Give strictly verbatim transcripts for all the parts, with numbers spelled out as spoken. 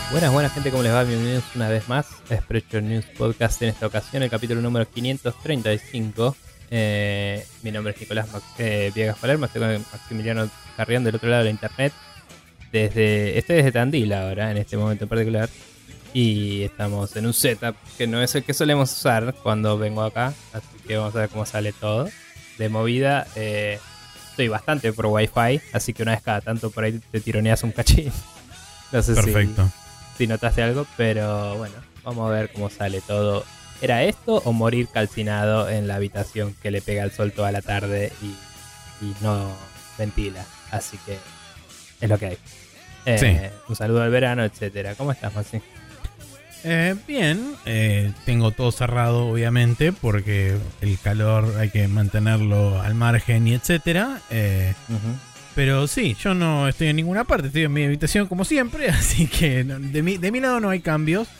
Buenas, buenas gente, ¿cómo les va? Bienvenidos una vez más a Spreadshot News Podcast. En esta ocasión el capítulo número quinientos treinta y cinco. eh, Mi nombre es Nicolás Mac eh, Viegas Palermo. Estoy con Maximiliano Carrión del otro lado de la internet. Desde, estoy desde Tandil ahora, en este momento en particular. Y estamos en un setup que no es el que solemos usar cuando vengo acá. Así que vamos a ver cómo sale todo. De movida, eh, estoy bastante por Wi-Fi, así que una vez cada tanto por ahí te tironeas un cachín. No sé Perfecto. Si, si notaste algo, pero bueno, vamos a ver cómo sale todo. ¿Era esto o morir calcinado en la habitación que le pega el sol toda la tarde y, y no ventila? Así que es lo que hay. Eh, Sí. Un saludo al verano, etcétera. ¿Cómo estás, Maxi? Eh, bien, eh, tengo todo cerrado obviamente porque el calor hay que mantenerlo al margen y etcétera. Eh, Uh-huh. pero sí, yo no estoy en ninguna parte, estoy en mi habitación como siempre, así que no- de mi, de mi lado no hay cambios.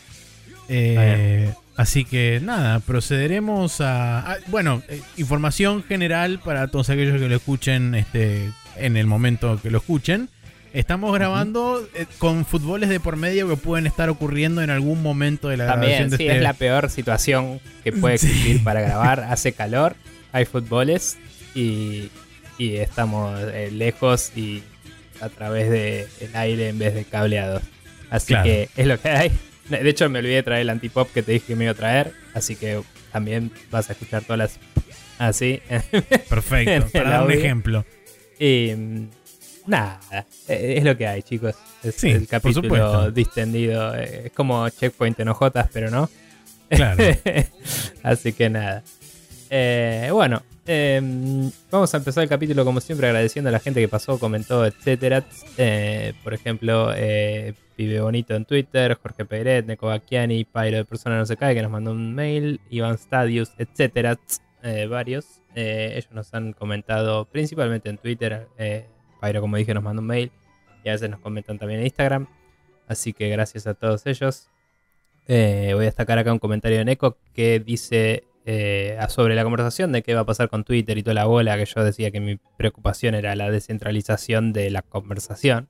Eh, así que nada, procederemos a... a- bueno, eh, información general para todos aquellos que lo escuchen este, en el momento que lo escuchen. Estamos grabando eh, con fútboles de por medio que pueden estar ocurriendo en algún momento de la También, grabación de sí, este... es la peor situación que puede Sí. existir para grabar. Hace calor, hay fútboles y, y estamos eh, lejos y a través del aire en vez de cableados. Así Claro. que es lo que hay. De hecho, me olvidé de traer el antipop que te dije que me iba a traer. Así que también vas a escuchar todas las... Así. Perfecto, en para el dar un audio. ejemplo. Y mm, nada, eh, es lo que hay, chicos. Es Sí, el por capítulo supuesto. distendido. eh, Es como Checkpoint en ojotas, pero no. Claro. Así que nada. Eh, bueno, eh, vamos a empezar el capítulo como siempre agradeciendo a la gente que pasó, comentó, etcétera. Eh, por ejemplo, eh, Pibe Bonito en Twitter, Jorge Peiret, Neko Bacchiani, Pyro de Persona No Se Cae, que nos mandó un mail, Iván Stadius, etcétera. Eh, varios. Eh, ellos nos han comentado principalmente en Twitter. Eh, Pyro, como dije, nos mandó un mail y a veces nos comentan también en Instagram. Así que gracias a todos ellos. Eh, voy a destacar acá un comentario de Neko que dice eh, sobre la conversación de qué va a pasar con Twitter y toda la bola, que yo decía que mi preocupación era la descentralización de la conversación.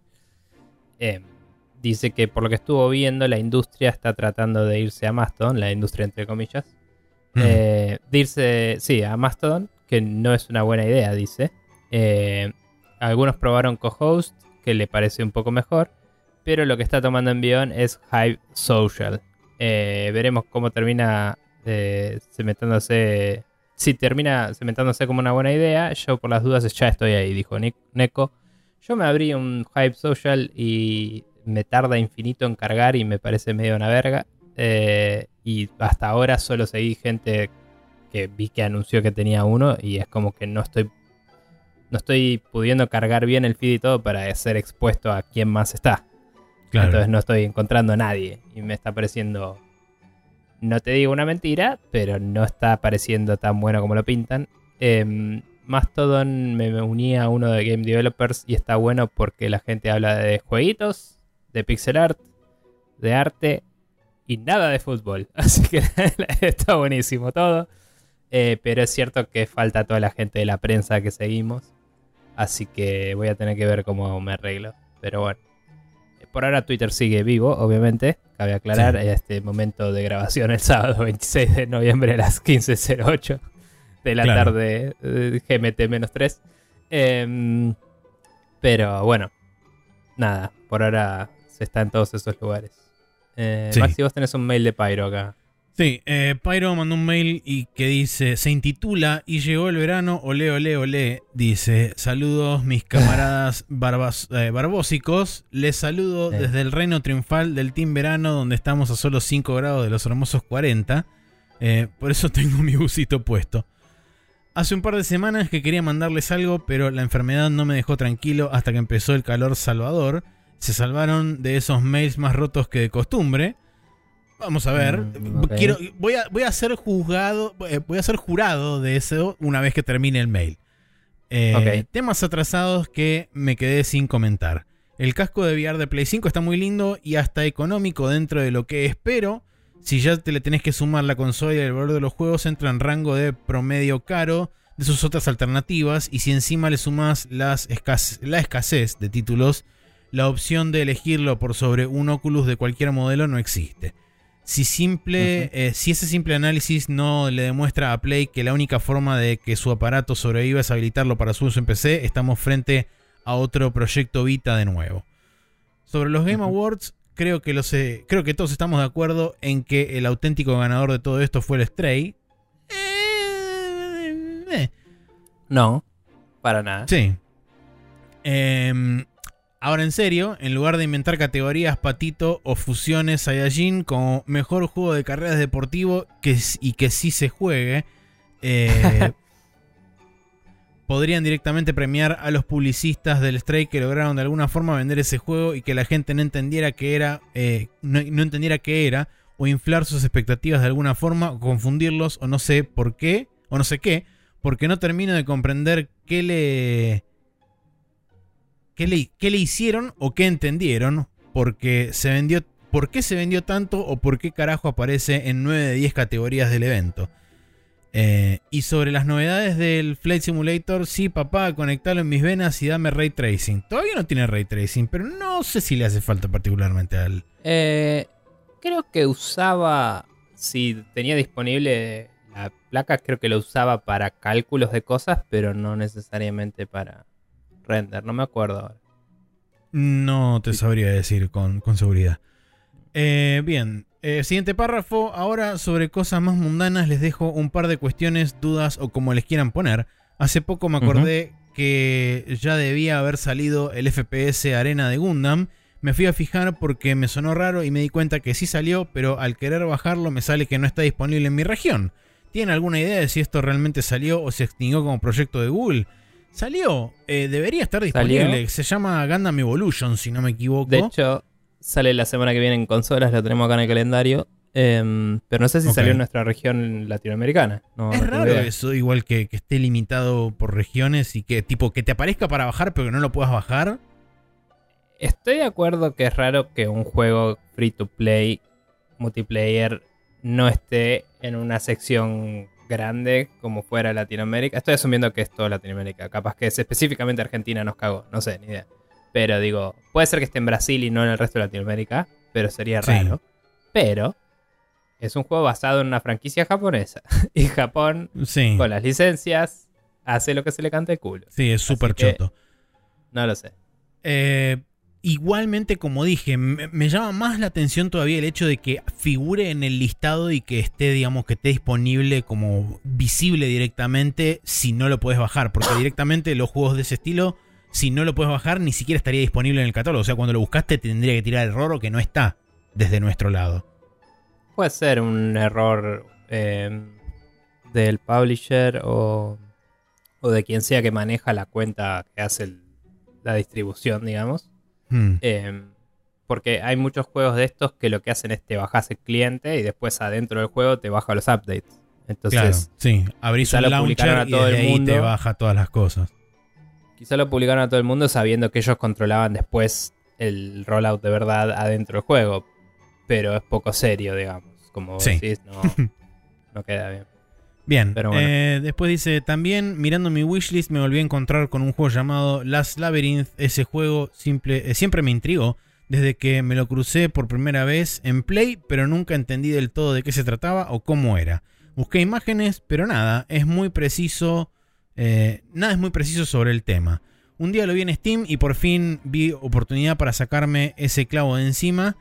Eh, dice que por lo que estuvo viendo, la industria está tratando de irse a Mastodon, la industria entre comillas. Mm. Eh, de irse, sí, a Mastodon, que no es una buena idea, dice. Eh, algunos probaron co-host, que le parece un poco mejor, pero lo que está tomando envión es Hive Social. Eh, veremos cómo termina eh, cementándose. Si termina cementándose como una buena idea, yo por las dudas ya estoy ahí, dijo Neko. Yo me abrí un Hive Social y me tarda infinito en cargar y me parece medio una verga. Eh, y hasta ahora solo seguí gente que vi que anunció que tenía uno y es como que no estoy no estoy pudiendo cargar bien el feed y todo para ser expuesto a quién más está. Claro. Entonces no estoy encontrando a nadie y me está pareciendo, no te digo una mentira, pero no está pareciendo tan bueno como lo pintan. Eh, Mastodon me, me unía a uno de Game Developers y está bueno porque la gente habla de jueguitos, de pixel art, de arte y nada de fútbol. Así que está buenísimo todo. Eh, pero es cierto que falta toda la gente de la prensa que seguimos. Así que voy a tener que ver cómo me arreglo. Pero bueno. Por ahora Twitter sigue vivo, obviamente. Cabe aclarar, Sí. este momento de grabación el sábado veintiséis de noviembre a las quince cero ocho de la Claro. tarde, eh, G M T tres. Eh, pero bueno, nada, por ahora se está en todos esos lugares. Eh, Sí. Maxi, vos tenés un mail de Pyro acá. Sí, eh, Pyro mandó un mail y que dice, se intitula Y llegó el verano, olé, olé, olé. Dice, saludos mis camaradas barbas, eh, barbósicos. Les saludo Eh. desde el reino triunfal del Team Verano, donde estamos a solo cinco grados de los hermosos cuarenta. Eh, por eso tengo mi busito puesto. Hace un par de semanas que quería mandarles algo, pero la enfermedad no me dejó tranquilo hasta que empezó el calor salvador. Se salvaron de esos mails más rotos que de costumbre. Vamos a ver. Mm, ok. Quiero, voy, a, voy a ser juzgado, eh, voy a ser jurado de eso una vez que termine el mail. Eh, Ok. Temas atrasados que me quedé sin comentar. El casco de V R de Play cinco está muy lindo y hasta económico dentro de lo que espero. Si ya te le tenés que sumar la consola y el valor de los juegos, entra en rango de promedio caro de sus otras alternativas. Y si encima le sumas las escasez, la escasez de títulos la opción de elegirlo por sobre un Oculus de cualquier modelo no existe. Si, simple, uh-huh. eh, si ese simple análisis no le demuestra a Play que la única forma de que su aparato sobreviva es habilitarlo para su uso en P C, estamos frente a otro proyecto Vita de nuevo. Sobre los Game uh-huh. Awards, creo que, los, eh, creo que todos estamos de acuerdo en que el auténtico ganador de todo esto fue el Stray. Eh, eh. No, para nada. Sí. Eh, ahora en serio, en lugar de inventar categorías patito o fusiones Saiyajin como mejor juego de carreras deportivo que, y que sí se juegue, eh, podrían directamente premiar a los publicistas del Stray que lograron de alguna forma vender ese juego y que la gente no entendiera qué era, eh, no, no entendiera qué era, o inflar sus expectativas de alguna forma, o confundirlos, o no sé por qué, o no sé qué, porque no termino de comprender qué le... ¿Qué le, ¿Qué le hicieron o qué entendieron? Porque se vendió, ¿por qué se vendió tanto o por qué carajo aparece en nueve de diez categorías del evento? Eh, y sobre las novedades del Flight Simulator, sí, papá, conectalo en mis venas y dame Ray Tracing. Todavía no tiene Ray Tracing, pero no sé si le hace falta particularmente al... Eh, creo que usaba, si tenía disponible la placa, creo que lo usaba para cálculos de cosas, pero no necesariamente para... render, no me acuerdo ahora. No te sabría decir con, con seguridad. Eh, bien, eh, siguiente párrafo. Ahora sobre cosas más mundanas les dejo un par de cuestiones, dudas o como les quieran poner. Hace poco me acordé uh-huh. que ya debía haber salido el F P S Arena de Gundam. Me fui a fijar porque me sonó raro y me di cuenta que sí salió, pero al querer bajarlo me sale que no está disponible en mi región. ¿Tienen alguna idea de si esto realmente salió o se extinguió como proyecto de Google? Salió, eh, debería estar disponible. ¿Salió? Se llama Gundam Evolution, si no me equivoco. De hecho, sale la semana que viene en consolas, lo tenemos acá en el calendario. Eh, pero no sé si okay. salió en nuestra región latinoamericana. No, es no raro eso, igual que, que esté limitado por regiones y que tipo que te aparezca para bajar, pero que no lo puedas bajar. Estoy de acuerdo que es raro que un juego free to play, multiplayer, no esté en una sección grande como fuera Latinoamérica. Estoy asumiendo que es toda Latinoamérica. Capaz que es específicamente Argentina nos cagó. No sé, ni idea. Pero digo, puede ser que esté en Brasil y no en el resto de Latinoamérica. Pero sería raro. Sí. Pero es un juego basado en una franquicia japonesa. Y Japón, sí. con las licencias, hace lo que se le canta el culo. Sí, es súper choto. No lo sé. Eh... Igualmente, como dije, me, me llama más la atención todavía el hecho de que figure en el listado y que esté, digamos, que esté disponible como visible directamente si no lo puedes bajar. Porque directamente los juegos de ese estilo, si no lo puedes bajar, ni siquiera estaría disponible en el catálogo. O sea, cuando lo buscaste tendría que tirar error o que no está desde nuestro lado. Puede ser un error eh, del publisher o, o de quien sea que maneja la cuenta que hace el, la distribución, digamos. Hmm. Eh, porque hay muchos juegos de estos que lo que hacen es te bajas el cliente y después adentro del juego te baja los updates. Entonces, claro, sí, abrís un launcher y desde ahí te baja todas las cosas. Quizá lo publicaron a todo el mundo sabiendo que ellos controlaban después el rollout de verdad adentro del juego. Pero es poco serio, digamos. Como sí. decís, no, no queda bien. Bien, pero bueno. eh, después dice, también mirando mi wishlist me volví a encontrar con un juego llamado Last Labyrinth. Ese juego simple, eh, siempre me intrigó desde que me lo crucé por primera vez en Play, pero nunca entendí del todo de qué se trataba o cómo era. Busqué imágenes, pero nada, es muy preciso, eh, nada es muy preciso sobre el tema. Un día lo vi en Steam y por fin vi oportunidad para sacarme ese clavo de encima.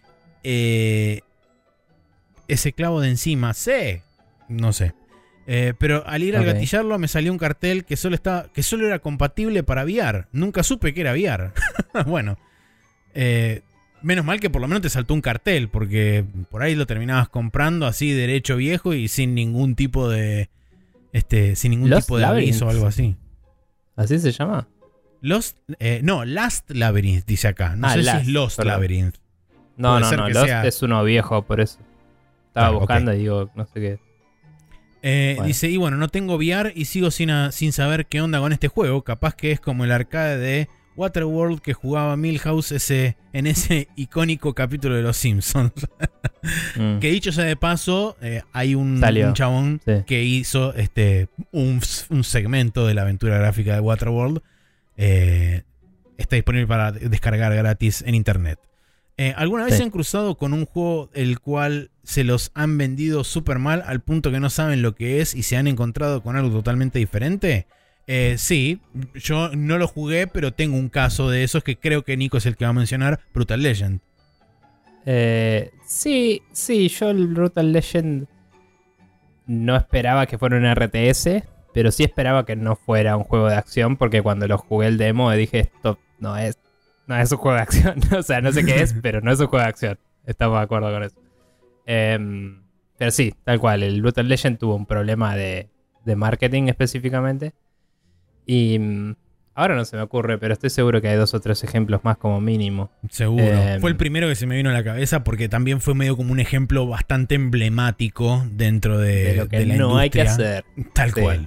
Eh, ese clavo de encima, sé, no sé. Eh, pero al ir okay. a gatillarlo me salió un cartel que solo estaba, que solo era compatible para V R. Nunca supe que era V R. Bueno, eh, menos mal que por lo menos te saltó un cartel, porque por ahí lo terminabas comprando así derecho viejo y sin ningún tipo de, este, sin ningún Lost tipo de Labyrinth. Aviso o algo así. ¿Así se llama? Lost, eh, no, Last Labyrinth dice acá. No ah, sé Last, si es Lost perdón. Labyrinth. No, Puede no, no. Lost sea... es uno viejo, por eso. Estaba claro, buscando okay. y digo, no sé qué. Eh, bueno. Dice, y bueno, no tengo V R y sigo sin, a, sin saber qué onda con este juego. Capaz que es como el arcade de Waterworld que jugaba Milhouse ese, en ese icónico capítulo de Los Simpsons. mm. Que dicho sea de paso, eh, hay un, un chabón sí. que hizo este, un, un segmento de la aventura gráfica de Waterworld. Eh, está disponible para descargar gratis en internet. Eh, ¿Alguna vez Sí. se han cruzado con un juego el cual se los han vendido súper mal al punto que no saben lo que es y se han encontrado con algo totalmente diferente? Eh, sí, yo no lo jugué, pero tengo un caso de esos que creo que Nico es el que va a mencionar, Brutal Legend. Eh, sí, sí, yo el Brutal Legend no esperaba que fuera un R T S, pero sí esperaba que no fuera un juego de acción, porque cuando lo jugué el demo dije, esto no es, no es un juego de acción. O sea, no sé qué es, pero no es un juego de acción. Estamos de acuerdo con eso. Eh, pero sí, tal cual, el Brutal Legend tuvo un problema de, de marketing específicamente. Y mm, ahora no se me ocurre, pero estoy seguro que hay dos o tres ejemplos más como mínimo. Seguro. Eh, Fue el primero que se me vino a la cabeza porque también fue medio como un ejemplo bastante emblemático dentro de, de lo que de la no hay que industria. hacer. Tal Sí. cual.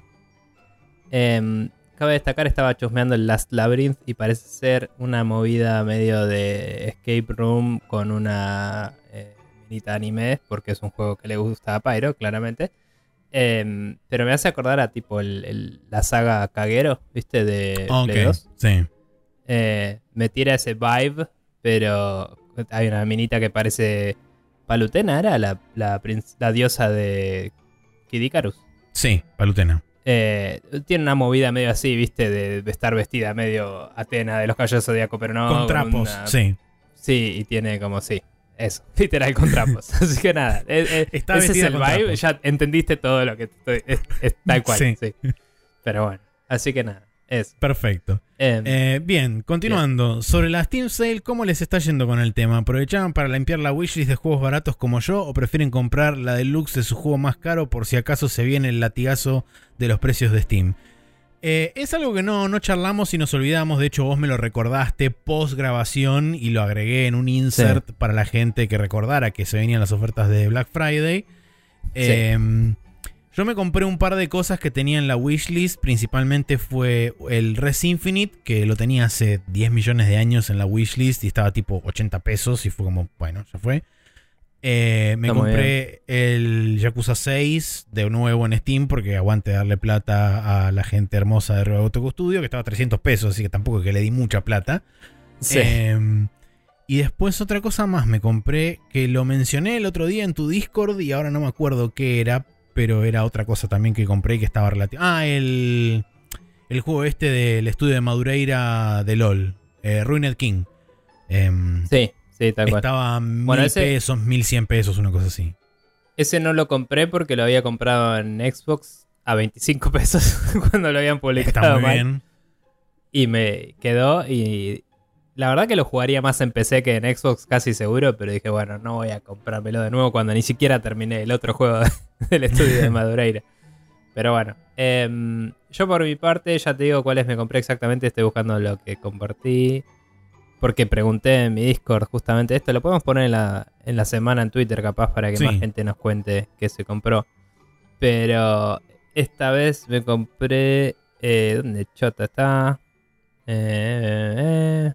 Eh, cabe destacar, estaba chusmeando el Last Labyrinth y parece ser una movida medio de escape room con una eh, minita anime, porque es un juego que le gusta a Pyro, claramente. Eh, pero me hace acordar a tipo el, el- la saga Kagero, ¿viste? De Ok, Play dos. sí. Eh, me tira ese vibe, pero hay una minita que parece Palutena, ¿era? La, la, princ- la diosa de Kid Icarus. Sí, Palutena. Eh, tiene una movida medio así, ¿viste? De, de estar vestida medio Atena de los Caballeros Zodíaco, pero no. Con trapos, una- sí. Sí, y tiene como sí. Eso, literal con trapos. Así que nada, eh, eh, Está ese es vestida el con vibe. trapos. Ya entendiste todo lo que estoy. Es, es tal cual, Sí. sí. Pero bueno, así que nada, eso. Perfecto. Eh, Eh, bien, continuando. Sobre la Steam Sale, ¿cómo les está yendo con el tema? ¿Aprovechaban para limpiar la wishlist de juegos baratos como yo o prefieren comprar la deluxe de su juego más caro por si acaso se viene el latigazo de los precios de Steam? Eh, es algo que no, no charlamos y nos olvidamos. De hecho, vos me lo recordaste post grabación y lo agregué en un insert para la gente que recordara que se venían las ofertas de Black Friday. Eh, yo me compré un par de cosas que tenía en la wishlist. Principalmente fue el Res Infinite, que lo tenía hace diez millones de años en la wishlist y estaba tipo ochenta pesos. Y fue como, bueno, ya fue. Eh, me Está muy compré el Yakuza seis de nuevo en Steam porque aguante darle plata a la gente hermosa de Río Auto Custodio, que estaba a trescientos pesos, así que tampoco es que le di mucha plata. sí. Eh, y después otra cosa más me compré, que lo mencioné el otro día en tu Discord y ahora no me acuerdo qué era, pero era otra cosa también que compré y que estaba relativo. Ah, el, el juego este del estudio de Madureira de LOL, eh, Ruined King. Eh, sí, sí, tal cual. estaba mil Bueno, ese- pesos, mil cien pesos, una cosa así. Ese no lo compré porque lo había comprado en Xbox a veinticinco pesos cuando lo habían publicado. Está muy mal. bien. Y me quedó y la verdad que lo jugaría más en P C que en Xbox casi seguro, pero dije, bueno, no voy a comprármelo de nuevo cuando ni siquiera terminé el otro juego del estudio de Madureira. Pero bueno, em, yo por mi parte ya te digo cuáles me compré exactamente, estoy buscando lo que compartí. Porque pregunté en mi Discord justamente esto, lo podemos poner en la, en la semana en Twitter capaz para que Sí. más gente nos cuente qué se compró. Pero esta vez me compré... Eh, ¿Dónde chota está? Eh, eh,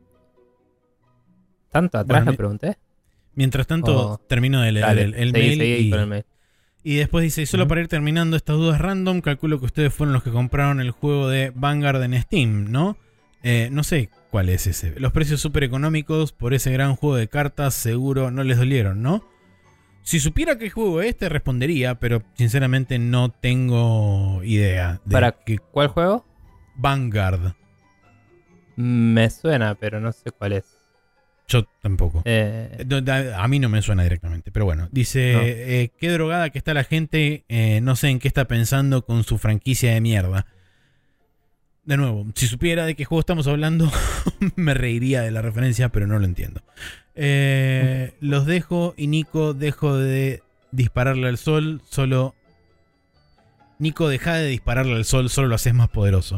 ¿Tanto atrás Bueno, lo pregunté? Mientras tanto, Oh. termino de leer Dale, el, el seguí, mail. seguí y, con el mail. y después dice, y solo Ujú. para ir terminando estas dudas random, calculo que ustedes fueron los que compraron el juego de Vanguard en Steam, ¿no? Eh, no sé cuál es ese. Los precios súper económicos por ese gran juego de cartas seguro no les dolieron, ¿no? Si supiera qué juego es, te respondería, pero sinceramente no tengo idea de ¿Para qué cuál juego? Vanguard. Me suena, pero no sé cuál es. Yo tampoco. Eh, Eh, A a mí no me suena directamente, pero bueno. Dice, No. eh, qué drogada que está la gente, eh, no sé en qué está pensando con su franquicia de mierda. De nuevo, si supiera de qué juego estamos hablando, me reiría de la referencia, pero no lo entiendo. Eh, los dejo y Nico, dejo de dispararle al sol, solo... Nico, deja de dispararle al sol, solo lo haces más poderoso.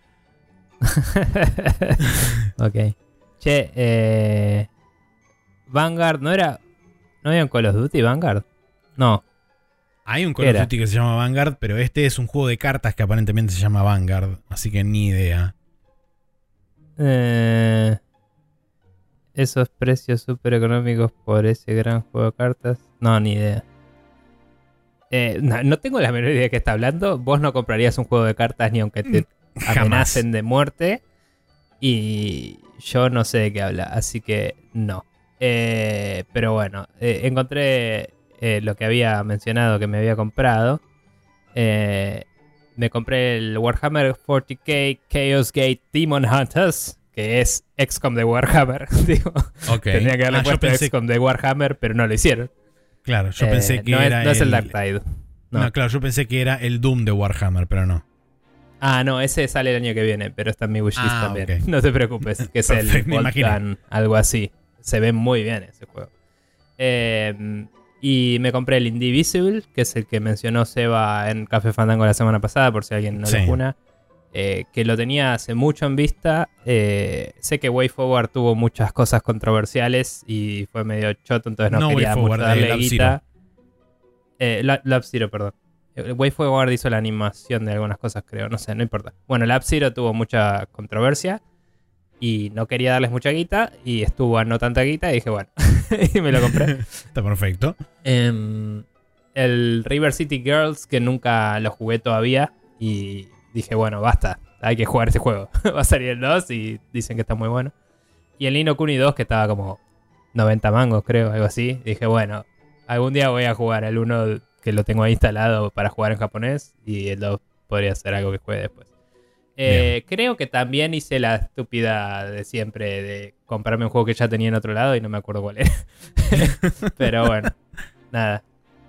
ok. Che, eh, Vanguard, ¿no era? ¿No había un Call of Duty Vanguard? No. Hay un Call ¿Qué of era? Duty que se llama Vanguard, pero este es un juego de cartas que aparentemente se llama Vanguard, así que ni idea. Eh, esos precios súper económicos por ese gran juego de cartas. No, ni idea. Eh, no, no tengo la menor idea de qué está hablando. Vos no comprarías un juego de cartas ni aunque te Jamás. amenacen de muerte. Y yo no sé de qué habla, así que no. Eh, pero bueno, eh, encontré eh, lo que había mencionado que me había comprado. Eh, me compré el Warhammer cuarenta K Chaos Gate Demon Hunters, que es X COM de Warhammer. Digo, Okay. Tendría que haberle Ah, yo puesto pensé- X COM de Warhammer, pero no lo hicieron. Claro, yo Eh, pensé que no era es, no es el el Dark Tide. No. No. claro, yo pensé que era el Doom de Warhammer, pero no. Ah, no, ese sale el año que viene, pero está en mi wishlist Ah, también. ok. No te preocupes, que es el Perfecto, me Bolt imaginé. Gun, algo así. Se ve muy bien ese juego. Eh, y me compré el Indivisible, que es el que mencionó Seba en Café Fandango la semana pasada, por si alguien no Sí. lo juna. Eh, que lo tenía hace mucho en vista. Eh, sé que WayForward tuvo muchas cosas controversiales y fue medio choto, entonces no, No quería WayForward, mucho eh, darle Lab guita. Eh, La- Lab Zero, perdón. Eh, WayForward hizo la animación de algunas cosas, creo. No sé, no importa. Bueno, Lab Zero tuvo mucha controversia y no quería darles mucha guita y estuvo a no tanta guita y dije, bueno, y me lo compré. Está perfecto. Em, el River City Girls, que nunca lo jugué todavía. Y dije, bueno, basta, hay que jugar este juego. Va a salir el dos y dicen que está muy bueno. Y el Ni no Kuni dos, que estaba como noventa mangos, creo, algo así. Dije, bueno, algún día voy a jugar el uno que lo tengo ahí instalado para jugar en japonés. Y el dos podría ser algo que juegue después. Eh, creo que también hice la estúpida de siempre de comprarme un juego que ya tenía en otro lado y no me acuerdo cuál era. Pero bueno, nada.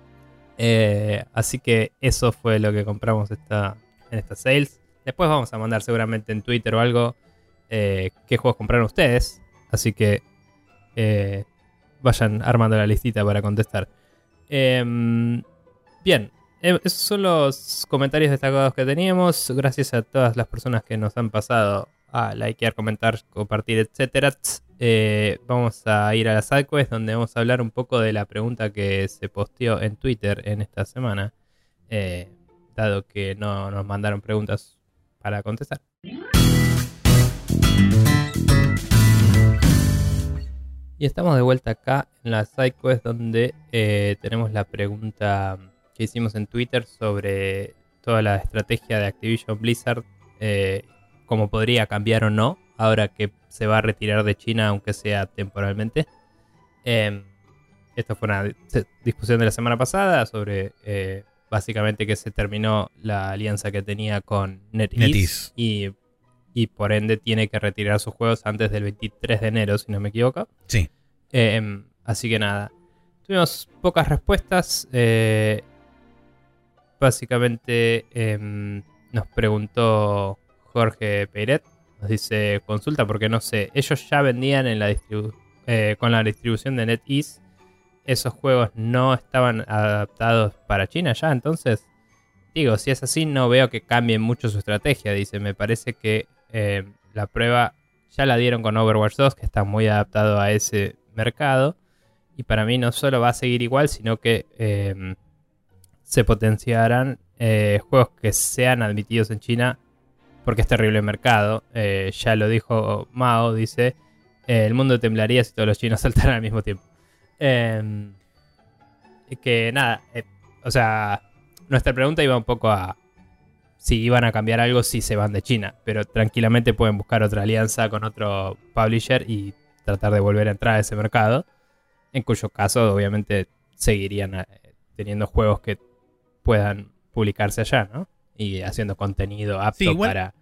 Eh, así que eso fue lo que compramos esta, en estas sales. Después vamos a mandar seguramente en Twitter o algo eh, qué juegos compraron ustedes. Así que eh, vayan armando la listita para contestar. Eh, bien, eh, esos son los comentarios destacados que teníamos. Gracias a todas las personas que nos han pasado a likear, comentar, compartir, etcétera. Eh, vamos a ir a la sidequest donde vamos a hablar un poco de la pregunta que se posteó en Twitter en esta semana, eh, dado que no nos mandaron preguntas para contestar. Y estamos de vuelta acá en la sidequest donde eh, tenemos la pregunta que hicimos en Twitter sobre toda la estrategia de Activision Blizzard, eh, cómo podría cambiar o no ahora que se va a retirar de China, aunque sea temporalmente. Eh, esto fue una discusión de la semana pasada sobre eh, básicamente que se terminó la alianza que tenía con NetEase, NetEase. Y, y por ende tiene que retirar sus juegos antes del veintitrés de enero, si no me equivoco. Sí. Eh, así que nada, tuvimos pocas respuestas. Eh, básicamente eh, nos preguntó Jorge Peiret. Nos dice, consulta porque no sé, ellos ya vendían en la distribu- eh, con la distribución de NetEase. Esos juegos no estaban adaptados para China ya, entonces digo, si es así no veo que cambien mucho su estrategia. Dice, me parece que eh, la prueba ya la dieron con Overwatch dos, que está muy adaptado a ese mercado. Y para mí no solo va a seguir igual, sino que eh, se potenciarán eh, juegos que sean admitidos en China, porque es terrible el mercado. Eh, ya lo dijo Mao, dice, eh, el mundo temblaría si todos los chinos saltaran al mismo tiempo. Eh, que nada, eh, o sea, nuestra pregunta iba un poco a si iban a cambiar algo si se van de China, pero tranquilamente pueden buscar otra alianza con otro publisher y tratar de volver a entrar a ese mercado, en cuyo caso obviamente seguirían eh, teniendo juegos que puedan publicarse allá, ¿no? Y haciendo contenido apto Sí, igual- para...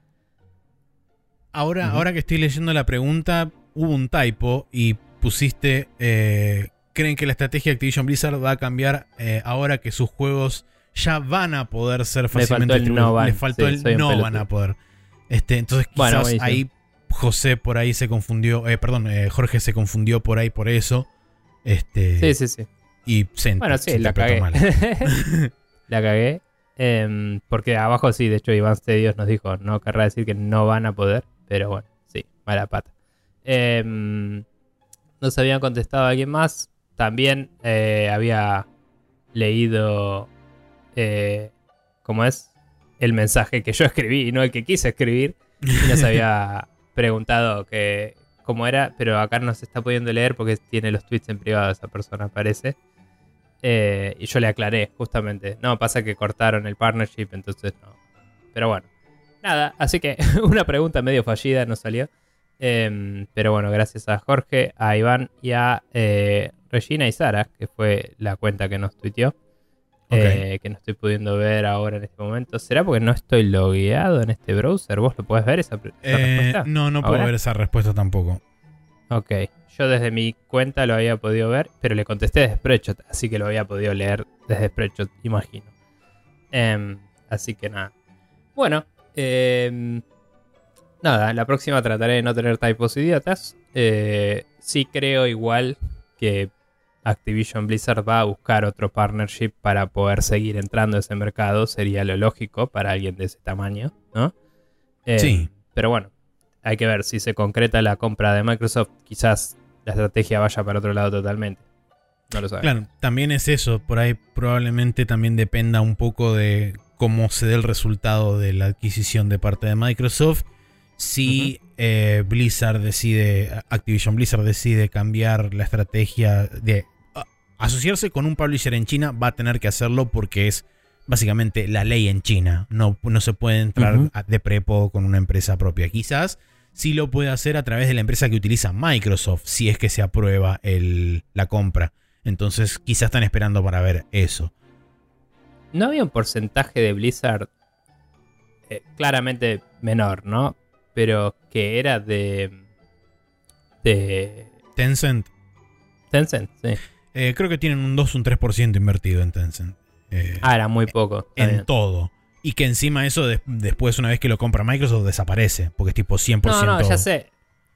Ahora, Ujú. ahora que estoy leyendo la pregunta, hubo un typo y pusiste. eh, ¿Creen que la estrategia de Activision Blizzard va a cambiar eh, ahora que sus juegos ya van a poder ser faltó fácilmente el distribuidos? no van. Le faltó Sí, soy el un no pelotudo. van a poder. Este, entonces quizás Bueno, buenísimo. ahí José por ahí se confundió. Eh, perdón, eh, Jorge se confundió por ahí por eso. Este, Sí, sí, sí. Y se, ent- Bueno, se sí, la interpretó cagué. mal. La cagué. Em, porque abajo sí, de hecho Iván Stedios nos dijo, no querrá decir que no van a poder, pero bueno, sí, mala pata. Em, nos habían contestado a alguien más. También eh, había leído, eh, ¿cómo es? El mensaje que yo escribí y no el que quise escribir. Y nos había preguntado que cómo era, pero acá no se está pudiendo leer porque tiene los tweets en privado esa persona, parece. Eh, y yo le aclaré, justamente. No, pasa que cortaron el partnership, entonces no. Pero bueno, nada, así que una pregunta medio fallida nos salió. Eh, pero bueno, gracias a Jorge, a Iván y a eh, Regina y Sara, que fue la cuenta que nos tuiteó. Ok. Eh, que no estoy pudiendo ver ahora en este momento. ¿Será porque no estoy logueado en este browser? ¿Vos lo podés ver esa, esa Eh, respuesta? no, no puedo ¿Ahora? ver esa respuesta tampoco. Ok, yo desde mi cuenta lo había podido ver, pero le contesté desde Spreadshot, así que lo había podido leer desde Spreadshot, imagino. Em, así que nada. Bueno, em, nada, la próxima trataré de no tener typos idiotas. Eh, sí creo igual que Activision Blizzard va a buscar otro partnership para poder seguir entrando a ese mercado. Sería lo lógico para alguien de ese tamaño, ¿no? Em, Sí. Pero bueno, hay que ver si se concreta la compra de Microsoft. Quizás la estrategia vaya para otro lado totalmente. No lo sabemos. Claro, también es eso. Por ahí probablemente también dependa un poco de cómo se dé el resultado de la adquisición de parte de Microsoft. Si uh-huh. eh, Blizzard decide, Activision Blizzard decide cambiar la estrategia de uh, asociarse con un publisher en China, va a tener que hacerlo porque es básicamente la ley en China. No, no se puede entrar uh-huh. de prepo con una empresa propia. Quizás sí lo puede hacer a través de la empresa que utiliza Microsoft, si es que se aprueba el, la compra. Entonces quizás están esperando para ver eso. ¿No había un porcentaje de Blizzard eh, claramente menor, ¿no? Pero que era de... de... Tencent. Tencent, sí. Eh, creo que tienen un dos o un tres por ciento invertido en Tencent. Eh, ah, era muy poco. En bien. todo. Y que encima eso de, después, una vez que lo compra Microsoft, desaparece. Porque es tipo cien por ciento. No, no, ya sé.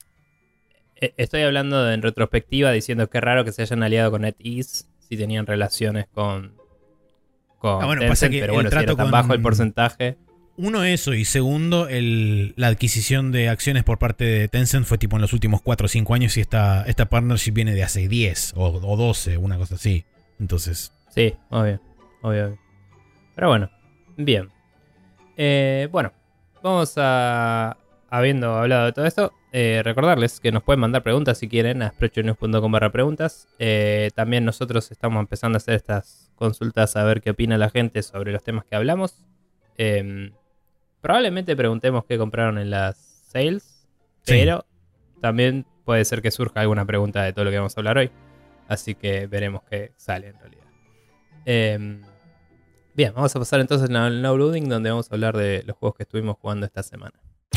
Estoy hablando de, en retrospectiva, diciendo que es raro que se hayan aliado con NetEase si tenían relaciones con, con ah, bueno, Tencent, pasa que pero bueno, el si trato era tan con, bajo el porcentaje. Uno, eso, y segundo, el, la adquisición de acciones por parte de Tencent fue tipo en los últimos cuatro o cinco años y esta, esta partnership viene de hace diez o, o doce, una cosa así. Entonces... Sí, obvio, obvio, obvio. Pero bueno, bien. Eh, bueno, vamos a... Habiendo hablado de todo esto, eh, recordarles que nos pueden mandar preguntas si quieren a spreadshotnews punto com barra preguntas. Eh, también nosotros estamos empezando a hacer estas consultas a ver qué opina la gente sobre los temas que hablamos. Eh, probablemente preguntemos qué compraron en las sales, sí. Pero también puede ser que surja alguna pregunta de todo lo que vamos a hablar hoy. Así que veremos qué sale en realidad. Eh, bien, vamos a pasar entonces al Now Loading, donde vamos a hablar de los juegos que estuvimos jugando esta semana.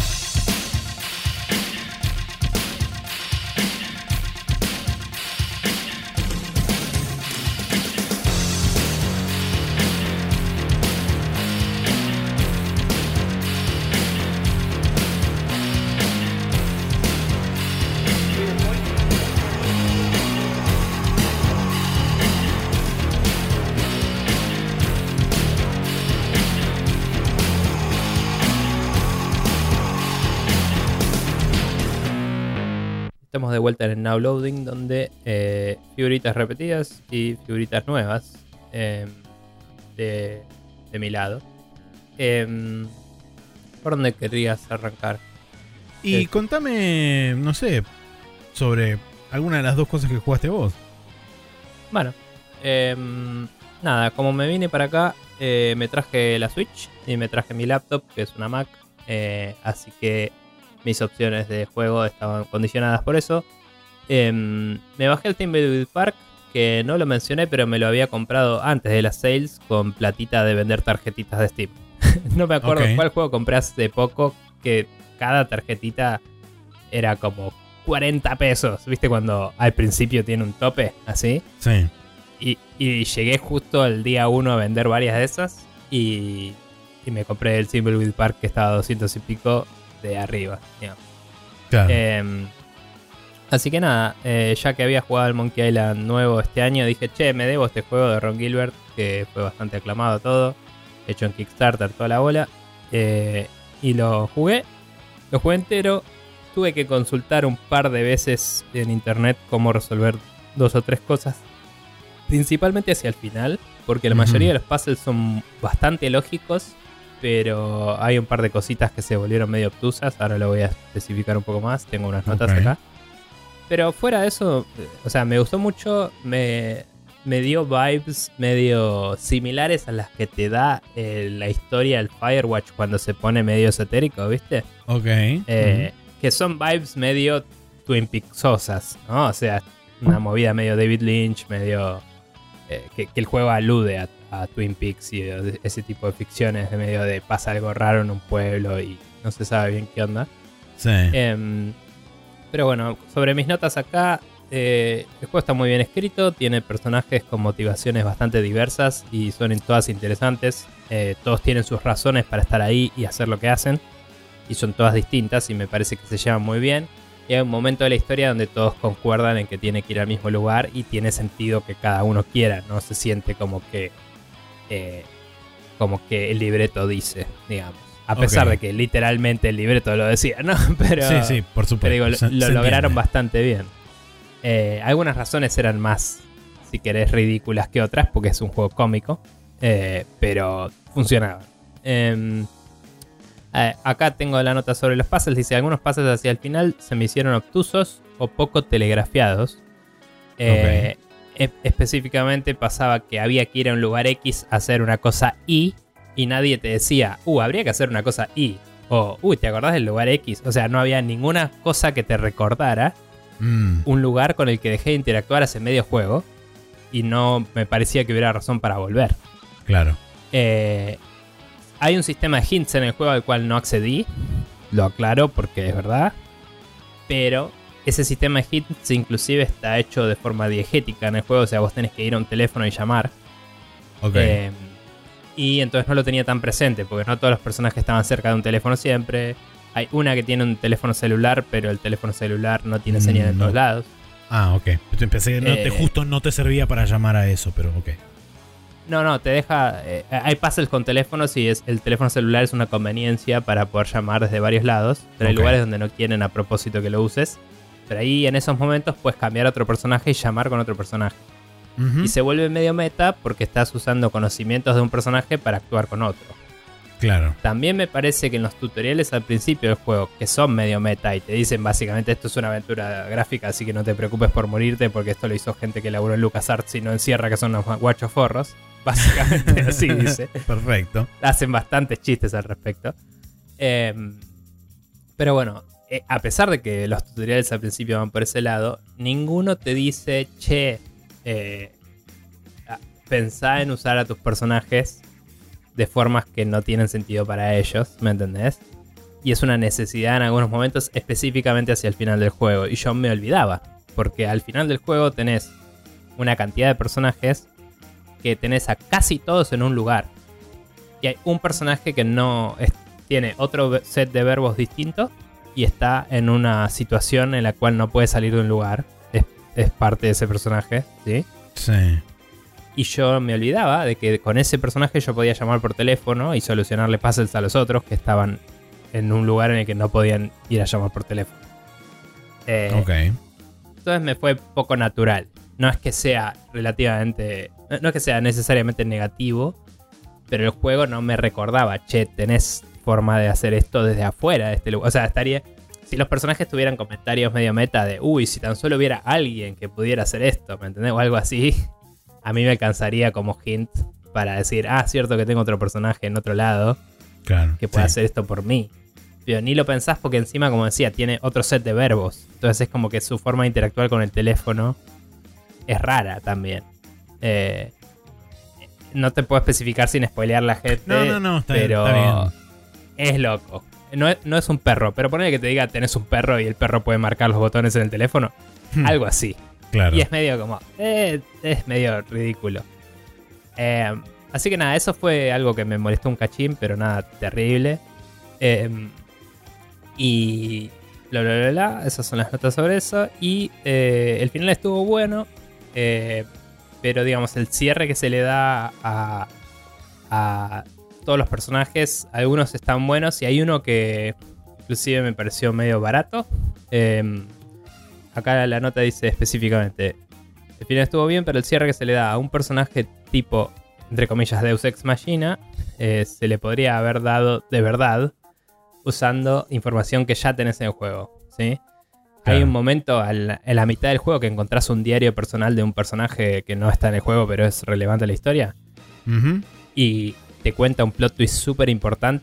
Estamos de vuelta en el Now Loading, donde eh, figuritas repetidas y figuritas nuevas eh, de, de mi lado. Eh, ¿Por dónde querrías arrancar? Y Eh, contame, no sé, sobre alguna de las dos cosas que jugaste vos. Bueno, eh, nada, como me vine para acá, eh, me traje la Switch y me traje mi laptop, que es una Mac. Eh, así que mis opciones de juego estaban condicionadas por eso. Eh, me bajé el Thimbleweed Park, que no lo mencioné, pero me lo había comprado antes de las sales con platita de vender tarjetitas de Steam. No me acuerdo Ok. cuál juego compré hace poco, que cada tarjetita era como cuarenta pesos. ¿Viste cuando al principio tiene un tope así? Sí. Y, y llegué justo el día uno a vender varias de esas. Y, y me compré el Thimbleweed Park, que estaba a doscientos y pico de arriba, digamos. Claro. Eh, así que nada, eh, ya que había jugado el Monkey Island nuevo este año, dije, che, me debo este juego de Ron Gilbert, que fue bastante aclamado todo, hecho en Kickstarter, toda la bola. Eh, y lo jugué, lo jugué entero. Tuve que consultar un par de veces en internet cómo resolver dos o tres cosas, principalmente hacia el final, porque la Ujú. mayoría de los puzzles son bastante lógicos, pero hay un par de cositas que se volvieron medio obtusas. Ahora lo voy a especificar un poco más. Tengo unas notas Ok. acá. Pero fuera de eso, eh, o sea, me gustó mucho. Me, me dio vibes medio similares a las que te da eh, la historia del Firewatch cuando se pone medio esotérico, ¿viste? Ok. Eh, que son vibes medio Twin Peaksosas, ¿no? O sea, una movida medio David Lynch, medio... Eh, que, que el juego alude a, a Twin Peaks y ese tipo de ficciones de medio de pasa algo raro en un pueblo y no se sabe bien qué onda. Sí. Eh, pero bueno, sobre mis notas acá, eh, el juego está muy bien escrito, tiene personajes con motivaciones bastante diversas y son todas interesantes. Eh, todos tienen sus razones para estar ahí y hacer lo que hacen y son todas distintas y me parece que se llevan muy bien. Y hay un momento de la historia donde todos concuerdan en que tiene que ir al mismo lugar y tiene sentido que cada uno quiera, no se siente como que eh, como que el libreto dice, digamos. A pesar okay. de que literalmente el libreto lo decía, ¿no? Pero, sí, sí, por supuesto. Pero digo, lo, se, lo se lograron entiende. bastante bien. Eh, algunas razones eran más, si querés, ridículas que otras, porque es un juego cómico, eh, pero funcionaban. Eh, eh, acá tengo la nota sobre los puzzles. Dice, algunos puzzles hacia el final se me hicieron obtusos o poco telegrafiados. Eh, okay. e- específicamente pasaba que había que ir a un lugar X a hacer una cosa Y y nadie te decía, uh, habría que hacer una cosa Y. O, uy, ¿te acordás del lugar X? O sea, no había ninguna cosa que te recordara mm. un lugar con el que dejé de interactuar hace medio juego y no me parecía que hubiera razón para volver. Claro. Eh, hay un sistema de hints en el juego al cual no accedí, lo aclaro porque es verdad, pero ese sistema de hints inclusive está hecho de forma diegética en el juego, o sea, vos tenés que ir a un teléfono y llamar. Ok. Eh, y entonces no lo tenía tan presente, porque no todos los personajes estaban cerca de un teléfono siempre. Hay una que tiene un teléfono celular, pero el teléfono celular no tiene señal en no. todos lados. Ah, ok. Yo pensé que no eh, te, justo no te servía para llamar a eso, pero ok. No, no, te deja... Eh, hay puzzles con teléfonos y es, el teléfono celular es una conveniencia para poder llamar desde varios lados, pero okay. hay lugares donde no quieren a propósito que lo uses. Pero ahí en esos momentos puedes cambiar a otro personaje y llamar con otro personaje. Uh-huh. Y se vuelve medio meta porque estás usando conocimientos de un personaje para actuar con otro. Claro. También me parece que en los tutoriales al principio del juego, que son medio meta y te dicen básicamente esto es una aventura gráfica, así que no te preocupes por morirte porque esto lo hizo gente que laburó en LucasArts y no en Sierra, que son unos guachos forros. Básicamente así dice. Perfecto. Hacen bastantes chistes al respecto. Eh, pero bueno, eh, a pesar de que los tutoriales al principio van por ese lado, ninguno te dice, che, eh, pensá en usar a tus personajes de formas que no tienen sentido para ellos, ¿me entendés? Y es una necesidad en algunos momentos, específicamente hacia el final del juego. Y yo me olvidaba, porque al final del juego tenés una cantidad de personajes que tenés a casi todos en un lugar. Y hay un personaje que no es, tiene otro set de verbos distinto y está en una situación en la cual no puede salir de un lugar. Es, es parte de ese personaje, ¿sí? Sí. Y yo me olvidaba de que con ese personaje yo podía llamar por teléfono y solucionarle puzzles a los otros que estaban en un lugar en el que no podían ir a llamar por teléfono. Eh, ok. Entonces me fue poco natural. No es que sea relativamente... No es que sea necesariamente negativo, pero el juego no me recordaba, che, tenés forma de hacer esto desde afuera de este lugar. O sea, estaría... Si los personajes tuvieran comentarios medio meta de, uy, si tan solo hubiera alguien que pudiera hacer esto, ¿me entendés? O algo así, a mí me alcanzaría como hint para decir, ah, cierto que tengo otro personaje en otro lado claro, que puede sí. hacer esto por mí. Pero ni lo pensás porque encima, como decía, tiene otro set de verbos. Entonces es como que su forma de interactuar con el teléfono es rara también. Eh, no te puedo especificar sin spoilear la gente. No, no, no, está pero bien, está bien. Es loco. No es, no es un perro, pero ponele que te diga tenés un perro y el perro puede marcar los botones en el teléfono. Hmm. Algo así. Claro. Y es medio como... Eh, es medio ridículo. Eh, así que nada, eso fue algo que me molestó un cachín, pero nada, terrible. Eh, y... Bla, bla, bla, bla. Esas son las notas sobre eso. Y eh, el final estuvo bueno. Eh, pero digamos, el cierre que se le da a... a todos los personajes, algunos están buenos y hay uno que inclusive me pareció medio barato. Eh, acá la nota dice específicamente: el final estuvo bien, pero el cierre que se le da a un personaje tipo, entre comillas, Deus Ex Machina, eh, se le podría haber dado de verdad usando información que ya tenés en el juego, ¿sí? Claro. Hay un momento al, en la mitad del juego que encontrás un diario personal de un personaje que no está en el juego, pero es relevante a la historia. Uh-huh. Y te cuenta un plot twist súper importante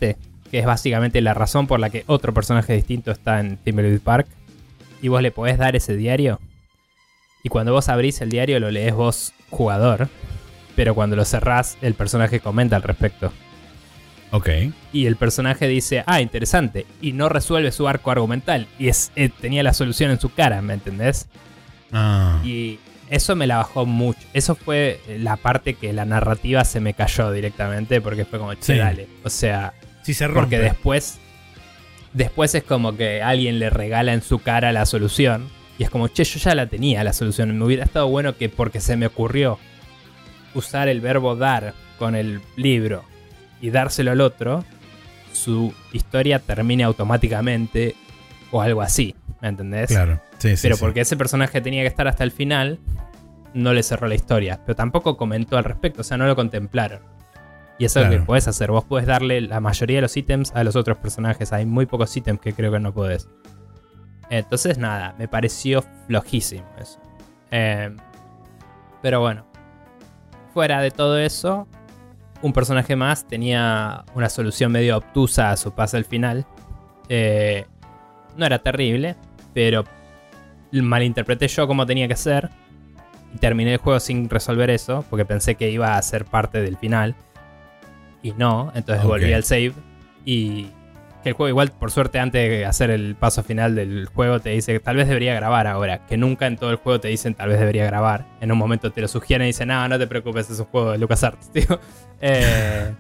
que es básicamente la razón por la que otro personaje distinto está en Thimbleweed Park. Y vos le podés dar ese diario. Y cuando vos abrís el diario lo lees vos, jugador. Pero cuando lo cerrás, el personaje comenta al respecto. Ok. Y el personaje dice, ah, interesante. Y no resuelve su arco argumental. Y es, eh, tenía la solución en su cara, ¿me entendés? Ah. Y eso me la bajó mucho. Eso fue la parte que la narrativa se me cayó directamente. Porque fue como, che, Sí. dale. O sea, Sí, se rompe. porque después... Después es como que alguien le regala en su cara la solución. Y es como, che, yo ya la tenía la solución. Me hubiera estado bueno que porque se me ocurrió usar el verbo dar con el libro y dárselo al otro, su historia termine automáticamente o algo así. ¿Me entendés? Claro. Sí, sí, Pero sí. porque ese personaje tenía que estar hasta el final, no le cerró la historia. Pero tampoco comentó al respecto, o sea, no lo contemplaron. Y eso Claro. es lo que podés hacer. Vos podés darle la mayoría de los ítems a los otros personajes. Hay muy pocos ítems que creo que no podés. Entonces, nada, me pareció flojísimo eso. Eh, pero bueno. Fuera de todo eso, un personaje más tenía una solución medio obtusa a su pase al final. Eh, no era terrible, pero malinterpreté yo como tenía que ser. Y terminé el juego sin resolver eso, porque pensé que iba a ser parte del final. Y no, entonces Ok. volví al save. Y que el juego igual, por suerte, antes de hacer el paso final del juego, te dice que tal vez debería grabar ahora. Que nunca en todo el juego te dicen tal vez debería grabar. En un momento te lo sugieren y dicen, no, no te preocupes, es un juego de LucasArts, tío. Eh,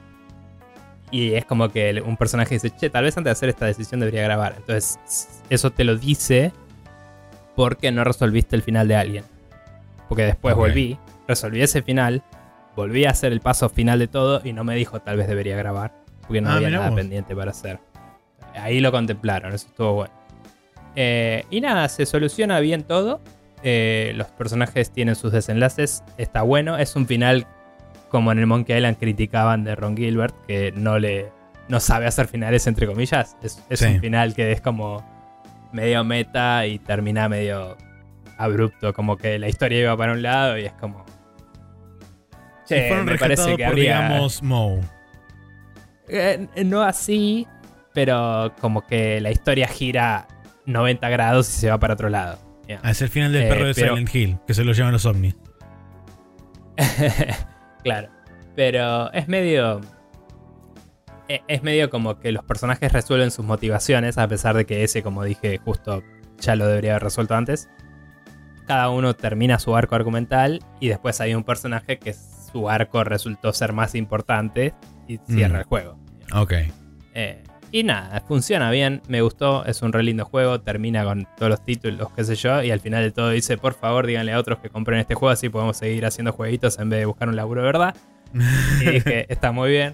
y es como que un personaje dice, che, tal vez antes de hacer esta decisión debería grabar. Entonces, eso te lo dice porque no resolviste el final de alguien. Porque después Ok. volví, resolví ese final, volví a hacer el paso final de todo y no me dijo tal vez debería grabar. Porque no Ah, había mirá nada vos. pendiente para hacer. Ahí lo contemplaron, eso estuvo bueno. Eh, y nada, se soluciona bien todo. Eh, los personajes tienen sus desenlaces, está bueno. Es un final como en el Monkey Island criticaban de Ron Gilbert, que no le no sabe hacer finales entre comillas. Es, es Sí. un final que es como medio meta y termina medio abrupto, como que la historia iba para un lado y es como... Y fueron me parece rescatados que por, habría... digamos, Moe. Eh, no así, pero como que la historia gira noventa grados y se va para otro lado. Yeah. Ah, es el final del Eh, perro de pero- Silent Hill, que se lo llevan los ovnis. Claro, pero es medio... e- Es medio como que los personajes resuelven sus motivaciones, a pesar de que ese, como dije, justo ya lo debería haber resuelto antes. Cada uno termina su arco argumental y después hay un personaje que su arco resultó ser más importante y cierra Mm. el juego. Ok. Eh, y nada, funciona bien, me gustó, es un re lindo juego, termina con todos los títulos, qué sé yo, y al final de todo dice, por favor, díganle a otros que compren este juego, así podemos seguir haciendo jueguitos en vez de buscar un laburo de verdad. Y dije, está muy bien.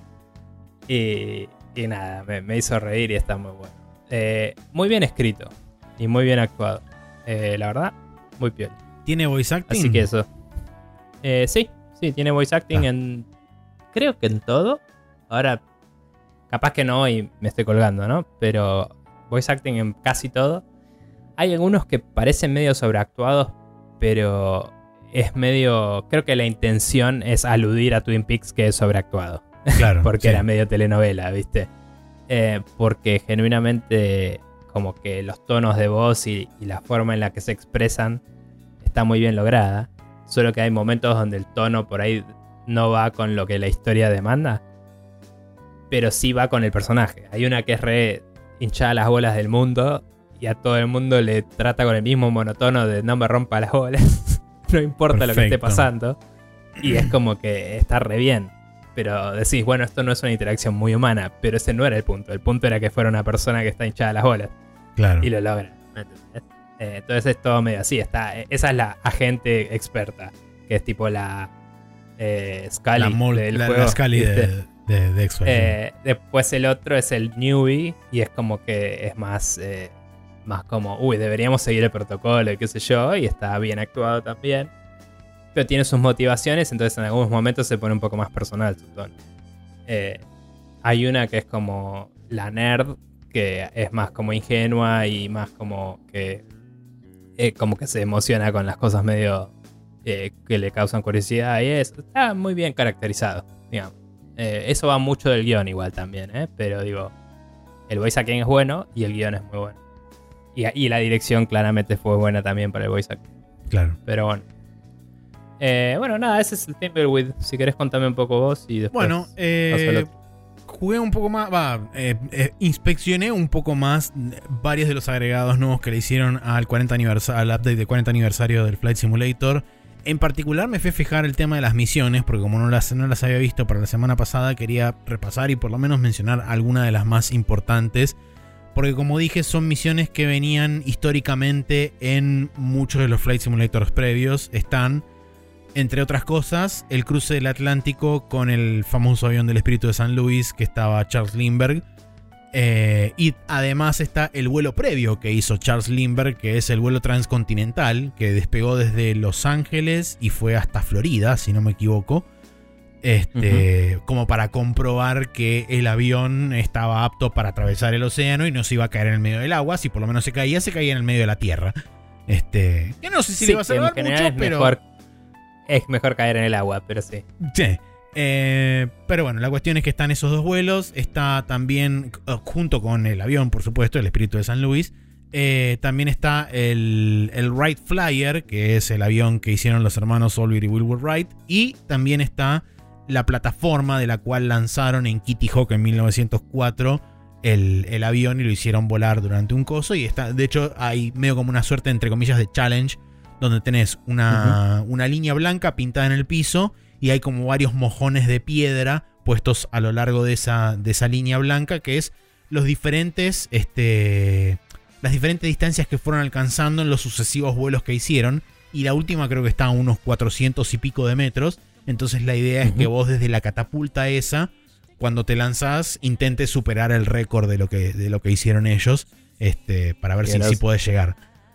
Y, y nada, me, me hizo reír y está muy bueno. Eh, muy bien escrito y muy bien actuado. Eh, la verdad, muy piola. ¿Tiene voice acting? Así que eso. Eh, sí, sí, tiene voice acting Ah. en... Creo que en todo. Ahora, capaz que no y me estoy colgando, ¿no? Pero voice acting en casi todo. Hay algunos que parecen medio sobreactuados, pero es medio... Creo que la intención es aludir a Twin Peaks que es sobreactuado. Claro. Porque sí. era medio telenovela, ¿viste? Eh, porque genuinamente como que los tonos de voz y, y la forma en la que se expresan está muy bien lograda. Solo que hay momentos donde el tono por ahí no va con lo que la historia demanda, pero sí va con el personaje. Hay una que es re hinchada las bolas del mundo y a todo el mundo le trata con el mismo monotono de no me rompa las bolas, no importa lo que esté Perfecto. pasando. Y es como que está re bien. Pero decís, bueno, esto no es una interacción muy humana, pero ese no era el punto. El punto era que fuera una persona que está hinchada las bolas. Claro. Y lo logra. ¿Me entendés? Eh, entonces es todo medio así. Está, esa es la agente experta, que es tipo la eh, Scully la, mol- del la, juego. la Scully ¿viste? de, de, de X-Files. Eh, después el otro es el newbie y es como que es más, eh, más como, uy, deberíamos seguir el protocolo y qué sé yo, y está bien actuado también. Pero tiene sus motivaciones, entonces en algunos momentos se pone un poco más personal su tono. Eh, hay una que es como la nerd, que es más como ingenua y más como que eh, como que se emociona con las cosas medio eh, que le causan curiosidad y eso. Está muy bien caracterizado, digamos. Eh, eso va mucho del guión igual también, ¿eh? Pero digo, el voice acting es bueno y el guión es muy bueno. Y, y la dirección claramente fue buena también para el voice acting. Claro. Pero bueno. Eh, bueno, nada, ese es el Thimbleweed. Si querés contame un poco vos y después... Bueno, eh, jugué un poco más, va, eh, eh, inspeccioné un poco más varios de los agregados nuevos que le hicieron al, cuarenta aniversario, al update de cuarenta aniversario del Flight Simulator. En particular me fui a fijar el tema de las misiones, porque como no las, no las había visto para la semana pasada, quería repasar y por lo menos mencionar alguna de las más importantes. Porque como dije, son misiones que venían históricamente en muchos de los Flight Simulators previos. Están, entre otras cosas, el cruce del Atlántico con el famoso avión del Espíritu de San Luis que estaba Charles Lindbergh. Eh, y además está el vuelo previo que hizo Charles Lindbergh, que es el vuelo transcontinental, que despegó desde Los Ángeles y fue hasta Florida, si no me equivoco. Este, uh-huh. Como para comprobar que el avión estaba apto para atravesar el océano y no se iba a caer en el medio del agua. Si por lo menos se caía, se caía en el medio de la tierra. Este, que no sé si sí, le va a salvar mucho, es pero mejor, es mejor caer en el agua, pero sí. Sí. Eh, pero bueno, la cuestión es que están esos dos vuelos. Está también, junto con el avión, por supuesto, el Espíritu de San Luis. Eh, también está el, el Wright Flyer, que es el avión que hicieron los hermanos Oliver y Wilbur Wright. Y también está la plataforma de la cual lanzaron en Kitty Hawk en mil novecientos cuatro el, el avión y lo hicieron volar durante un coso. Y está, de hecho, hay medio como una suerte, entre comillas, de challenge, donde tenés una, uh-huh. una línea blanca pintada en el piso y hay como varios mojones de piedra puestos a lo largo de esa, de esa línea blanca, que es los diferentes, este, las diferentes distancias que fueron alcanzando en los sucesivos vuelos que hicieron. Y la última creo que está a unos cuatrocientos y pico de metros. Entonces la idea uh-huh. es que vos desde la catapulta esa, cuando te lanzás, intentes superar el récord de lo que, de lo que hicieron ellos, este, para ver si, si podés llegar.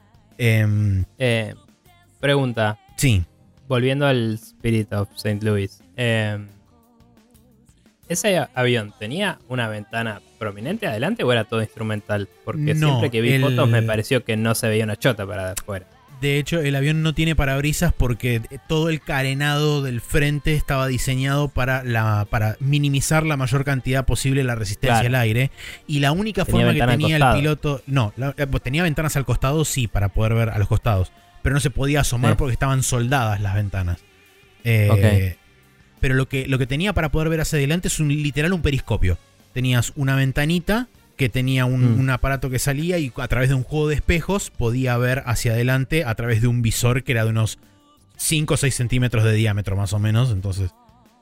Eh, eh, pregunta. Sí. Volviendo al Spirit of Saint Louis. Eh, ¿Ese avión tenía una ventana prominente adelante o era todo instrumental? Porque no, siempre que vi el... fotos me pareció que no se veía una chota para afuera. De hecho, el avión no tiene parabrisas porque todo el carenado del frente estaba diseñado para, la, para minimizar la mayor cantidad posible la resistencia claro. al aire. Y la única tenía forma que tenía el piloto... No, la, tenía ventanas al costado, sí, para poder ver a los costados. Pero no se podía asomar eh. porque estaban soldadas las ventanas. Eh, okay. Pero lo que, lo que tenía para poder ver hacia adelante es un, literal un periscopio. Tenías una ventanita que tenía un, mm. un aparato que salía y a través de un juego de espejos podía ver hacia adelante a través de un visor que era de unos cinco o seis centímetros de diámetro más o menos. Entonces,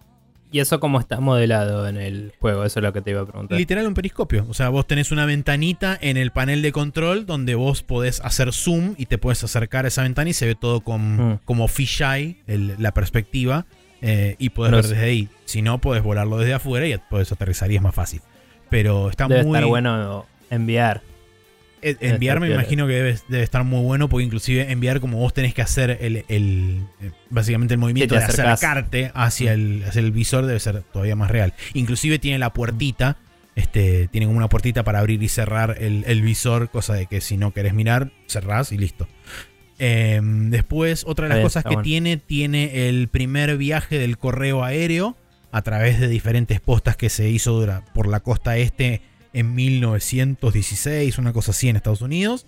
¿y eso cómo está modelado en el juego? Eso es lo que te iba a preguntar. Literal un periscopio. O sea, vos tenés una ventanita en el panel de control donde vos podés hacer zoom y te puedes acercar a esa ventana y se ve todo con, mm. como fisheye, el, la perspectiva, eh, y podés Pero ver desde ahí. Si no, podés volarlo desde afuera y podés aterrizar y es más fácil. Pero está debe muy... estar bueno enviar. Eh, enviar me imagino que debe, debe estar muy bueno porque inclusive enviar como vos tenés que hacer el, el básicamente el movimiento de acercarte hacia el, hacia el visor debe ser todavía más real. Inclusive tiene la puertita, este, tiene como una puertita para abrir y cerrar el, el visor, cosa de que si no querés mirar, cerrás y listo. Eh, después, otra de las eh, cosas que bueno. tiene, tiene el primer viaje del correo aéreo a través de diferentes postas que se hizo por la costa este en mil novecientos dieciséis, una cosa así en Estados Unidos.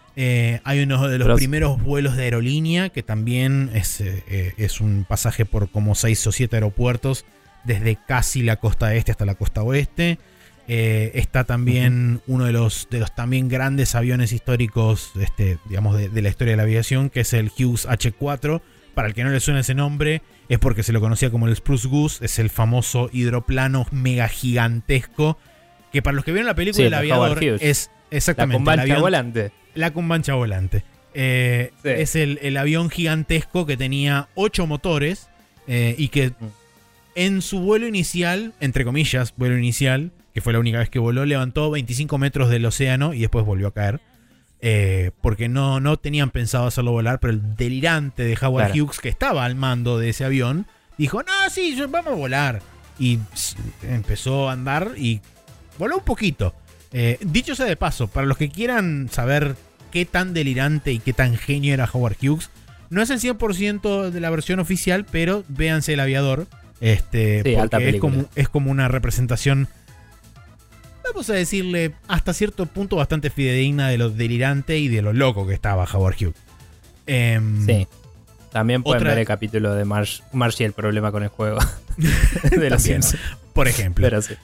Eh, hay uno de los Pero... primeros vuelos de aerolínea que también es, eh, es un pasaje por como seis o siete aeropuertos desde casi la costa este hasta la costa oeste. Eh, está también uh-huh. uno de los, de los también grandes aviones históricos, este, digamos, de, de la historia de la aviación, que es el Hughes H cuatro. Para el que no le suena ese nombre, es porque se lo conocía como el Spruce Goose. Es el famoso hidroplano mega gigantesco. Que para los que vieron la película sí, del aviador es exactamente la cumbancha el avión, volante. La cumbancha volante. Eh, sí. Es el, el avión gigantesco que tenía ocho motores eh, y que mm. en su vuelo inicial, entre comillas, vuelo inicial, que fue la única vez que voló, levantó veinticinco metros del océano y después volvió a caer. Eh, porque no, no tenían pensado hacerlo volar, pero el delirante de Howard claro. Hughes, que estaba al mando de ese avión, dijo, no, sí, vamos a volar. Y empezó a andar y voló un poquito. Eh, dicho sea de paso, para los que quieran saber qué tan delirante y qué tan genio era Howard Hughes, no es el cien por ciento de la versión oficial, pero véanse El Aviador. Este, sí, porque es como, es como una representación vamos a decirle, hasta cierto punto bastante fidedigna de lo delirante y de lo loco que estaba Howard Hughes. Eh, sí. También pueden otra... ver el capítulo de Marsh, Marsh y el problema con el juego. De los También, Simpsons. por ejemplo. Pero sí.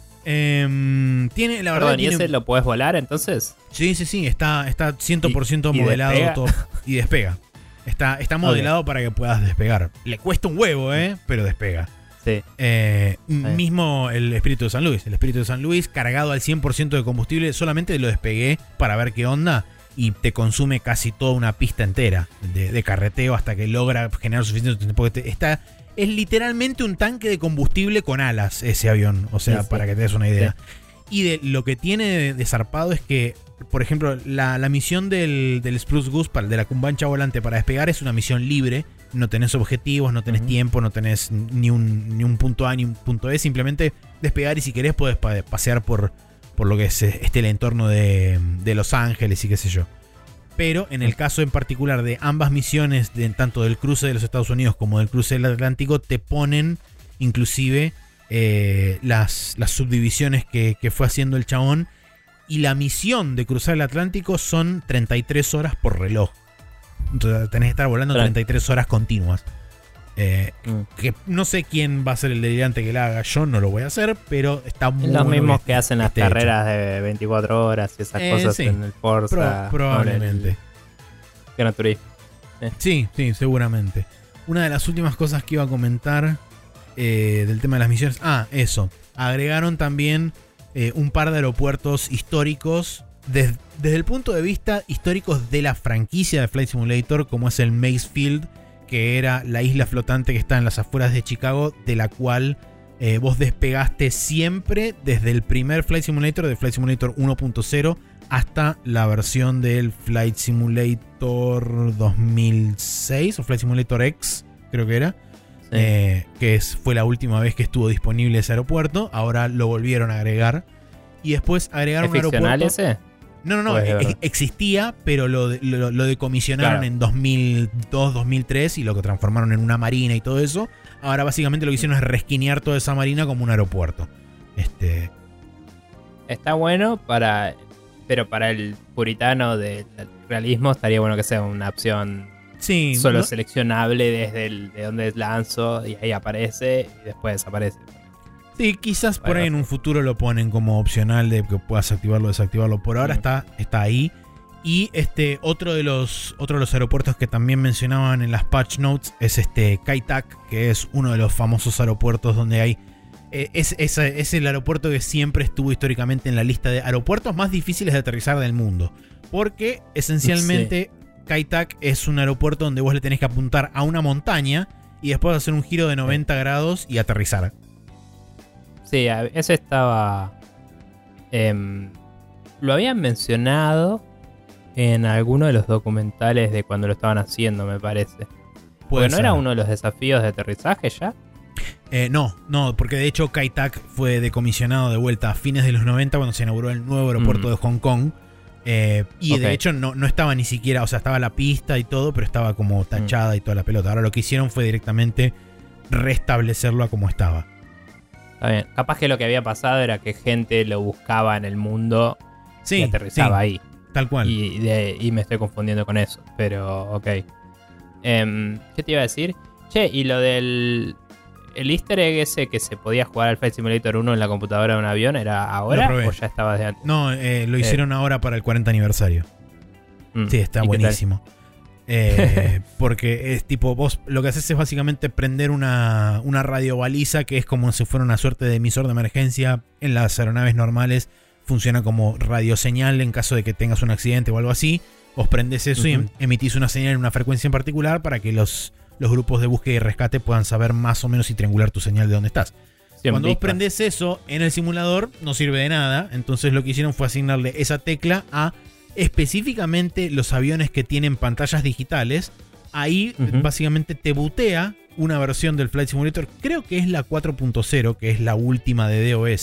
Eh, tiene, la verdad, Perdón, ¿y tiene... ese lo podés volar entonces? Sí, sí, sí. Está, está cien por ciento ¿Y, y modelado despega? todo, y despega. Está, está modelado okay. para que puedas despegar. Le cuesta un huevo, ¿eh? Pero despega. Sí. Eh, mismo el Espíritu de San Luis. El Espíritu de San Luis, cargado al cien por ciento de combustible, solamente lo despegué para ver qué onda. Y te consume casi toda una pista entera de, de carreteo hasta que logra generar suficiente tiempo. Porque te, está, es literalmente un tanque de combustible con alas ese avión. O sea, sí, sí. para que te des una idea. Sí. Y de, lo que tiene de, de zarpado es que, por ejemplo, la, la misión del, del Spruce Goose, de la cumbancha volante para despegar, es una misión libre. No tenés objetivos, no tenés uh-huh. tiempo, no tenés ni un, ni un punto A ni un punto E. Simplemente despegar y si querés podés pasear por... por lo que es este el entorno de, de Los Ángeles y qué sé yo. Pero en el caso en particular de ambas misiones, de, tanto del cruce de los Estados Unidos como del cruce del Atlántico, te ponen inclusive eh, las, las subdivisiones que, que fue haciendo el chabón. Y la misión de cruzar el Atlántico son treinta y tres horas por reloj. Entonces tenés que estar volando treinta y tres horas continuas. Eh, mm. Que no sé quién va a ser el delirante que la haga, yo no lo voy a hacer, pero está muy los bueno mismos que, que hacen las este carreras hecho. de veinticuatro horas y esas eh, cosas sí. en el Forza. Pro, probablemente. Gran Turismo. Eh. Sí, sí, seguramente. Una de las últimas cosas que iba a comentar eh, del tema de las misiones. Ah, eso. Agregaron también eh, un par de aeropuertos históricos. Des, desde el punto de vista históricos de la franquicia de Flight Simulator, como es el Maze Field, que era la isla flotante que está en las afueras de Chicago, de la cual eh, vos despegaste siempre desde el primer Flight Simulator, de Flight Simulator uno punto cero, hasta la versión del Flight Simulator dos mil seis, o Flight Simulator X, creo que era, sí. eh, que es, fue la última vez que estuvo disponible ese aeropuerto. Ahora lo volvieron a agregar. Y después agregaron un aeropuerto... ¿Es ficcional ese? No, no, no, e- existía, pero lo, lo, lo decomisionaron claro. en dos mil dos, dos mil tres y lo que transformaron en una marina y todo eso. Ahora básicamente lo que hicieron es resquinear toda esa marina como un aeropuerto. Este Está bueno para... Pero para el puritano del realismo estaría bueno que sea una opción sí, solo no, seleccionable desde el, de donde lanzo y ahí aparece y después desaparece. Sí, quizás por ahí en un futuro lo ponen como opcional de que puedas activarlo o desactivarlo. Por ahora mm. está, está ahí. Y este otro de los otro de los aeropuertos que también mencionaban en las patch notes es este Kai Tak, que es uno de los famosos aeropuertos donde hay eh, es, es, es el aeropuerto que siempre estuvo históricamente en la lista de aeropuertos más difíciles de aterrizar del mundo, porque esencialmente sí. Kai Tak es un aeropuerto donde vos le tenés que apuntar a una montaña y después hacer un giro de noventa sí. grados y aterrizar. Sí, ese estaba eh, lo habían mencionado en alguno de los documentales de cuando lo estaban haciendo, me parece. Porque no era uno de los desafíos de aterrizaje ya. Eh, no, no, porque de hecho Kai Tak fue decomisionado de vuelta a fines de los noventa cuando se inauguró el nuevo aeropuerto mm. de Hong Kong. Eh, y okay. de hecho no, no estaba ni siquiera, o sea, estaba la pista y todo, pero estaba como tachada mm. y toda la pelota. Ahora lo que hicieron fue directamente restablecerlo a como estaba. Está bien. Capaz que lo que había pasado era que gente lo buscaba en el mundo sí, y aterrizaba sí, ahí. Tal cual. Y, de, y me estoy confundiendo con eso. Pero, ok. Um, ¿Qué te iba a decir? Che, y lo del el easter egg ese que se podía jugar al Flight Simulator uno en la computadora de un avión, ¿era ahora o ya estaba de antes? No, eh, lo hicieron eh. ahora para el cuarenta aniversario. Mm. Sí, está buenísimo. Eh, porque es tipo, vos lo que haces es básicamente prender una, una radiobaliza que es como si fuera una suerte de emisor de emergencia. En las aeronaves normales funciona como radioseñal en caso de que tengas un accidente o algo así. Vos prendés eso uh-huh. y emitís una señal en una frecuencia en particular para que los, los grupos de búsqueda y rescate puedan saber más o menos y triangular tu señal de dónde estás. Sí, Cuando vos prendés eso en el simulador no sirve de nada. Entonces lo que hicieron fue asignarle esa tecla a específicamente los aviones que tienen pantallas digitales. Ahí uh-huh. básicamente te bootea una versión del Flight Simulator. Creo que es la cuatro punto cero, que es la última de DOS.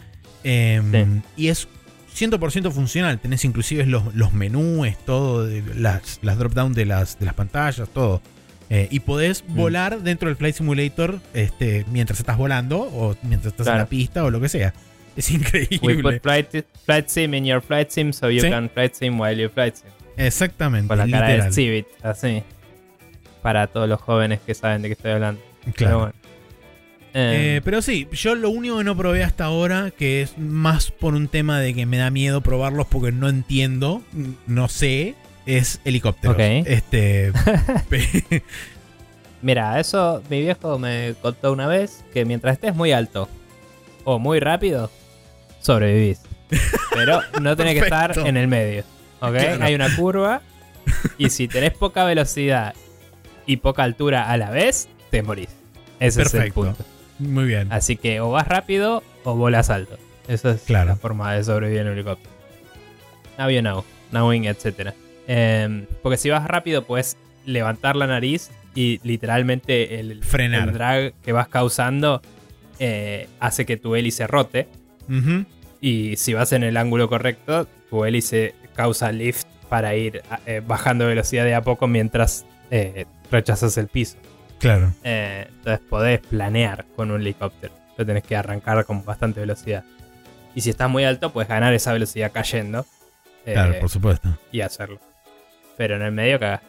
Eh, sí. Y es cien por ciento funcional. Tenés inclusive los, los menús, todo, las, las drop down de las, de las pantallas, todo. Eh, y podés mm. volar dentro del Flight Simulator este, mientras estás volando o mientras estás claro. en la pista o lo que sea. Es increíble. We put flight, flight sim in your flight sim so you ¿Sí? can flight sim while you flight sim. Exactamente. Con la cara literal. de Civit, así. Para todos los jóvenes que saben de qué estoy hablando. Claro. Pero bueno. Eh, Eh, pero sí, yo lo único que no probé hasta ahora, que es más por un tema de que me da miedo probarlos porque no entiendo, no sé, es helicópteros. Ok. Este. pe- Mira, eso mi viejo me contó una vez que mientras estés muy alto o muy rápido, sobrevivís. Pero no tenés que estar Perfecto. en el medio. ¿Ok? Claro. Hay una curva y si tenés poca velocidad y poca altura a la vez, te morís. Ese es el Perfecto. punto. Muy bien. Así que o vas rápido o volas alto. Esa es Claro. la forma de sobrevivir en un helicóptero. Now you know, knowing, etcétera. Eh, porque si vas rápido puedes levantar la nariz y literalmente el, Frenar. el drag que vas causando eh, hace que tu hélice rote. Ujú. Y si vas en el ángulo correcto, tu hélice causa lift para ir eh, bajando velocidad de a poco mientras eh, rechazas el piso. Claro. Eh, entonces podés planear con un helicóptero. Pero tenés que arrancar con bastante velocidad. Y si estás muy alto, puedes ganar esa velocidad cayendo. eh, Claro, por supuesto. y hacerlo. Pero en el medio cagás.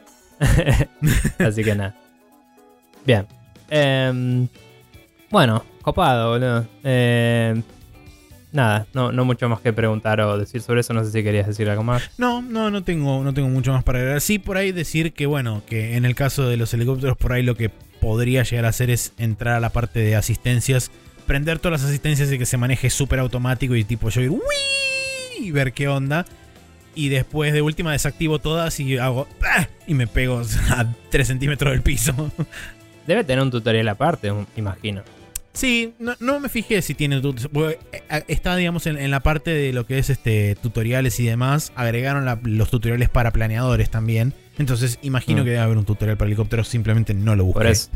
Así que nada. Bien. Eh, bueno, copado, boludo. Eh, nada, no, no mucho más que preguntar o decir sobre eso. No sé si querías decir algo más. No, no, no tengo, no tengo mucho más para agregar. Sí, por ahí decir que, bueno, que en el caso de los helicópteros, por ahí lo que podría llegar a hacer es entrar a la parte de asistencias, prender todas las asistencias y que se maneje súper automático y tipo yo ir ¡uii! Y ver qué onda. Y después de última desactivo todas y hago ¡ah! Y me pego a tres centímetros del piso. Debe tener un tutorial aparte, un- imagino. Sí, no, no me fijé si tiene tut- porque, eh, está, digamos, en, en la parte de lo que es este tutoriales y demás. Agregaron la- los tutoriales para planeadores también. Entonces imagino Mm. que debe haber un tutorial para helicópteros. Simplemente no lo busqué. Por eso.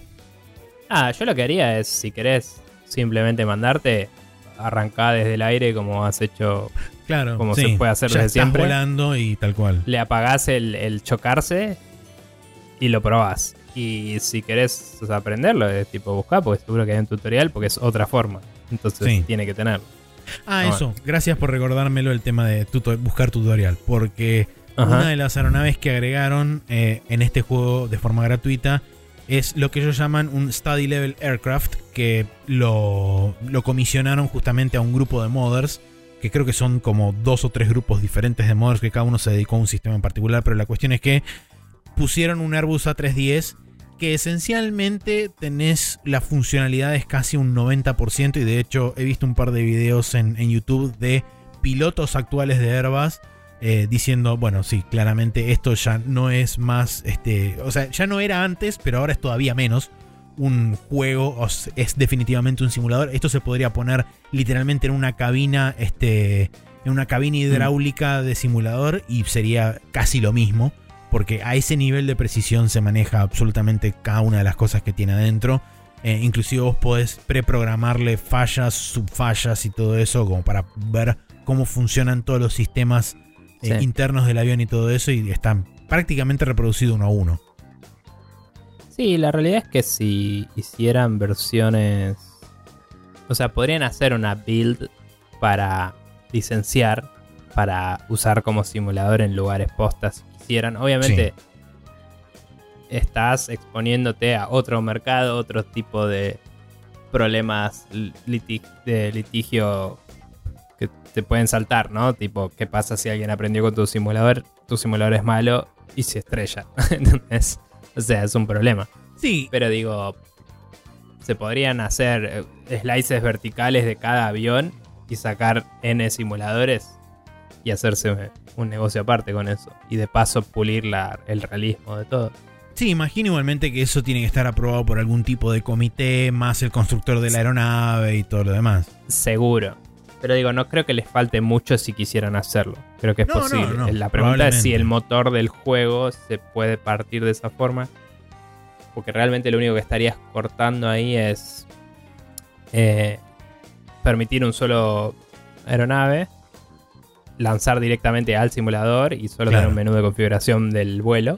Ah, yo lo que haría es, si querés simplemente mandarte, arrancá desde el aire como has hecho. Claro, como sí. se puede hacer Ya desde estás siempre. volando y tal cual. Le apagás el, el chocarse y lo probás. Y si querés o sea, aprenderlo, es tipo buscar, porque seguro que hay un tutorial, porque es otra forma. Entonces Sí. tiene que tenerlo. Ah, Ah, eso. Gracias por recordármelo el tema de tuto- buscar tutorial. Porque Ajá. una de las aeronaves que agregaron eh, en este juego de forma gratuita es lo que ellos llaman un Study Level Aircraft, que lo, lo comisionaron justamente a un grupo de modders, que creo que son como dos o tres grupos diferentes de modders, que cada uno se dedicó a un sistema en particular, pero la cuestión es que pusieron un Airbus A trescientos diez que esencialmente tenés las funcionalidades casi un noventa por ciento, y de hecho he visto un par de videos en, en YouTube de pilotos actuales de Airbus eh, diciendo, bueno, sí, claramente esto ya no es más, este, o sea, ya no era antes, pero ahora es todavía menos un juego, o s- es definitivamente un simulador. Esto se podría poner literalmente en una cabina, este, en una cabina hidráulica de simulador y sería casi lo mismo, porque a ese nivel de precisión se maneja absolutamente cada una de las cosas que tiene adentro. Eh, inclusive vos podés preprogramarle fallas, subfallas y todo eso, como para ver cómo funcionan todos los sistemas eh, Sí. internos del avión y todo eso, y están prácticamente reproducido uno a uno. Sí, la realidad es que si hicieran versiones. O sea, podrían hacer una build para licenciar, para usar como simulador en lugares postas si quisieran. Obviamente, estás exponiéndote a otro mercado, otro tipo de problemas liti- de litigio que te pueden saltar, ¿no? Tipo, ¿qué pasa si alguien aprendió con tu simulador? Tu simulador es malo y se estrella. ¿Entendés? O sea, es un problema. Sí, Pero digo, se podrían hacer eh, slices verticales de cada avión y sacar N simuladores y hacerse un negocio aparte con eso. Y de paso pulir la, el realismo de todo. sí, imagino igualmente que eso tiene que estar aprobado por algún tipo de comité, más el constructor de la aeronave y todo lo demás. Seguro. Pero digo, no creo que les falte mucho si quisieran hacerlo. Creo que es No, no, posible. no, la pregunta es si probablemente. el motor del juego se puede partir de esa forma. Porque realmente lo único que estarías cortando ahí es eh, permitir un solo aeronave, lanzar directamente al simulador y solo Claro. tener un menú de configuración del vuelo.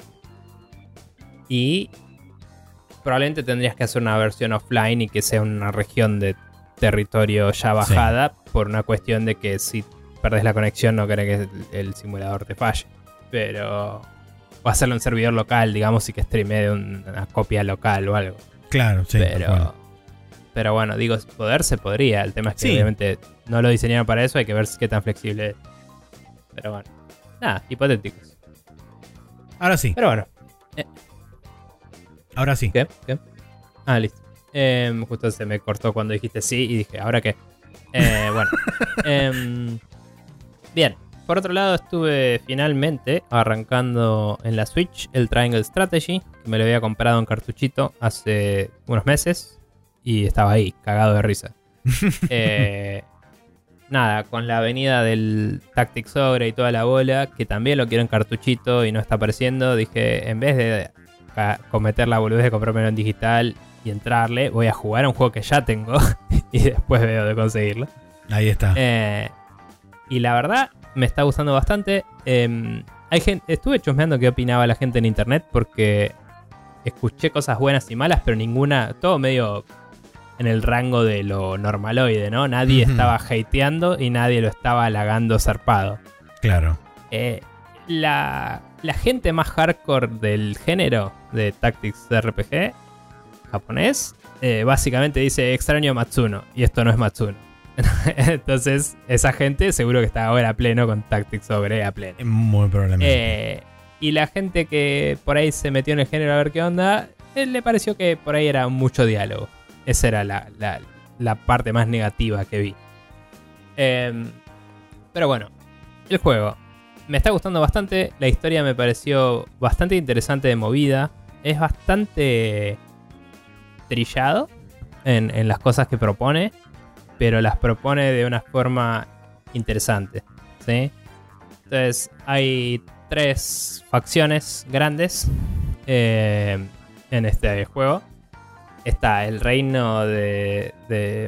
Y probablemente tendrías que hacer una versión offline y que sea una región de territorio ya bajada, sí, por una cuestión de que si perdés la conexión no querés que el, el simulador te falle. Pero... o hacerlo en servidor local, digamos, y que streamee de un, una copia local o algo. Claro, sí. Pero, bueno. pero bueno, digo, poder se podría. El tema es que sí, obviamente no lo diseñaron para eso, hay que ver qué tan flexible es. Pero bueno, nada, hipotéticos. Ahora sí. Pero bueno. Eh. Ahora sí. ¿Qué? ¿Qué? Ah, listo. Eh, justo se me cortó cuando dijiste sí y dije, ¿ahora qué? Eh, bueno. eh, bien. Por otro lado, estuve finalmente arrancando en la Switch el Triangle Strategy, que me lo había comprado en cartuchito hace unos meses y estaba ahí, cagado de risa. eh, nada, con la venida del Tactics Ogre y toda la bola, que también lo quiero en cartuchito y no está apareciendo, dije, en vez de cometer la boludez de comprármelo en digital y entrarle, voy a jugar a un juego que ya tengo y después veo de conseguirlo. Ahí está. Eh, y la verdad... me está gustando bastante. Eh, hay gente, estuve chusmeando qué opinaba la gente en internet porque escuché cosas buenas y malas, pero ninguna, todo medio en el rango de lo normaloide, ¿no? Nadie uh-huh. estaba hateando y nadie lo estaba halagando zarpado. Claro. Eh, la, la gente más hardcore del género de Tactics R P G japonés, eh, básicamente dice extraño a Matsuno, y esto no es Matsuno. Entonces, esa gente seguro que está ahora a pleno con Tactics Ogre a pleno. Muy probablemente. Eh, y la gente que por ahí se metió en el género a ver qué onda, él le pareció que por ahí era mucho diálogo. Esa era la, la, la parte más negativa que vi. Eh, pero bueno, el juego me está gustando bastante. La historia me pareció bastante interesante de movida. Es bastante trillado en, en las cosas que propone, pero las propone de una forma interesante, ¿sí? Entonces, hay tres facciones grandes eh, en este juego. Está el reino de... de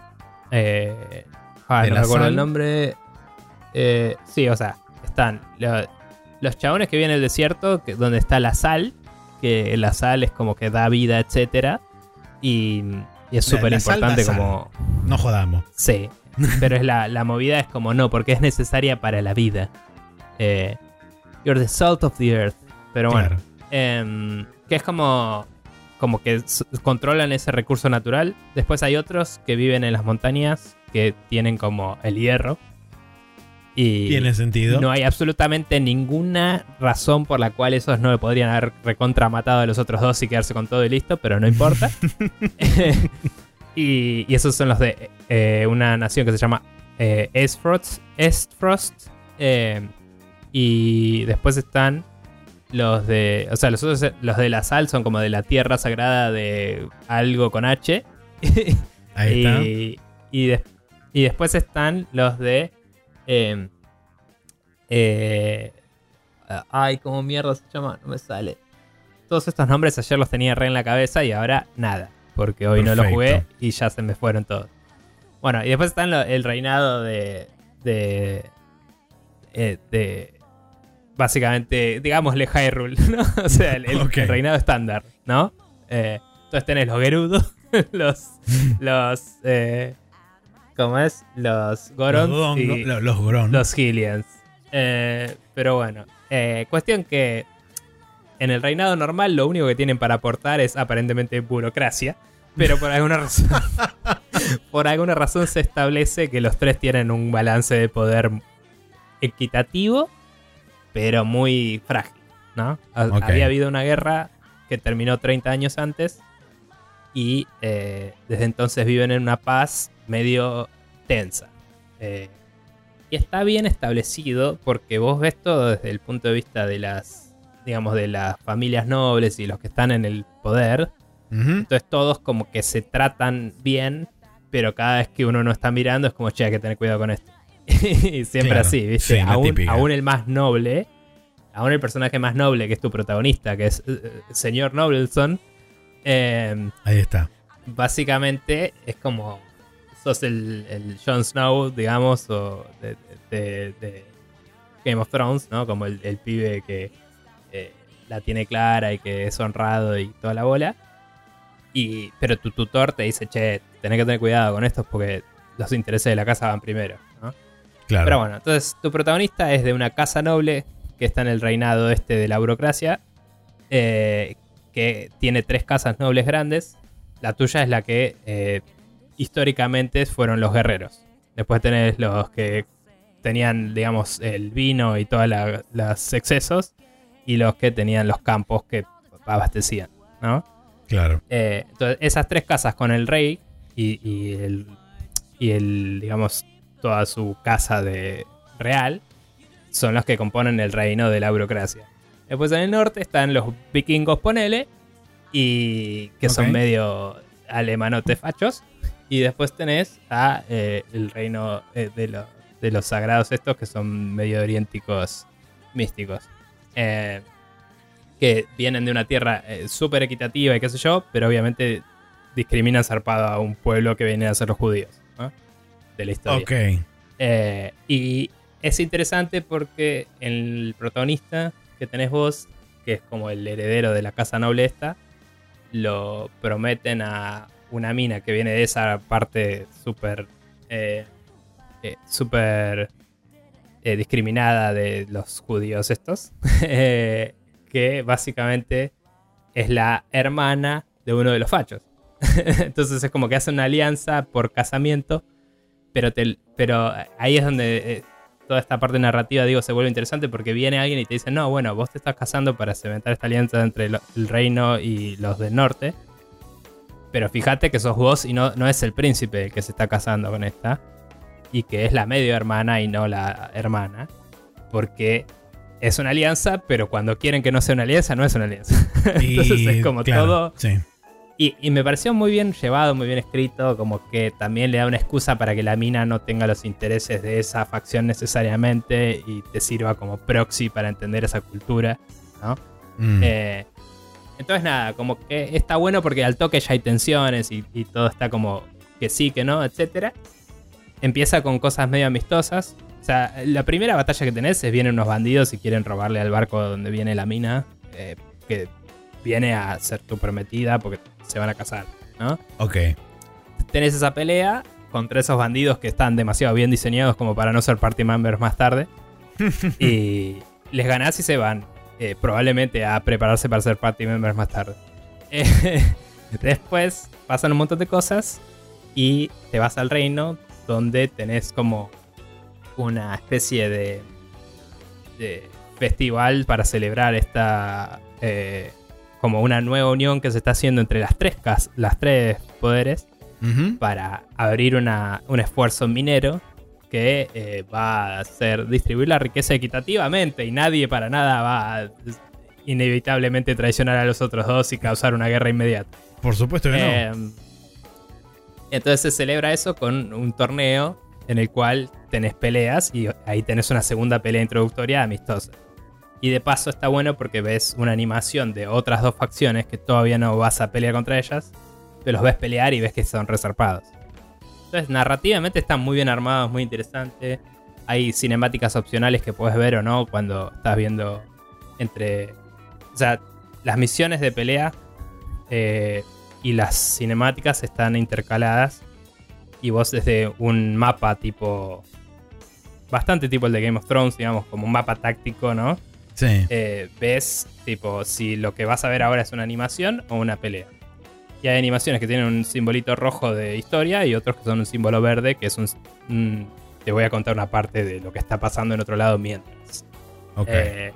eh, ah, ¿De no la recuerdo sal? el nombre. Eh, sí, o sea, están lo, los chabones que viven en el desierto, que, donde está la sal, que la sal es como que da vida, etcétera. Y... y es súper importante como... No jodamos. Sí, pero es la, la movida es como no, porque es necesaria para la vida. Eh, you're the salt of the earth. Pero bueno, Claro. eh, que es como, como que s- controlan ese recurso natural. Después hay otros que viven en las montañas que tienen como el hierro. Y Tiene sentido. no hay absolutamente ninguna razón por la cual esos no le podrían haber recontramatado a los otros dos y quedarse con todo y listo, pero no importa. y, y esos son los de eh, una nación que se llama eh, Estfrost. Estfrost eh, y después están los de... O sea, los otros, los de la sal son como de la tierra sagrada de algo con H. Ahí está. y, y, des- y después están los de... Eh, eh, ay, ¿cómo mierda se llama? No me sale. Todos estos nombres ayer los tenía re en la cabeza y ahora nada, porque hoy no Perfecto. los jugué y ya se me fueron todos. Bueno, y después están lo- el reinado de... De... eh, de básicamente, digámosle Hyrule, ¿no? O sea, el, el- Ok. el reinado estándar, ¿no? Eh, entonces tenés los Gerudo, los... los eh, ¿cómo es? Los Gorons Los, Gongo- y lo- los Goron. los Hylians. Eh, pero bueno, eh, cuestión que en el reinado normal lo único que tienen para aportar es aparentemente burocracia, pero por alguna razón por alguna razón se establece que los tres tienen un balance de poder equitativo, pero muy frágil, ¿no? Ha- Ok. Había habido una guerra que terminó treinta años antes y eh, desde entonces viven en una paz medio tensa. Eh, y está bien establecido porque vos ves todo desde el punto de vista de las, digamos, de las familias nobles y los que están en el poder. Ujú. Entonces todos como que se tratan bien, pero cada vez que uno no está mirando es como, che, hay que tener cuidado con esto. Y siempre Claro. así, ¿viste? Sí, la aún, típica. aún el más noble, aún el personaje más noble que es tu protagonista, que es eh, eh, señor Nobleson, eh, Ahí está. básicamente es como sos el, el Jon Snow, digamos, o de, de- de Game of Thrones, ¿no? Como el, el pibe que eh, la tiene clara y que es honrado y toda la bola. Y, pero tu tutor te dice, che, tenés que tener cuidado con estos porque los intereses de la casa van primero, ¿no? Claro. Pero bueno, entonces tu protagonista es de una casa noble que está en el reinado este de la burocracia, eh, que tiene tres casas nobles grandes. La tuya es la que eh, históricamente fueron los guerreros. Después tenés los que tenían, digamos, el vino y todos los excesos, y los que tenían los campos que abastecían, ¿no? Claro. Eh, entonces, esas tres casas con el rey y, y, el, y el, digamos, toda su casa de real son los que componen el reino de la burocracia. Después en el norte están los vikingos, ponele, y que okay. son medio alemanotes fachos. Y después tenés a eh, el reino eh, de, lo, de los sagrados estos, que son medio oriénticos místicos. Eh, que vienen de una tierra eh, súper equitativa y qué sé yo, pero obviamente discriminan zarpado a un pueblo que viene a ser los judíos, ¿no? De la historia. Ok. Eh, y es interesante porque el protagonista que tenés vos, que es como el heredero de la casa noble esta, lo prometen a una mina que viene de esa parte súper eh, eh, súper eh, discriminada de los judíos estos, eh, que básicamente es la hermana de uno de los fachos. Entonces es como que hacen una alianza por casamiento, pero, te, pero ahí es donde eh, toda esta parte narrativa, digo, se vuelve interesante, porque viene alguien y te dice, no, bueno, vos te estás casando para cementar esta alianza entre lo, el reino y los del norte, pero fíjate que sos vos y no, no es el príncipe el que se está casando con esta, y que es la medio hermana y no la hermana, porque es una alianza, pero cuando quieren que no sea una alianza, no es una alianza. Entonces y, es como claro, todo... Sí. Y, y me pareció muy bien llevado, muy bien escrito, como que también le da una excusa para que la mina no tenga los intereses de esa facción necesariamente y te sirva como proxy para entender esa cultura, ¿no? Mm. Eh, entonces nada, como que está bueno porque al toque ya hay tensiones y, y todo está como que sí, que no, etcétera. Empieza con cosas medio amistosas. O sea, la primera batalla que tenés es vienen unos bandidos y quieren robarle al barco donde viene la mina, eh, que viene a ser tu prometida porque se van a casar, ¿no? Ok. Tenés esa pelea contra esos bandidos que están demasiado bien diseñados como para no ser party members más tarde. Y les ganás y se van. Eh, probablemente a prepararse para ser party members más tarde. Eh, después pasan un montón de cosas y te vas al reino donde tenés como una especie de, de festival para celebrar esta... Eh, como una nueva unión que se está haciendo entre las tres, cas- las tres poderes, uh-huh, para abrir una, un esfuerzo minero que eh, va a hacer distribuir la riqueza equitativamente y nadie para nada va a inevitablemente traicionar a los otros dos y causar una guerra inmediata. Por supuesto que eh, no. Entonces se celebra eso con un torneo en el cual tenés peleas y ahí tenés una segunda pelea introductoria amistosa. Y de paso está bueno porque ves una animación de otras dos facciones que todavía no vas a pelear contra ellas, pero los ves pelear y ves que son resarpados. Entonces narrativamente están muy bien armados, muy interesante. Hay cinemáticas opcionales que puedes ver o no cuando estás viendo entre... O sea, las misiones de pelea eh, y las cinemáticas están intercaladas. Y vos desde un mapa tipo... Bastante tipo el de Game of Thrones, digamos, como un mapa táctico, ¿no? Sí. Eh, ves, tipo, si lo que vas a ver ahora es una animación o una pelea. Y hay animaciones que tienen un simbolito rojo de historia y otros que son un símbolo verde, que es un... un te voy a contar una parte de lo que está pasando en otro lado mientras. Ok. Eh,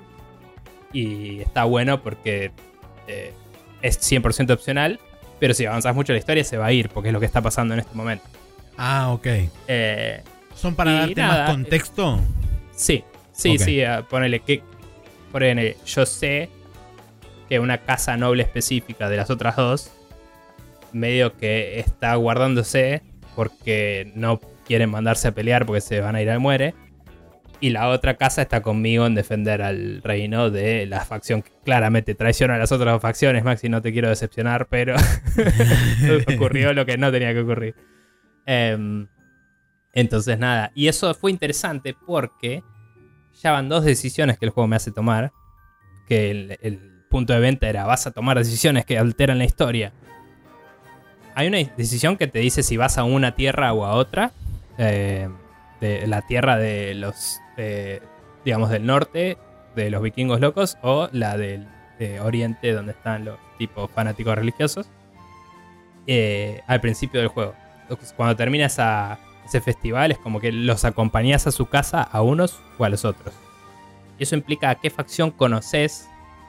y está bueno porque eh, es cien por ciento opcional, pero si avanzas mucho en la historia se va a ir, porque es lo que está pasando en este momento. Ah, ok. Eh, ¿Son para darte nada, más contexto? Sí, sí, okay. sí. Uh, ponele que... Ponele, yo sé que una casa noble específica de las otras dos medio que está guardándose porque no quieren mandarse a pelear porque se van a ir al muere. Y la otra casa está conmigo en defender al reino de la facción que claramente traiciona a las otras facciones. Maxi, no te quiero decepcionar, pero ocurrió lo que no tenía que ocurrir. Um, entonces nada, y eso fue interesante porque ya van dos decisiones que el juego me hace tomar. Que el, el punto de venta era: vas a tomar decisiones que alteran la historia. hay una decisión que te dice si vas a una tierra o a otra. Eh, de la tierra de los, eh, digamos, del norte, de los vikingos locos, o la del de oriente, donde están los tipos fanáticos religiosos, eh, al principio del juego. Cuando termina esa, ese festival, es como que los acompañás a su casa a unos o a los otros. Y eso implica a qué facción conoces,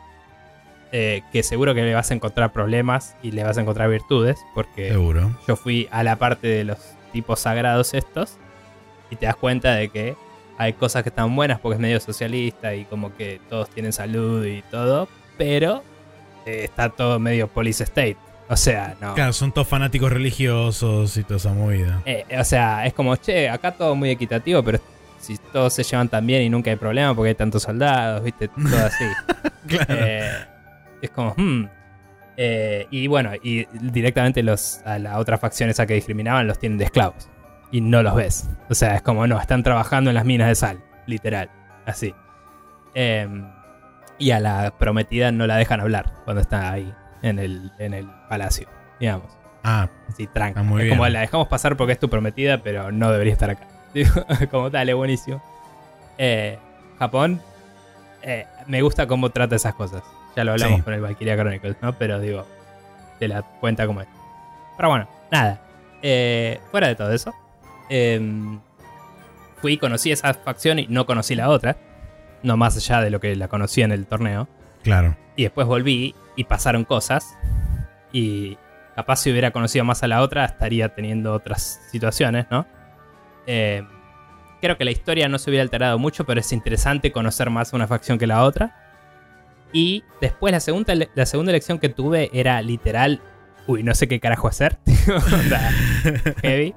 eh, que seguro que le vas a encontrar problemas y le vas a encontrar virtudes, porque seguro. Yo fui a la parte de los tipos sagrados estos, y te das cuenta de que hay cosas que están buenas porque es medio socialista y como que todos tienen salud y todo, pero eh, está todo medio police state. O sea, no. Claro, son todos fanáticos religiosos y toda esa movida. Eh, o sea, es como, che, acá todo muy equitativo, pero si todos se llevan tan bien y nunca hay problema porque hay tantos soldados, viste, todo así. Claro. Eh, es como, hmm. Eh, y bueno, y directamente los a la otra facción esa que discriminaban los tienen de esclavos. Y no los ves. O sea, es como, no, están trabajando en las minas de sal. Literal. Así. Eh, y a la prometida no la dejan hablar cuando está ahí en el, en el palacio, digamos. Ah, así, tranca. Ah, muy es bien. como, la dejamos pasar porque es tu prometida, pero no debería estar acá. Digo, como dale, buenísimo. Eh, Japón, eh, me gusta cómo trata esas cosas. Ya lo hablamos Sí. con el Valkyria Chronicles, ¿no? Pero digo, te la cuenta como es. Pero bueno, nada. Eh, fuera de todo eso, eh, fui, conocí esa facción y no conocí la otra. No más allá de lo que la conocí en el torneo. claro. Y después volví y pasaron cosas. Y capaz si hubiera conocido más a la otra, estaría teniendo otras situaciones, ¿no? Eh, creo que la historia no se hubiera alterado mucho, pero es interesante conocer más una facción que la otra. Y después la segunda, la segunda elección que tuve era literal, uy, no sé qué carajo hacer. Onda, heavy.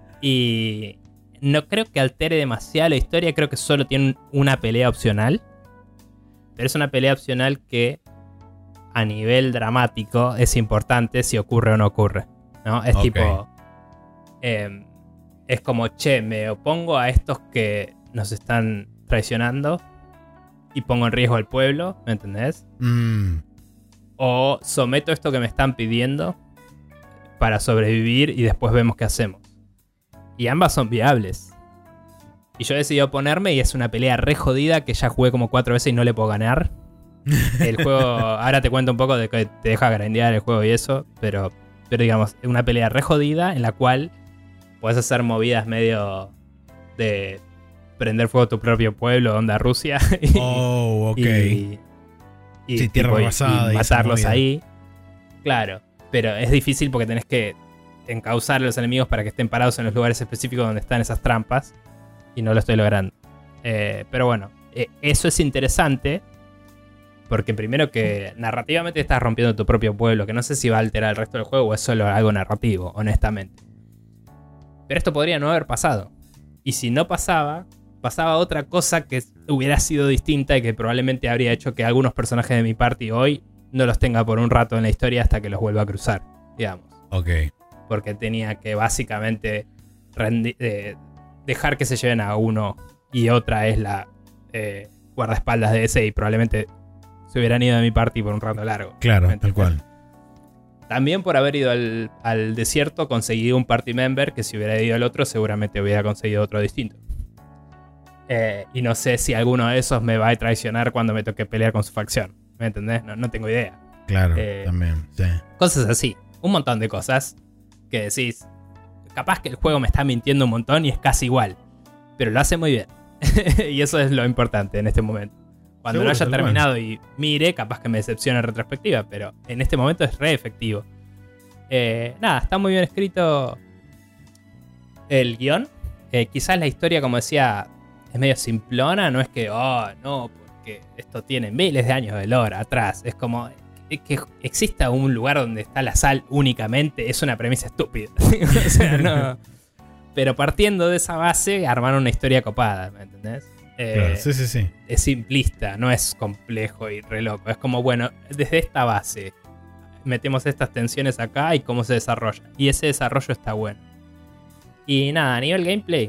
Y no creo que altere demasiado la historia, creo que solo tiene una pelea opcional. Pero es una pelea opcional que a nivel dramático es importante si ocurre o no ocurre, ¿no? Es Ok. tipo... Eh, es como, che, me opongo a estos que nos están traicionando y pongo en riesgo al pueblo, ¿me entendés? Mm, O someto esto que me están pidiendo para sobrevivir y después vemos qué hacemos. Y ambas son viables. Y yo decidí oponerme y es una pelea re jodida que ya jugué como cuatro veces y no le puedo ganar. El juego, ahora te cuento un poco de que te deja grandear el juego y eso, pero, pero digamos, es una pelea re jodida en la cual puedes hacer movidas medio de prender fuego a tu propio pueblo, onda Rusia. Y, oh, ok. y, y, Sí, tierra tipo, y- arrasada y y esa matarlos movida. ahí. Claro, pero es difícil porque tenés que encauzar a los enemigos para que estén parados en los lugares específicos donde están esas trampas. Y no lo estoy logrando. Eh, pero bueno, eh, eso es interesante. Porque primero que narrativamente estás rompiendo tu propio pueblo. Que no sé si va a alterar el resto del juego o es solo algo narrativo, honestamente. Pero esto podría no haber pasado. Y si no pasaba, pasaba otra cosa que hubiera sido distinta y que probablemente habría hecho que algunos personajes de mi party hoy no los tenga por un rato en la historia hasta que los vuelva a cruzar, digamos. Ok. Porque tenía que básicamente rendi- eh, dejar que se lleven a uno y otra es la eh, guardaespaldas de ese y probablemente se hubieran ido de mi party por un rato largo. Claro, ¿Me tal entendés? cual. También por haber ido al, al desierto conseguí un party member que si hubiera ido al otro seguramente hubiera conseguido otro distinto. Eh, y no sé si alguno de esos me va a traicionar cuando me toque pelear con su facción. ¿Me entendés? No, no tengo idea. Claro, Eh, también. Sí. Cosas así. Un montón de cosas que decís, capaz que el juego me está mintiendo un montón y es casi igual. Pero lo hace muy bien. Y eso es lo importante en este momento. Cuando Seguro, lo haya tal cual. terminado y mire, capaz que me decepciona en retrospectiva. Pero en este momento es re efectivo. Eh, nada, está muy bien escrito el guión. Eh, quizás la historia, como decía, es medio simplona. No es que, oh, no, porque esto tiene miles de años de lore atrás. Es como que exista un lugar donde está la sal únicamente. Es una premisa estúpida. O sea, no. Pero partiendo de esa base, armaron una historia copada, ¿me entendés? Eh, Claro, sí, sí, sí. Es simplista, no es complejo y re loco. Es como, bueno, desde esta base metemos estas tensiones acá y cómo se desarrolla. Y ese desarrollo está bueno. Y nada, a nivel gameplay,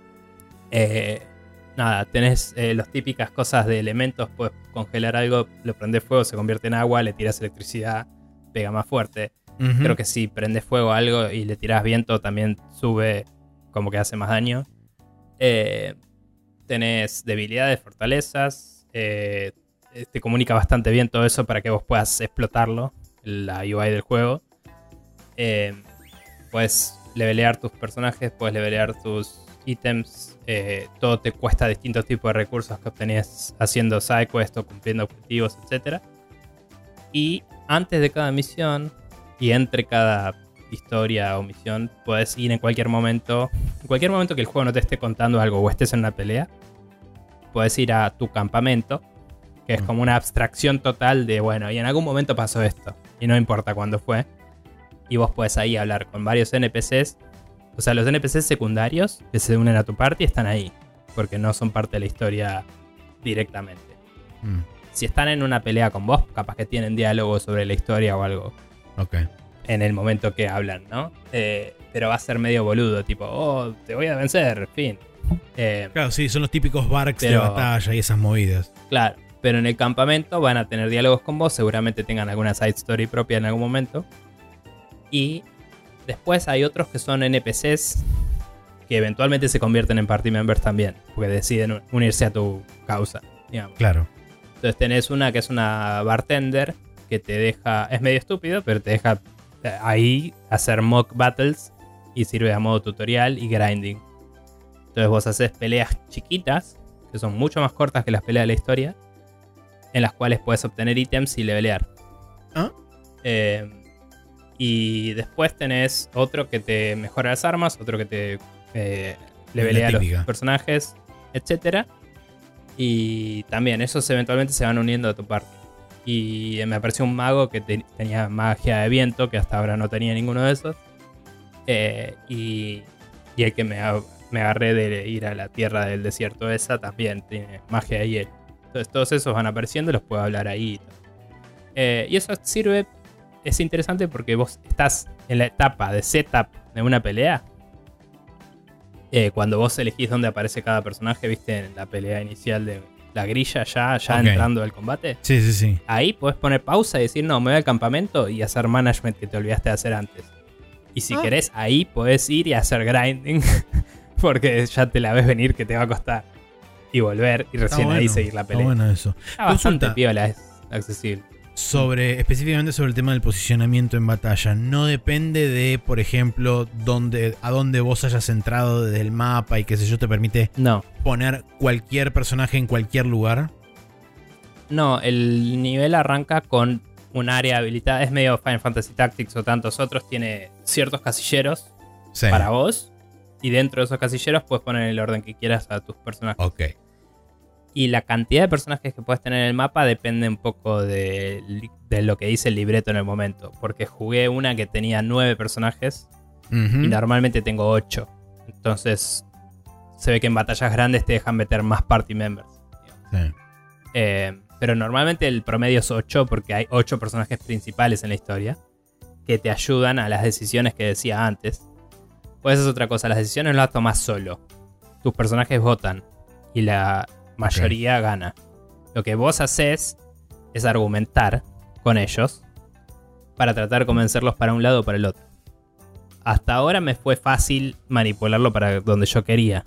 eh, nada, tenés eh, las típicas cosas de elementos. Puedes congelar algo, lo prendes fuego, se convierte en agua, le tiras electricidad, pega más fuerte. Uh-huh. Creo que si prendes fuego a algo y le tirás viento, también sube, como que hace más daño. Eh, tenés debilidades, fortalezas. Eh, te comunica bastante bien todo eso para que vos puedas explotarlo, la U I del juego. Eh, puedes levelear tus personajes, puedes levelear tus ítems. Eh, todo te cuesta distintos tipos de recursos que obtenés haciendo sidequests o cumpliendo objetivos, etcétera. Y antes de cada misión y entre cada historia o misión, puedes ir en cualquier momento, en cualquier momento que el juego no te esté contando algo o estés en una pelea, puedes ir a tu campamento, que es como una abstracción total de, bueno, y en algún momento pasó esto, y no importa cuándo fue, y vos podés ahí hablar con varios N P Cs. O sea, los N P Cs secundarios que se unen a tu party están ahí, porque no son parte de la historia directamente. Mm. Si están en una pelea con vos, capaz que tienen diálogo sobre la historia o algo. Ok. En el momento que hablan, ¿no? Eh, pero va a ser medio boludo, tipo, oh, te voy a vencer, fin. Eh, Claro, sí, son los típicos barks pero- de batalla y esas movidas. Claro, pero en el campamento van a tener diálogos con vos, seguramente tengan alguna side story propia en algún momento. Y después hay otros que son N P Cs que eventualmente se convierten en party members también, porque deciden unirse a tu causa, digamos. Claro. Entonces tenés una que es una bartender que te deja, es medio estúpido, pero te deja eh, ahí hacer mock battles y sirve a modo tutorial y grinding. Entonces vos haces peleas chiquitas, que son mucho más cortas que las peleas de la historia, en las cuales puedes obtener ítems y levelear. ¿Ah? Eh, y después tenés otro que te mejora las armas, otro que te eh, levelea a los típica. personajes, etcétera. Y también esos eventualmente se van uniendo a tu party. Y me apareció un mago que te- tenía magia de viento, que hasta ahora no tenía ninguno de esos. Eh, y, y el que me, a- me agarré de ir a la tierra del desierto esa también tiene magia de hielo. Entonces todos esos van apareciendo y los puedo hablar ahí. y todo. Eh, y eso sirve, es interesante porque vos estás en la etapa de setup de una pelea. Eh, cuando vos elegís dónde aparece cada personaje, viste, en la pelea inicial de la grilla, ya, ya Ok. entrando al combate. Sí, sí, sí. Ahí podés poner pausa y decir, no, me voy al campamento y hacer management que te olvidaste de hacer antes. Y si Ah. querés, ahí podés ir y hacer grinding, porque ya te la ves venir que te va a costar. Y volver y Está recién ahí bueno, seguir la Está pelea. bueno eso. Está bastante Consulta. piola, es accesible. Sobre, específicamente sobre el tema del posicionamiento en batalla, no depende de, por ejemplo, dónde, a dónde vos hayas entrado desde el mapa y qué sé yo, te permite No, poner cualquier personaje en cualquier lugar. no, el nivel arranca con un área habilitada. Es medio Final Fantasy Tactics o tantos otros. Tiene ciertos casilleros Sí. para vos. Y dentro de esos casilleros puedes poner el orden que quieras a tus personajes. Ok. Y la cantidad de personajes que puedes tener en el mapa depende un poco de, de lo que dice el libreto en el momento. Porque jugué una que tenía nueve personajes Ujú. y normalmente tengo ocho. Entonces se ve que en batallas grandes te dejan meter más party members. Sí. Eh, pero normalmente el promedio es ocho porque hay ocho personajes principales en la historia que te ayudan a las decisiones que decía antes. Pues esa es otra cosa, las decisiones no las tomas solo. Tus personajes votan y la mayoría gana. Lo que vos haces es argumentar con ellos para tratar de convencerlos para un lado o para el otro. Hasta ahora me fue fácil manipularlo para donde yo quería.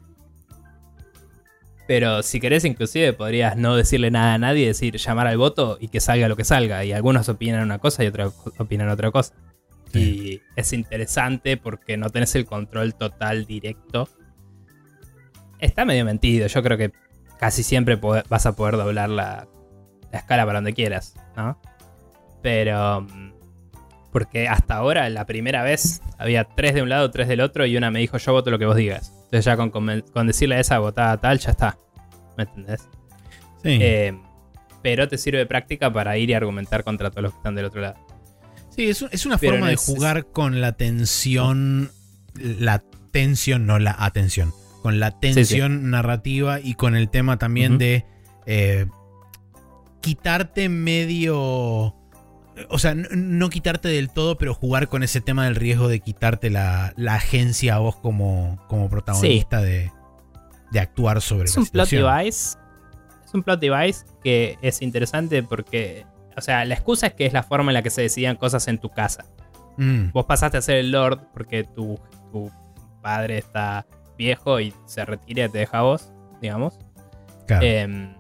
Pero si querés, inclusive podrías no decirle nada a nadie, decir llamar al voto y que salga lo que salga. Y algunos opinan una cosa y otros opinan otra cosa. Sí. Y es interesante porque no tenés el control total directo. Está medio mentido. Yo creo que casi siempre pod- vas a poder doblar la, la escala para donde quieras, ¿no? Pero... mm, porque hasta ahora, la primera vez, había tres de un lado, tres del otro, y una me dijo, yo voto lo que vos digas. Entonces ya con, con, con decirle a esa votada tal, ya está. ¿Me entendés? Sí. Eh, pero te sirve de práctica para ir y argumentar contra todos los que están del otro lado. Sí, es, es una Pero forma no de es- jugar con la tensión, la tensión, no la atención, con la tensión narrativa y con el tema también Ujú. de eh, quitarte medio, o sea, n- no quitarte del todo, pero jugar con ese tema del riesgo de quitarte la, la agencia a vos como, como protagonista de, de actuar sobre Es la un plot situación. device. Es un plot device que es interesante porque, o sea, la excusa es que es la forma en la que se decidían cosas en tu casa. Mm. Vos pasaste a ser el Lord porque tu, tu padre está viejo y se retira y te deja a vos, digamos. Claro. Eh,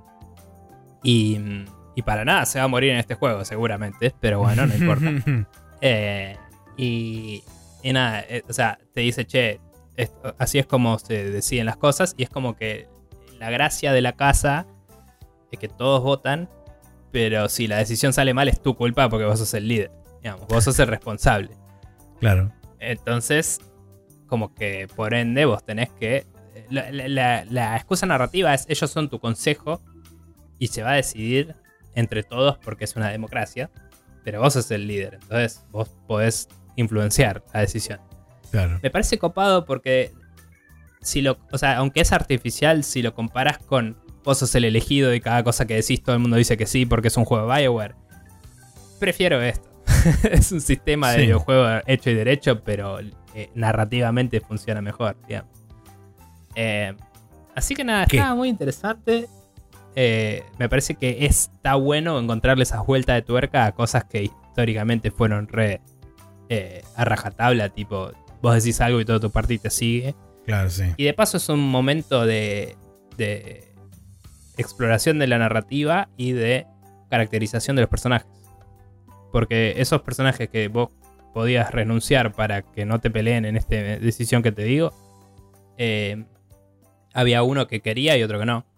y, y para nada se va a morir en este juego, seguramente. Pero bueno, no importa. eh, y, y nada, eh, o sea, te dice, che, esto, así es como se deciden las cosas. Y es como que la gracia de la casa es que todos votan, pero si la decisión sale mal es tu culpa porque vos sos el líder. Digamos, vos sos el responsable. Claro. Entonces, como que por ende vos tenés que... La, la, la, la excusa narrativa es ellos son tu consejo y se va a decidir entre todos porque es una democracia, pero vos sos el líder, entonces vos podés influenciar la decisión. Claro. Me parece copado porque si lo, o sea, aunque es artificial, si lo comparas con vos sos el elegido y cada cosa que decís todo el mundo dice que sí porque es un juego de BioWare, prefiero esto. Es un sistema de Sí. videojuego hecho y derecho, pero eh, narrativamente funciona mejor, digamos. Eh, así que nada, ¿Qué? estaba muy interesante. Eh, me parece que está bueno encontrarle esas vueltas de tuerca a cosas que históricamente fueron re eh, a rajatabla, tipo, vos decís algo y todo tu parte te sigue. Claro, sí. Y de paso es un momento de, de exploración de la narrativa y de caracterización de los personajes. Porque esos personajes que vos podías renunciar para que no te peleen en esta decisión que te digo, eh, había uno que quería y otro que no.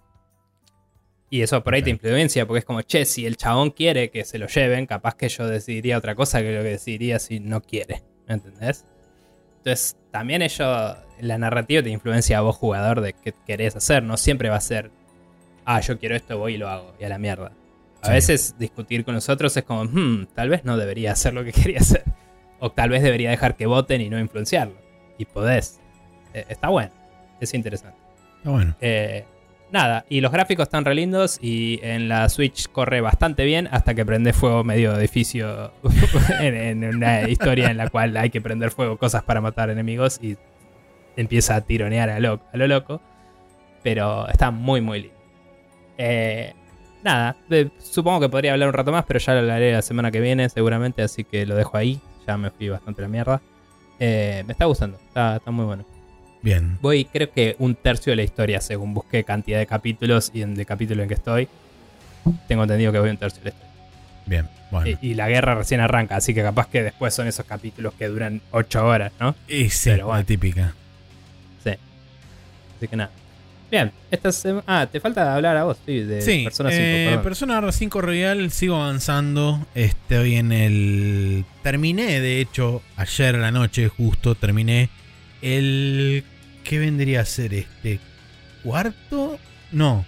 Y eso por ahí te Ok. influencia, porque es como, che, si el chabón quiere que se lo lleven, capaz que yo decidiría otra cosa que lo que decidiría si no quiere. ¿Me entendés? Entonces, también ello, la narrativa te influencia a vos, jugador, de qué querés hacer. No siempre va a ser, ah, yo quiero esto, voy y lo hago, y a la mierda. A Sí. veces discutir con nosotros es como, hmm, tal vez no debería hacer lo que quería hacer. O tal vez debería dejar que voten y no influenciarlo. Y podés. Eh, está bueno. Es interesante. Está bueno. Eh, nada, y los gráficos están re lindos y en la Switch corre bastante bien hasta que prende fuego medio edificio en, en una historia en la cual hay que prender fuego cosas para matar enemigos y empieza a tironear a lo, a lo loco. Pero está muy, muy lindo. Eh, nada, de- supongo que podría hablar un rato más, pero ya lo hablaré la semana que viene seguramente, así que lo dejo ahí. Ya me fui bastante a la mierda. Eh, me está gustando, está, está muy bueno. Bien. Voy, creo que un tercio de la historia, según busqué cantidad de capítulos y en el capítulo en que estoy. Tengo entendido que voy un tercio de la historia. Bien. Bueno. Y, y la guerra recién arranca, así que capaz que después son esos capítulos que duran ocho horas, ¿no? Y sí, pero bueno. la típica. Sí. Así que nada. Bien, esta sema- ah, te falta hablar a vos, sí, de Sí, Persona cinco, eh, perdón. Persona cinco Royal, sigo avanzando. Estoy en el... Terminé, de hecho, ayer a la noche justo terminé el... ¿Qué vendría a ser este? ¿Cuarto? No.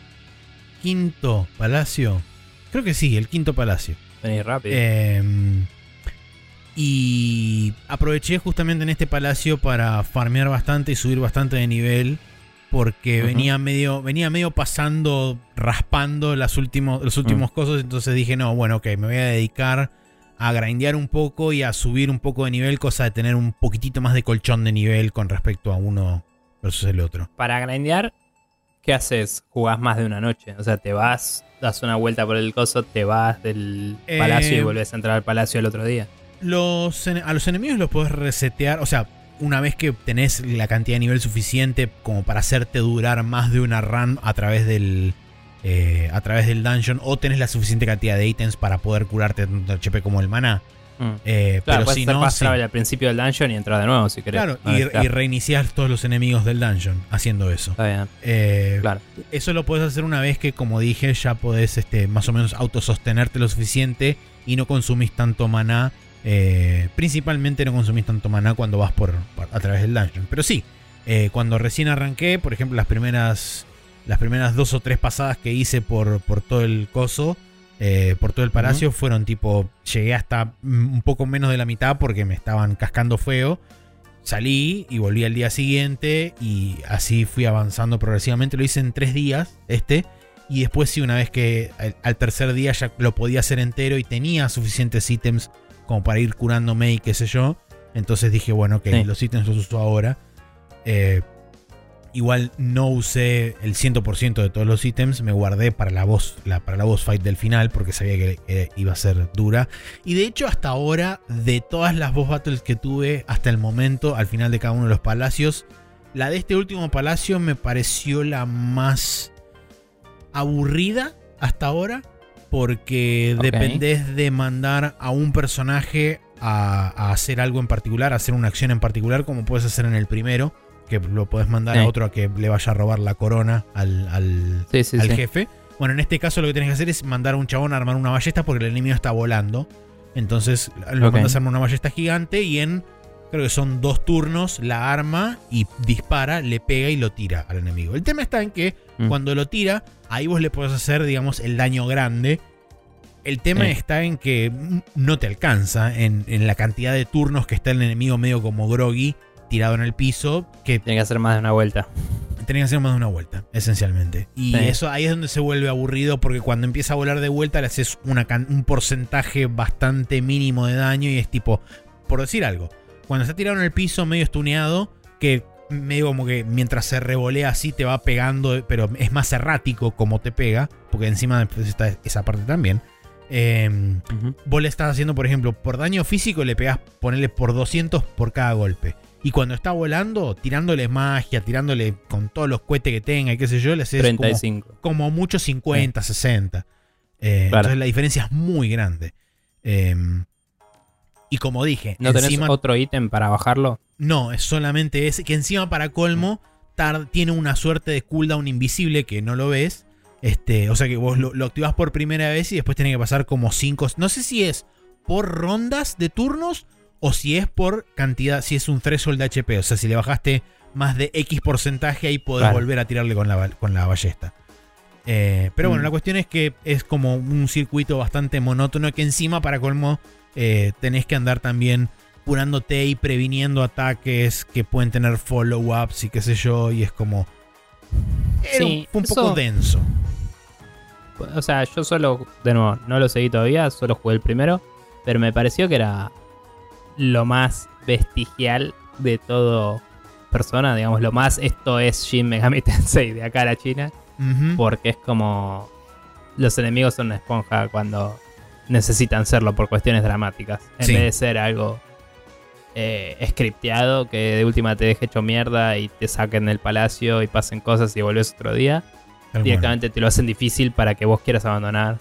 ¿Quinto palacio? Creo que sí, el quinto palacio. Venís rápido. Eh, y aproveché justamente en este palacio para farmear bastante y subir bastante de nivel. Porque Ujú. venía medio venía medio pasando, raspando las últimos, los últimos Mm. cosas. Entonces dije, no, bueno, ok, me voy a dedicar a grindear un poco y a subir un poco de nivel. Cosa de tener un poquitito más de colchón de nivel con respecto a uno versus el otro. Para grindear, ¿qué haces? ¿Jugás más de una noche? O sea, te vas, das una vuelta por el coso, te vas del Eh, palacio y volvés a entrar al palacio el otro día. Los, ene- a los enemigos los podés resetear. O sea, una vez que tenés la cantidad de nivel suficiente como para hacerte durar más de una run a través del eh, a través del dungeon, o tenés la suficiente cantidad de ítems para poder curarte tanto el H P como el maná. Mm. Eh, Claro, pero puedes si hacer no, fast sí. travel al principio del dungeon y entrar de nuevo si querés. Claro, Ah, y, claro. y reiniciar todos los enemigos del dungeon haciendo eso. Está bien, Eh, claro. Eso lo puedes hacer una vez que, como dije, ya podés este, más o menos autosostenerte lo suficiente y no consumís tanto maná. Eh, principalmente no consumís tanto maná cuando vas por, por- a través del dungeon. Pero sí, eh, cuando recién arranqué, por ejemplo, las primeras las primeras dos o tres pasadas que hice por, por todo el coso, eh, por todo el palacio, Ujú. fueron tipo, llegué hasta mm, un poco menos de la mitad porque me estaban cascando feo. Salí y volví al día siguiente y así fui avanzando progresivamente. Lo hice en tres días, este. Y después sí, una vez que al, al tercer día ya lo podía hacer entero y tenía suficientes ítems como para ir curándome y qué sé yo. Entonces dije, bueno, ok, Sí. los ítems los uso ahora. Eh, igual no usé el cien por ciento de todos los ítems. Me guardé para la boss, la, para la boss fight del final, porque sabía que eh, iba a ser dura. Y de hecho, hasta ahora, de todas las boss battles que tuve hasta el momento, al final de cada uno de los palacios, la de este último palacio me pareció la más aburrida hasta ahora. Porque okay. dependés de mandar a un personaje a, a hacer algo en particular, a hacer una acción en particular, como puedes hacer en el primero, que lo podés mandar sí. a otro a que le vaya a robar la corona al, al, sí, sí, al sí. jefe. Bueno, en este caso lo que tenés que hacer es mandar a un chabón a armar una ballesta porque el enemigo está volando. Entonces lo okay. mandas a armar una ballesta gigante y en, creo que son dos turnos, la arma y dispara, le pega y lo tira al enemigo. El tema está en que mm. cuando lo tira, ahí vos le podés hacer, digamos, el daño grande. El tema sí. está en que no te alcanza en, en la cantidad de turnos que está el enemigo medio como groggy, tirado en el piso. Que tiene que hacer más de una vuelta. Tiene que hacer más de una vuelta, esencialmente. Y sí. eso ahí es donde se vuelve aburrido, porque cuando empieza a volar de vuelta le haces una, un porcentaje bastante mínimo de daño y es tipo, por decir algo, cuando está tirado en el piso medio estuneado, que medio como que mientras se revolea así te va pegando, pero es más errático como te pega, porque encima está esa parte también. Eh, uh-huh. Vos le estás haciendo, por ejemplo, por daño físico le pegás, ponerle por doscientos por cada golpe. Y cuando está volando, tirándole magia, tirándole con todos los cohetes que tenga y qué sé yo, le haces treinta y cinco. Como, como mucho cincuenta, sí. sesenta. Eh, claro. Entonces la diferencia es muy grande. Eh, y como dije, ¿no encima, tenés otro ítem para bajarlo? No, es solamente ese, que encima para colmo tar, tiene una suerte de cooldown invisible que no lo ves. Este, o sea que vos lo, lo activás por primera vez y después tenés que pasar como cinco. No sé si es por rondas de turnos o si es por cantidad, si es un threshold de H P. O sea, si le bajaste más de X porcentaje, ahí podés claro. volver a tirarle con la, con la ballesta. Eh, pero mm. bueno, la cuestión es que es como un circuito bastante monótono que encima, para colmo, eh, tenés que andar también curándote y previniendo ataques que pueden tener follow-ups y qué sé yo. Y es como... Era sí, un, un poco eso, denso. O sea, yo solo, de nuevo, no lo seguí todavía, solo jugué el primero, pero me pareció que era lo más vestigial de todo Persona, digamos, lo más esto es Shin Megami Tensei de acá a la China, uh-huh. porque es como los enemigos son una esponja cuando necesitan serlo por cuestiones dramáticas, en sí. vez de ser algo eh, scripteado que de última te deje hecho mierda y te saquen del palacio y pasen cosas y volvés otro día. Pero directamente bueno. te lo hacen difícil para que vos quieras abandonar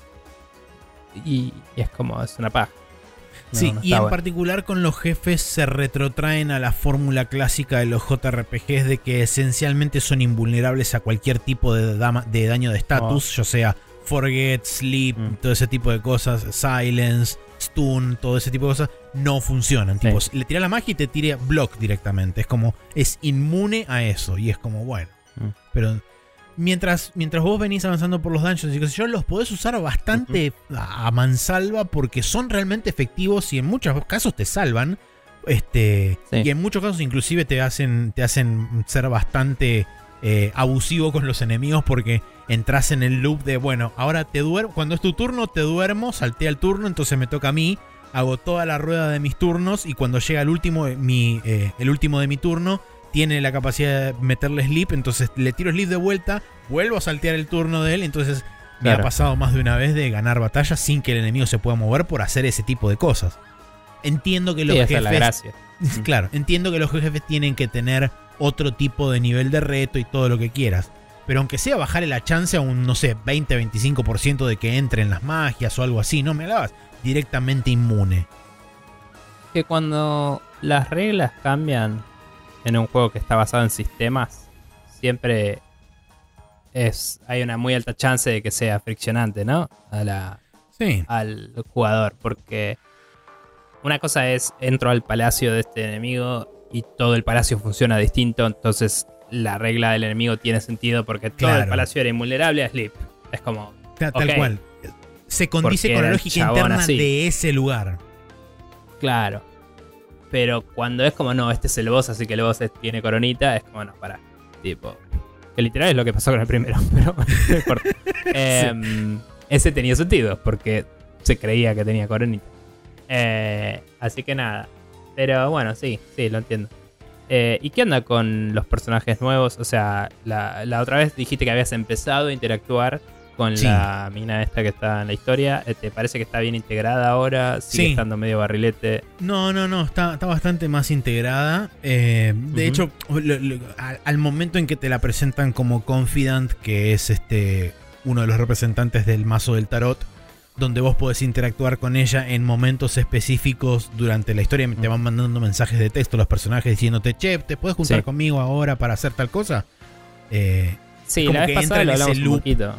y, y es como, es una paja. No, sí, no y en bueno. particular con los jefes se retrotraen a la fórmula clásica de los J R P Gs de que esencialmente son invulnerables a cualquier tipo de, dama, de daño de estatus, oh. ya sea forget, sleep, mm. todo ese tipo de cosas, silence, stun, todo ese tipo de cosas, no funcionan. Sí. Tipo, le tira la magia y te tira block directamente. Es como, es inmune a eso. Y es como, bueno. Mm. Pero mientras, mientras vos venís avanzando por los dungeons y qué sé yo, los podés usar bastante uh-huh. a, a mansalva porque son realmente efectivos y en muchos casos te salvan. Este, sí. Y en muchos casos inclusive te hacen, te hacen ser bastante eh, abusivo con los enemigos porque entras en el loop de, bueno, ahora te duermo, cuando es tu turno te duermo, saltea el turno, entonces me toca a mí, hago toda la rueda de mis turnos y cuando llega el último, mi, eh, el último de mi turno, tiene la capacidad de meterle sleep, entonces le tiro sleep de vuelta, vuelvo a saltear el turno de él, entonces me claro. ha pasado más de una vez de ganar batallas sin que el enemigo se pueda mover por hacer ese tipo de cosas. Entiendo que los sí, jefes... la gracia. Claro, entiendo que los jefes tienen que tener otro tipo de nivel de reto y todo lo que quieras. Pero aunque sea bajarle la chance a un, no sé, veinte a veinticinco por ciento de que entren las magias o algo así, no me la hagas directamente inmune. Que cuando las reglas cambian en un juego que está basado en sistemas, siempre es hay una muy alta chance de que sea friccionante, ¿no? A la, sí. al jugador, porque una cosa es, entro al palacio de este enemigo y todo el palacio funciona distinto, entonces la regla del enemigo tiene sentido porque claro. todo el palacio era invulnerable a sleep. Es como... Tal, okay, tal cual. Se condice con la lógica interna así. De ese lugar. Claro. Pero cuando es como, no, este es el boss, así que el boss tiene coronita, es como, no, pará. Tipo, que literal es lo que pasó con el primero, pero no importa. eh, sí. Ese tenía sentido, porque se creía que tenía coronita. Eh, así que nada. Pero bueno, sí, sí, lo entiendo. Eh, ¿Y qué onda con los personajes nuevos? O sea, la, la otra vez dijiste que habías empezado a interactuar con Sí. la mina esta que está en la historia. ¿Te parece que está bien integrada ahora? ¿Sigue Sí. estando medio barrilete? No, no, no, está, está bastante más integrada. Eh, de Ujú. hecho, lo- lo- al, al momento en que te la presentan como Confidant, que es este uno de los representantes del mazo del tarot, donde vos podés interactuar con ella en momentos específicos durante la historia, te van mandando mensajes de texto los personajes diciéndote, che, ¿te puedes juntar Sí. conmigo ahora para hacer tal cosa? Eh, Sí, como la que vez entra pasada en lo ese hablamos un loop. poquito.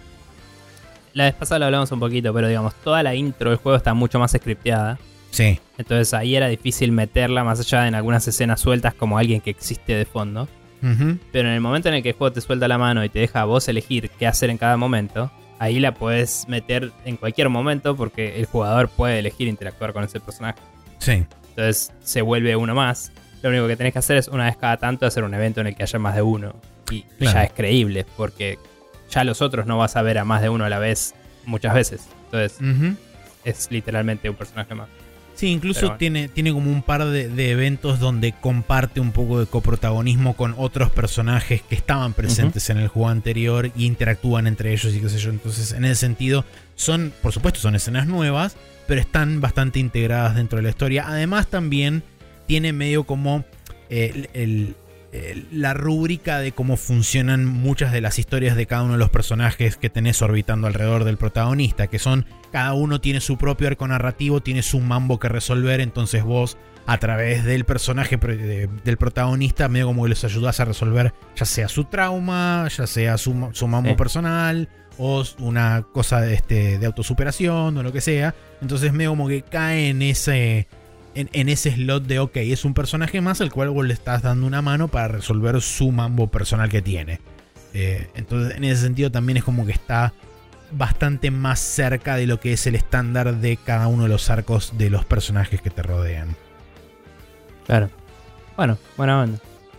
La vez pasada lo hablamos un poquito, pero digamos, toda la intro del juego está mucho más scripteada. Sí. Entonces ahí era difícil meterla más allá de en algunas escenas sueltas como alguien que existe de fondo. Ujú. Pero en el momento en el que el juego te suelta la mano y te deja a vos elegir qué hacer en cada momento, ahí la puedes meter en cualquier momento porque el jugador puede elegir interactuar con ese personaje. Sí. Entonces se vuelve uno más. Lo único que tenés que hacer es una vez cada tanto hacer un evento en el que haya más de uno. Y Claro. ya es creíble porque ya los otros no vas a ver a más de uno a la vez muchas veces. Entonces Ujú. es literalmente un personaje más. Sí, incluso Pero bueno. tiene, tiene como un par de, de eventos donde comparte un poco de coprotagonismo con otros personajes que estaban presentes en el juego anterior y interactúan entre ellos y qué sé yo. Entonces, en ese sentido, son, por supuesto, son escenas nuevas, pero están bastante integradas dentro de la historia. Además, también tiene medio como eh, el, el- el- la rúbrica de cómo funcionan muchas de las historias de cada uno de los personajes que tenés orbitando alrededor del protagonista, que son, cada uno tiene su propio arco narrativo, tiene su mambo que resolver, entonces vos a través del personaje pre- de- del protagonista medio como que les ayudás a resolver ya sea su trauma, ya sea su, su mambo Sí. personal o una cosa de, este, de autosuperación o lo que sea. Entonces medio como que cae en ese, en, en ese slot de ok, es un personaje más al cual vos le estás dando una mano para resolver su mambo personal que tiene. Eh, entonces en ese sentido también es como que está bastante más cerca de lo que es el estándar de cada uno de los arcos de los personajes que te rodean. Claro. Bueno, buena onda.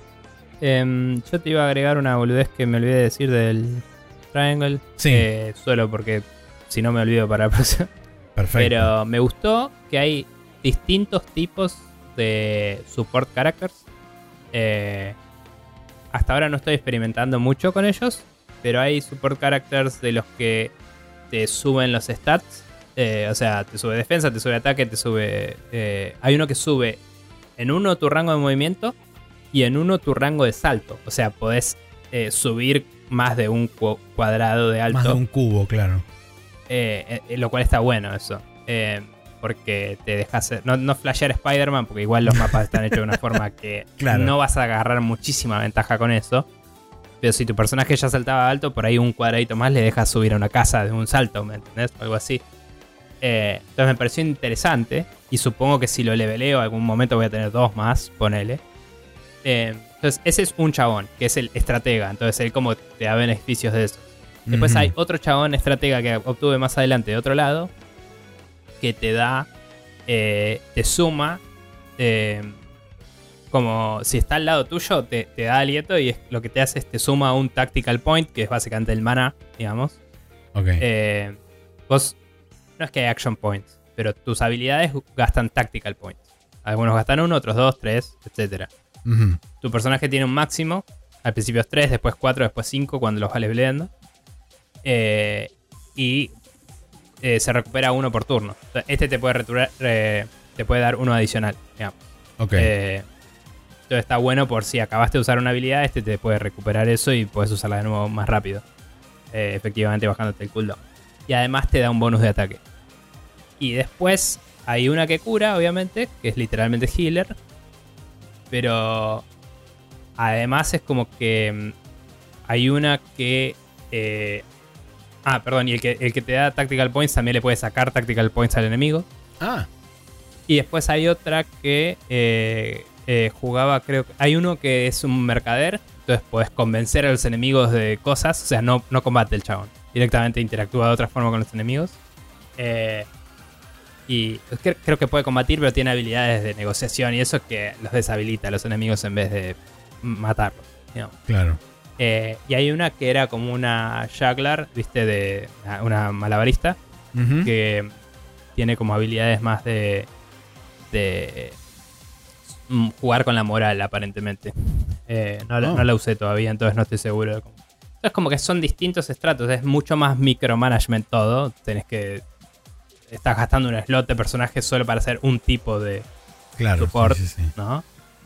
Em, yo te iba a agregar una boludez que me olvidé de decir del Triangle. Sí. Eh, solo porque si no me olvido para la próxima. Perfecto. Pero me gustó que hay distintos tipos de support characters. Eh, hasta ahora no estoy experimentando mucho con ellos, pero hay support characters de los que te suben los stats. Eh, o sea, te sube defensa, te sube ataque, te sube... eh, hay uno que sube en uno tu rango de movimiento y en uno tu rango de salto. O sea, podés eh, subir más de un cu- cuadrado de alto. Más de un cubo, claro. Eh, eh, lo cual está bueno eso. Eh, porque te dejas... No, no flashear Spider-Man, porque igual los mapas están hechos de una forma que Claro. no vas a agarrar muchísima ventaja con eso. Pero si tu personaje ya saltaba alto, por ahí un cuadradito más le dejas subir a una casa de un salto, ¿me entendés? O algo así. Eh, entonces me pareció interesante. Y supongo que si lo leveleo, algún momento voy a tener dos más, ponele. Eh, entonces ese es un chabón, que es el estratega. Entonces él como te da beneficios de eso. Después Ujú. hay otro chabón estratega que obtuve más adelante de otro lado, que te da, eh, te suma, eh, como si está al lado tuyo, te, te da aliento y es, lo que te hace es te suma un tactical point, que es básicamente el mana, digamos. Ok. Eh, vos, no es que hay action points, pero tus habilidades gastan tactical points. Algunos gastan uno, otros dos, tres, etcétera. Ujú. Tu personaje tiene un máximo, al principio es tres, después cuatro, después cinco cuando los vas leveleando. Eh, y eh, se recupera uno por turno. Este te puede, returar, eh, te puede dar uno adicional, digamos. Ok. Eh, entonces está bueno por si acabaste de usar una habilidad, este te puede recuperar eso y puedes usarla de nuevo más rápido. Eh, efectivamente bajándote el cooldown. Y además te da un bonus de ataque. Y después hay una que cura, obviamente, que es literalmente healer. Pero además es como que mm, hay una que... eh, ah, perdón, y el que, el que te da Tactical Points también le puede sacar Tactical Points al enemigo. Ah, Y después hay otra que eh, eh, jugaba, creo que... Hay uno que es un mercader, entonces puedes convencer a los enemigos de cosas. O sea, no, no combate el chabón. Directamente interactúa de otra forma con los enemigos. Eh, y cre- creo que puede combatir, pero tiene habilidades de negociación y eso que los deshabilita a los enemigos en vez de matarlos, digamos. claro. Eh, y hay una que era como una juggler, viste, de una, una malabarista, Ujú. que tiene como habilidades más de, de mm, jugar con la moral, aparentemente. Eh, no, la, Oh. no la usé todavía, entonces no estoy seguro de cómo. Es como que son distintos estratos, es mucho más micromanagement todo. Tenés que... Estás gastando un slot de personajes solo para hacer un tipo de Claro, support, sí, sí, sí. ¿no?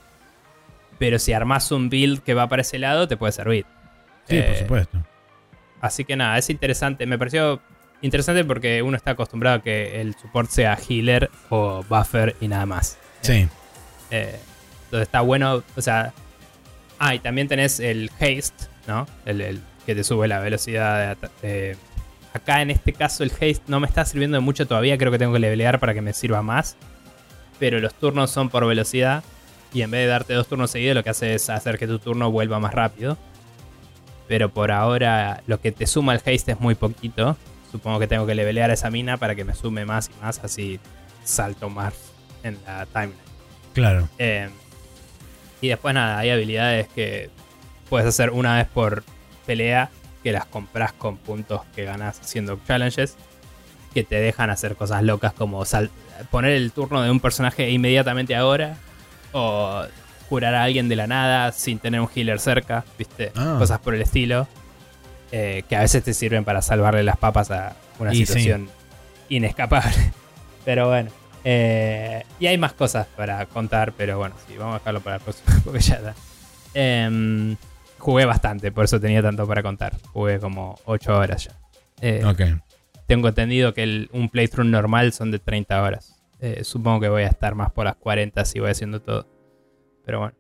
Pero si armás un build que va para ese lado, te puede servir. Sí, Eh, por supuesto. Así que nada, es interesante. Me pareció interesante porque uno está acostumbrado a que el support sea healer o buffer y nada más. Sí. Eh, entonces está bueno, o sea... Ah, y también tenés el haste, ¿no? El, el que te sube la velocidad de ata- eh, acá en este caso el haste no me está sirviendo de mucho todavía. Creo que tengo que levelear para que me sirva más. Pero los turnos son por velocidad. Y en vez de darte dos turnos seguidos, lo que hace es hacer que tu turno vuelva más rápido. Pero por ahora lo que te suma el haste es muy poquito. Supongo que tengo que levelear esa mina para que me sume más y más. Así salto más en la timeline. Claro. Eh, y después nada, hay habilidades que puedes hacer una vez por pelea, que las compras con puntos que ganas haciendo challenges, que te dejan hacer cosas locas como sal- poner el turno de un personaje inmediatamente ahora, o curar a alguien de la nada sin tener un healer cerca, ¿viste? Ah. Cosas por el estilo, eh, que a veces te sirven para salvarle las papas a una Y situación inescapable. Pero bueno. Eh, y hay más cosas para contar, pero bueno, sí, vamos a dejarlo para el próximo porque ya está. Eh, jugué bastante, por eso tenía tanto para contar. Jugué como ocho horas ya. Eh, Ok. Tengo entendido que el- un playthrough normal son de treinta horas. Eh, supongo que voy a estar más por las cuarenta si voy haciendo todo. Pero bueno.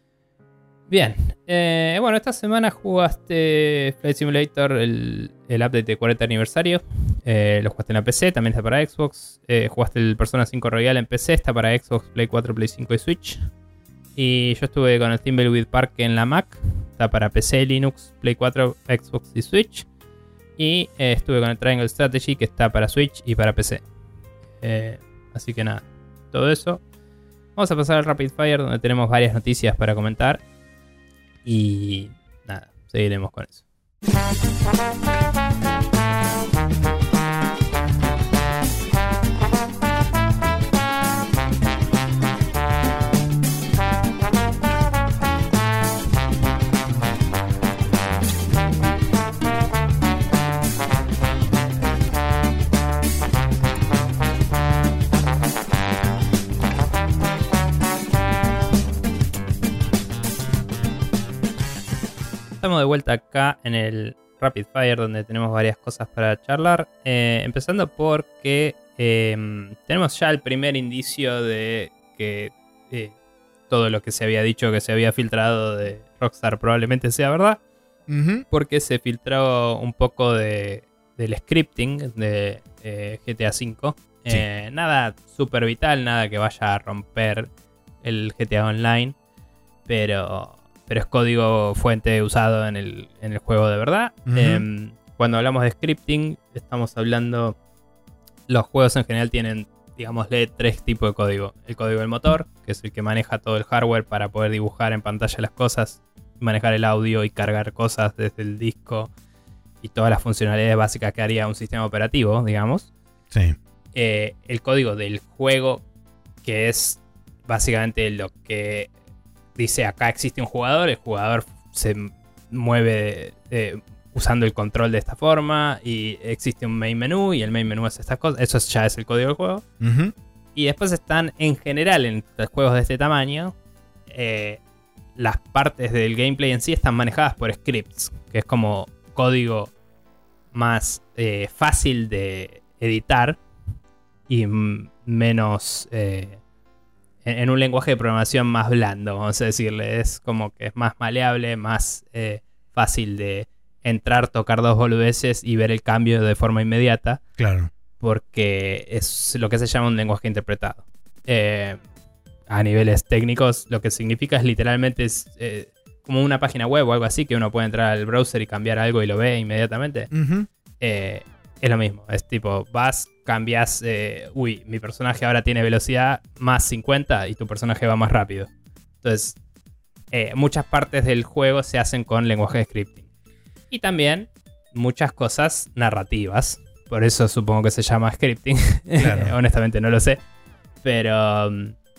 Bien. Eh, bueno, esta semana jugaste Flight Simulator, el, el update de cuarenta aniversario. Eh, lo jugaste en la P C, también está para Xbox. Eh, jugaste el Persona cinco Royal en P C, está para Xbox, Play cuatro, Play cinco y Switch. Y yo estuve con el Thimbleweed Park en la Mac. Está para P C, Linux, Play cuatro, Xbox y Switch. Y eh, estuve con el Triangle Strategy, que está para Switch y para P C. Eh, así que nada, todo eso. Vamos a pasar al Rapid Fire, donde tenemos varias noticias para comentar. Y nada, seguiremos con eso. Estamos de vuelta acá en el Rapid Fire, donde tenemos varias cosas para charlar. Eh, empezando porque eh, tenemos ya el primer indicio de que eh, todo lo que se había dicho, que se había filtrado de Rockstar, probablemente sea verdad. Ujú. Porque se filtró un poco de, del scripting de eh, G T A cinco. Sí. Eh, nada súper vital, nada que vaya a romper el G T A Online. Pero... pero es código fuente usado en el, en el juego de verdad. Uh-huh. Eh, cuando hablamos de scripting, estamos hablando... Los juegos en general tienen, digámosle, tres tipos de código. El código del motor, que es el que maneja todo el hardware para poder dibujar en pantalla las cosas, manejar el audio y cargar cosas desde el disco y todas las funcionalidades básicas que haría un sistema operativo, digamos. Sí. Eh, el código del juego, que es básicamente lo que... dice acá existe un jugador, el jugador se mueve eh, usando el control de esta forma y existe un main menu y el main menu es estas cosas. Eso ya es el código del juego. Uh-huh. Y después están en general en los juegos de este tamaño, eh, las partes del gameplay en sí están manejadas por scripts, que es como código más eh, fácil de editar y m- menos... Eh, en un lenguaje de programación más blando, vamos a decirle. Es como que es más maleable, más eh, fácil de entrar, tocar dos boludeces y ver el cambio de forma inmediata. Claro. Porque es lo que se llama un lenguaje interpretado. Eh, a niveles técnicos, lo que significa es literalmente es, eh, como una página web o algo así, que uno puede entrar al browser y cambiar algo y lo ve inmediatamente. Uh-huh. Eh, es lo mismo. Es tipo, vas, cambias, eh, uy, mi personaje ahora tiene velocidad más cincuenta y tu personaje va más rápido. Entonces, eh, muchas partes del juego se hacen con lenguaje de scripting. Y también muchas cosas narrativas. Por eso supongo que se llama scripting. Claro. Honestamente no lo sé. Pero,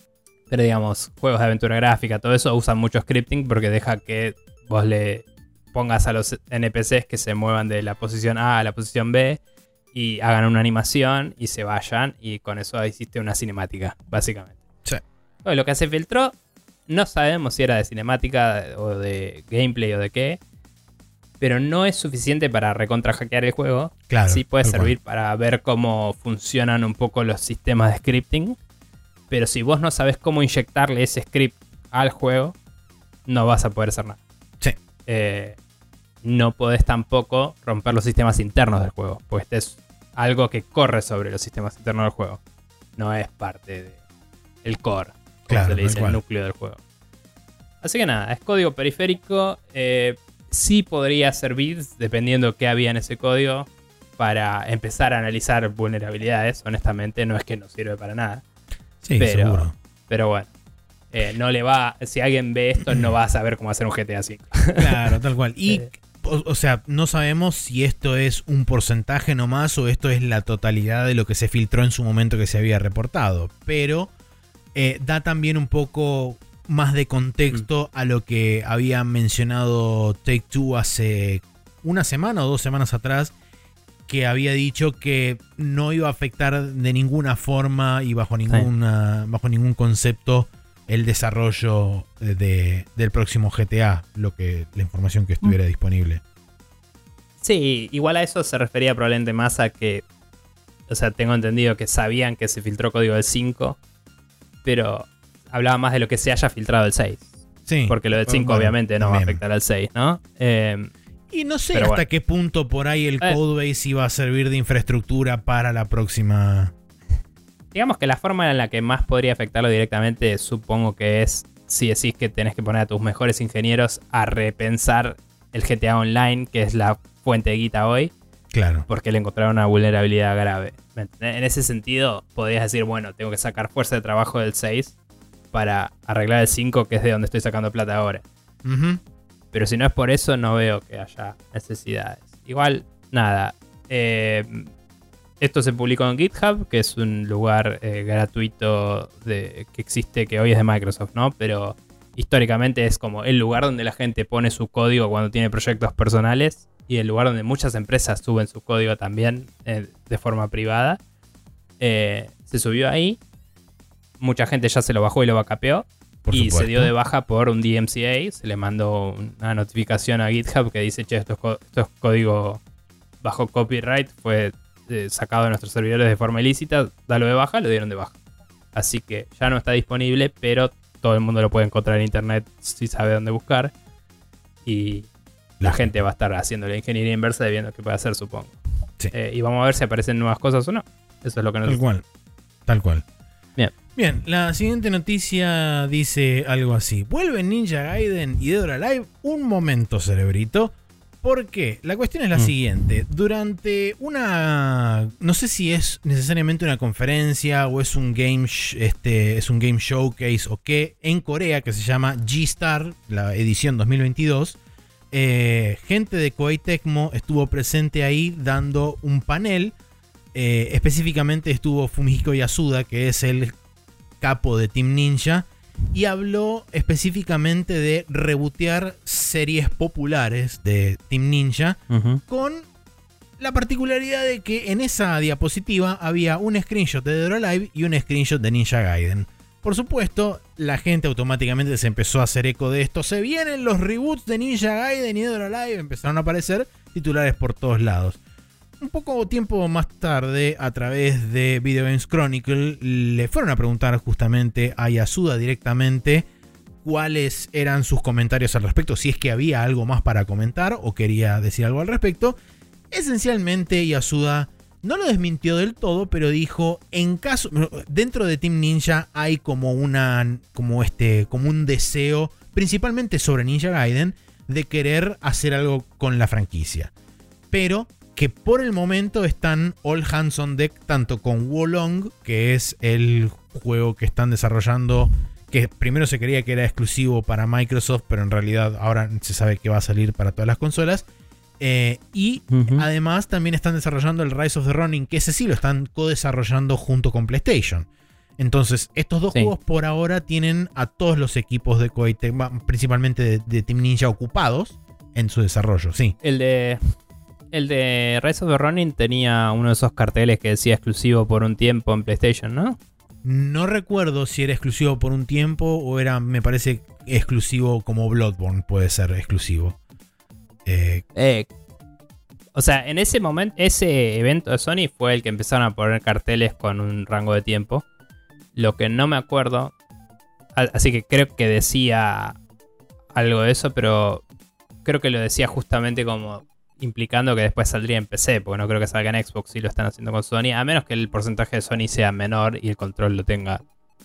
Pero digamos, juegos de aventura gráfica, todo eso usan mucho scripting porque deja que vos le pongas a los N P Cs que se muevan de la posición A a la posición B y hagan una animación y se vayan, y con eso hiciste una cinemática, básicamente. Sí. Bueno, lo que se filtró, no sabemos si era de cinemática o de gameplay o de qué, pero no es suficiente para recontra hackear el juego. Claro, sí puede tal servir cual. para ver cómo funcionan un poco los sistemas de scripting, pero si vos no sabés cómo inyectarle ese script al juego, no vas a poder hacer nada. Sí. Eh, no podés tampoco romper los sistemas internos del juego, porque este es algo que corre sobre los sistemas internos del juego. No es parte del core, como Claro, se le dice, tal el cual. núcleo del juego. Así que nada, es código periférico. Eh, sí podría servir, dependiendo qué había en ese código, para empezar a analizar vulnerabilidades. Honestamente, no es que no sirve para nada. Sí, pero, seguro. pero bueno, eh, no le va. Si alguien ve esto, no va a saber cómo hacer un G T A cinco. Claro, tal cual. Y, Eh. o, o sea, no sabemos si esto es un porcentaje nomás o esto es la totalidad de lo que se filtró en su momento que se había reportado. Pero eh, da también un poco más de contexto mm. a lo que había mencionado Take-Two hace una semana o dos semanas atrás, que había dicho que no iba a afectar de ninguna forma y bajo, ninguna, sí. bajo ningún concepto el desarrollo de, del próximo G T A, lo que, la información que estuviera mm. disponible. Sí, igual a eso se refería probablemente más a que, o sea, tengo entendido que sabían que se filtró código del cinco, pero hablaba más de lo que se haya filtrado del seis. Sí. Porque lo del cinco bueno, obviamente no también va a afectar al seis, ¿no? Eh, y no sé hasta bueno. qué punto por ahí el codebase iba a servir de infraestructura para la próxima. Digamos que la forma en la que más podría afectarlo directamente, supongo que es si decís que tenés que poner a tus mejores ingenieros a repensar el G T A Online, que es la fuente de guita hoy. Claro. Porque le encontraron una vulnerabilidad grave. En ese sentido, podrías decir, bueno, tengo que sacar fuerza de trabajo del seis para arreglar el cinco, que es de donde estoy sacando plata ahora. Uh-huh. Pero si no es por eso, no veo que haya necesidades. Igual, nada. Eh, esto se publicó en GitHub, que es un lugar eh, gratuito de, que existe, que hoy es de Microsoft, ¿no? Pero históricamente es como el lugar donde la gente pone su código cuando tiene proyectos personales, y el lugar donde muchas empresas suben su código también eh, de forma privada. Eh, se subió ahí. Mucha gente ya se lo bajó y lo bacapeó. Por y supuesto. Se dio de baja por un D M C A. Se le mandó una notificación a GitHub que dice, che, esto es, esto es código bajo copyright. Fue eh, sacado de nuestros servidores de forma ilícita. Dalo de baja, lo dieron de baja. Así que ya no está disponible, pero todo el mundo lo puede encontrar en internet si sabe dónde buscar. Y la gente va a estar haciendo la ingeniería inversa de viendo qué puede hacer, supongo. Sí. Eh, y vamos a ver si aparecen nuevas cosas o no. Eso es lo que nos Tal cual. Tal cual. Bien. Bien, la siguiente noticia dice algo así. Vuelve Ninja Gaiden y Dead or Alive. Un momento, cerebrito. ¿Por qué? La cuestión es la mm. siguiente. Durante una... No sé si es necesariamente una conferencia o es un game, este, es un game showcase o qué. En Corea, que se llama G-Star, la edición dos mil veintidós. Eh, gente de Koei Tecmo estuvo presente ahí dando un panel. Eh, específicamente estuvo Fumihiko Yasuda, que es el capo de Team Ninja, y habló específicamente de rebootear series populares de Team Ninja, uh-huh. con la particularidad de que en esa diapositiva había un screenshot de Dead or Alive y un screenshot de Ninja Gaiden. Por supuesto, la gente automáticamente se empezó a hacer eco de esto. Se vienen los reboots de Ninja Gaiden y Dead or Alive. Empezaron a aparecer titulares por todos lados. Un poco tiempo más tarde, a través de Video Games Chronicle, le fueron a preguntar justamente a Yasuda directamente cuáles eran sus comentarios al respecto, si es que había algo más para comentar o quería decir algo al respecto. Esencialmente, Yasuda no lo desmintió del todo, pero dijo, en caso, dentro de Team Ninja hay como una, como este, como un deseo, principalmente sobre Ninja Gaiden, de querer hacer algo con la franquicia. Pero que por el momento están all hands on deck, tanto con Wolong, que es el juego que están desarrollando, que primero se creía que era exclusivo para Microsoft, pero en realidad ahora se sabe que va a salir para todas las consolas. Eh, y uh-huh. además también están desarrollando el Rise of the Ronin, que ese sí lo están co-desarrollando junto con PlayStation. Entonces, estos dos Sí. juegos por ahora tienen a todos los equipos de Koei Tecmo, principalmente de, de Team Ninja, ocupados en su desarrollo, sí. El de. El de Rise of the Ronin tenía uno de esos carteles que decía exclusivo por un tiempo en PlayStation, ¿no? No recuerdo si era exclusivo por un tiempo o era, me parece, exclusivo como Bloodborne, puede ser exclusivo. Eh, Eh, o sea, en ese momento, ese evento de Sony fue el que empezaron a poner carteles con un rango de tiempo. Lo que no me acuerdo, a- así que creo que decía algo de eso, pero creo que lo decía justamente como implicando que después saldría en P C, porque no creo que salga en Xbox si lo están haciendo con Sony, a menos que el porcentaje de Sony sea menor y el control lo tenga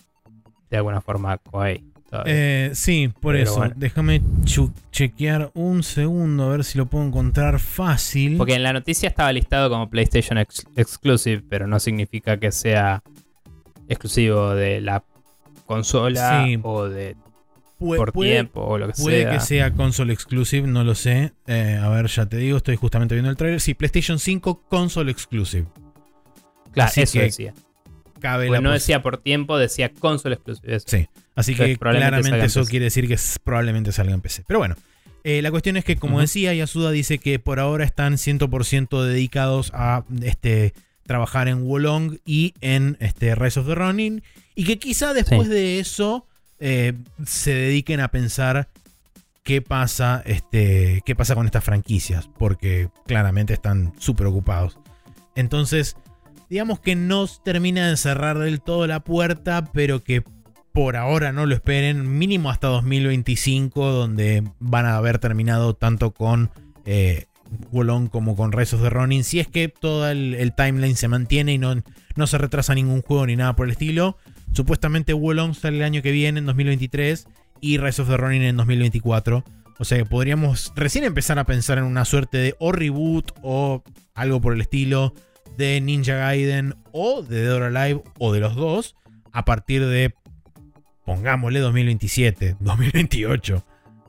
de alguna forma Koei. todavía. eh, sí, por Pero eso. bueno. Déjame chu- chequear un segundo a ver si lo puedo encontrar fácil. Porque en la noticia estaba listado como PlayStation ex- Exclusive, pero no significa que sea exclusivo de la consola Sí. o de Pu- por puede- tiempo o lo que Puede sea. que sea console exclusive, no lo sé. Eh, a ver, ya te digo, estoy justamente viendo el trailer. Sí, PlayStation cinco console exclusive. Claro, así eso que decía. Cabe Pues la no pos- decía por tiempo, decía console exclusive. Eso. Sí, así Entonces, que probablemente claramente salga en eso P C. quiere decir que s- probablemente salga en P C. Pero bueno, eh, la cuestión es que, como Ujú. decía, Yasuda dice que por ahora están cien por ciento dedicados a este, trabajar en Wolong y en este, Rise of the Ronin. Y que quizá después Sí. de eso eh, se dediquen a pensar qué pasa, este, qué pasa con estas franquicias. Porque claramente están súper ocupados. Entonces, digamos que no termina de cerrar del todo la puerta, pero que por ahora no lo esperen, mínimo hasta dos mil veinticinco, donde van a haber terminado tanto con eh, Wolong como con Rise of the Ronin. Si es que todo el, el timeline se mantiene y no, no se retrasa ningún juego ni nada por el estilo. Supuestamente Wolong sale el año que viene, en dos mil veintitrés, y Rise of the Ronin en dos mil veinticuatro. O sea que podríamos recién empezar a pensar en una suerte de o reboot o algo por el estilo de Ninja Gaiden o de Dead or Alive o de los dos a partir de, pongámosle, dos mil veintisiete, dos mil veintiocho.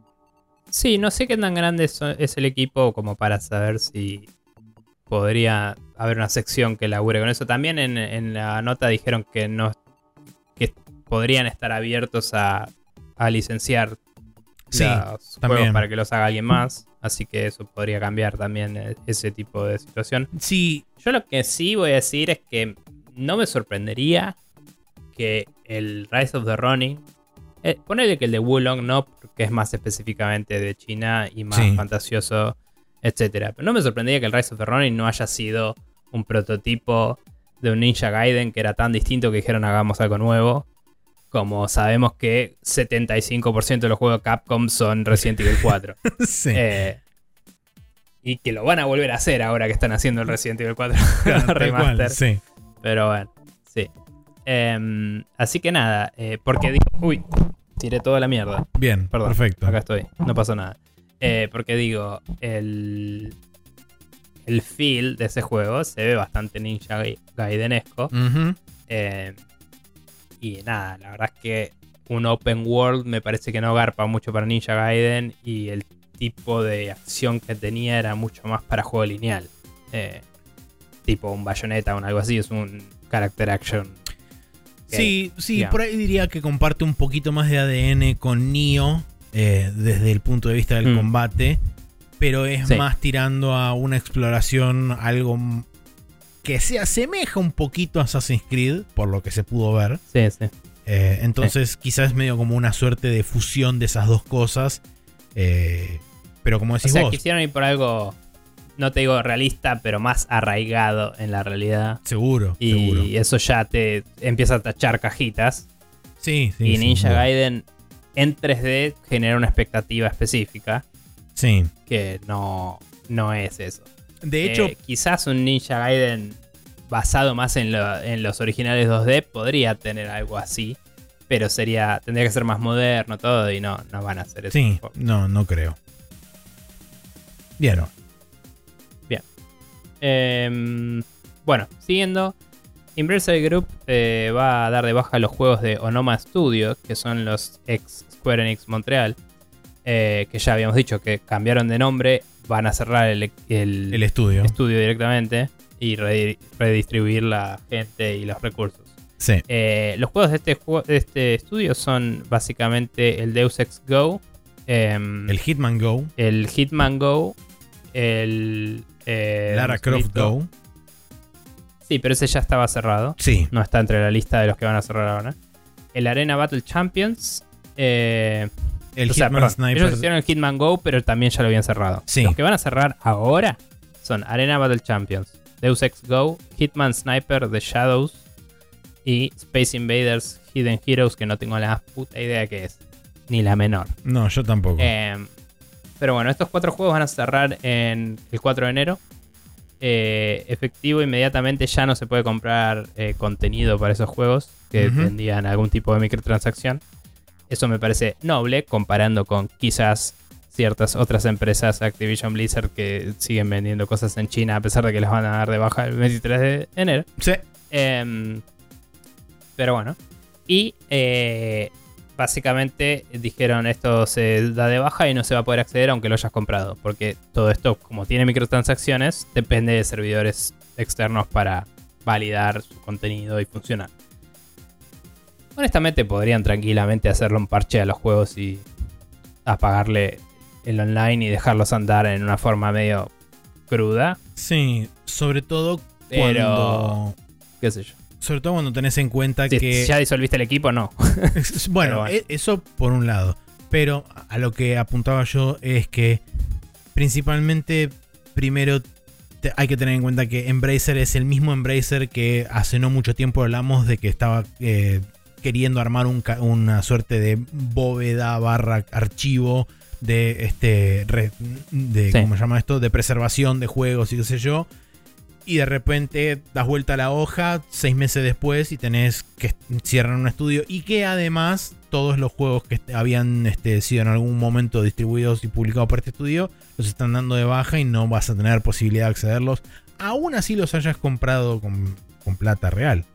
Sí, no sé qué tan grande es, es el equipo como para saber si podría haber una sección que labure con eso. También en, en la nota dijeron que no que podrían estar abiertos a, a licenciar Sí, los también. juegos para que los haga alguien más. Así que eso podría cambiar también eh, ese tipo de situación. Sí, Yo lo que sí voy a decir es que no me sorprendería que el Rise of the Ronin, eh, ponele que el de Wulong no, porque es más específicamente de China y más Sí. fantasioso, etcétera. Pero no me sorprendería que el Rise of the Ronin no haya sido un prototipo de un Ninja Gaiden que era tan distinto que dijeron hagamos algo nuevo. Como sabemos que setenta y cinco por ciento de los juegos de Capcom son Resident Evil cuatro. sí. Eh, y que lo van a volver a hacer ahora que están haciendo el Resident Evil cuatro Claro, tal remaster. cual, sí. Pero bueno, sí. Em, así que nada, eh, porque digo... Uy, tiré toda la mierda. Bien, Perdón, perfecto. acá estoy, no pasó nada. Eh, porque digo, el, el feel de ese juego se ve bastante Ninja Ga- Gaidenesco. Ujú. Eh, y nada, la verdad es que un open world me parece que no garpa mucho para Ninja Gaiden y el tipo de acción que tenía era mucho más para juego lineal. Eh, tipo un Bayonetta o algo así, es un character action. Sí, sí, digamos. por ahí diría que comparte un poquito más de A D N con Nioh eh, desde el punto de vista del Mm. combate, pero es Sí. más tirando a una exploración, algo m- que se asemeja un poquito a Assassin's Creed, por lo que se pudo ver. Sí, sí. Eh, entonces quizás es medio como una suerte de fusión de esas dos cosas. eh, pero como O decís sea, vos, quisieron ir por algo, no te digo realista, pero más arraigado en la realidad. seguro, Y seguro. eso ya te empieza a tachar cajitas. Sí, sí, y sí, Ninja bueno. Gaiden en tres D genera una expectativa específica Sí. que no, no es eso. De hecho, Eh, quizás un Ninja Gaiden basado más en, lo- en los originales dos D podría tener algo así, pero sería tendría que ser más moderno todo y no, no van a hacer eso. sí, tampoco. no, no creo. Bien. Eh, bueno, siguiendo, Inversary Group eh, va a dar de baja los juegos de Onoma Studio, que son los ex Square Enix Montreal, eh, que ya habíamos dicho que cambiaron de nombre, van a cerrar el, el- El estudio. estudio directamente y re- redistribuir la gente y los recursos. Sí. Eh, los juegos de este, juego, de este estudio son básicamente el Deus Ex Go, eh, el Hitman Go, el Hitman Go, el eh, Lara Croft Go. Sí, pero ese ya estaba cerrado. Sí. No está entre la lista de los que van a cerrar ahora. El Arena Battle Champions. Eh, el o sea, Hitman perdón, Sniper. ellos hicieron el Hitman Go, pero también ya lo habían cerrado. Sí. Los que van a cerrar ahora son Arena Battle Champions, Deus Ex Go, Hitman Sniper The Shadows y Space Invaders Hidden Heroes, que no tengo la más puta idea de qué es. Ni la menor. No, yo tampoco. Eh, pero bueno, estos cuatro juegos van a cerrar en el cuatro de enero. Eh, efectivo, inmediatamente ya no se puede comprar eh, contenido para esos juegos que Uh-huh. tendrían algún tipo de microtransacción. Eso me parece noble comparando con quizás ciertas otras empresas, Activision Blizzard, que siguen vendiendo cosas en China a pesar de que las van a dar de baja el veintitrés de enero. Sí. Eh, pero bueno. Y eh, básicamente dijeron esto se da de baja y no se va a poder acceder aunque lo hayas comprado. Porque todo esto, como tiene microtransacciones, depende de servidores externos para validar su contenido y funcionar. Honestamente podrían tranquilamente hacerle un parche a los juegos y apagarle el online y dejarlos andar en una forma medio cruda. Sí, sobre todo Pero, cuando... qué sé yo. Sobre todo cuando tenés en cuenta Si que... ya disolviste el equipo, no. Bueno, bueno. e- eso por un lado. Pero a lo que apuntaba yo es que principalmente, primero te- hay que tener en cuenta que Embracer es el mismo Embracer que hace no mucho tiempo hablamos de que estaba eh, queriendo armar un ca- una suerte de bóveda barra archivo de este re- de Sí. ¿cómo se llama esto? De preservación de juegos y qué sé yo. Y de repente das vuelta a la hoja seis meses después y tenés que cierran un estudio. Y que además todos los juegos que habían este, sido en algún momento distribuidos y publicados por este estudio los están dando de baja y no vas a tener posibilidad de accederlos. Aún así los hayas comprado con, con plata real.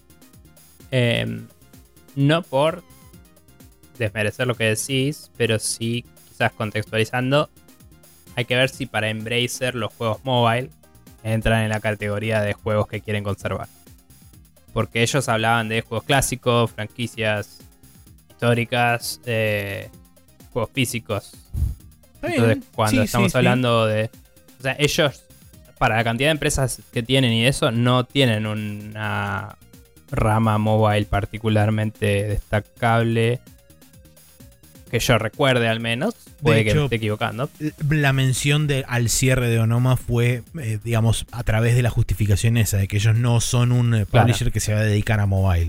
Eh, no por desmerecer lo que decís, pero sí quizás contextualizando. Hay que ver si para Embracer los juegos mobile entran en la categoría de juegos que quieren conservar. Porque ellos hablaban de juegos clásicos, franquicias históricas, eh, juegos físicos. Está bien. Entonces, cuando Sí, estamos sí, hablando de... O sea, ellos, para la cantidad de empresas que tienen y eso, no tienen una rama mobile particularmente destacable. Que yo recuerde al menos. Puede De que hecho, me esté equivocando. La mención de, al cierre de Onoma fue, eh, digamos, a través de la justificación esa, de que ellos no son un eh, Claro. publisher que se va a dedicar a mobile.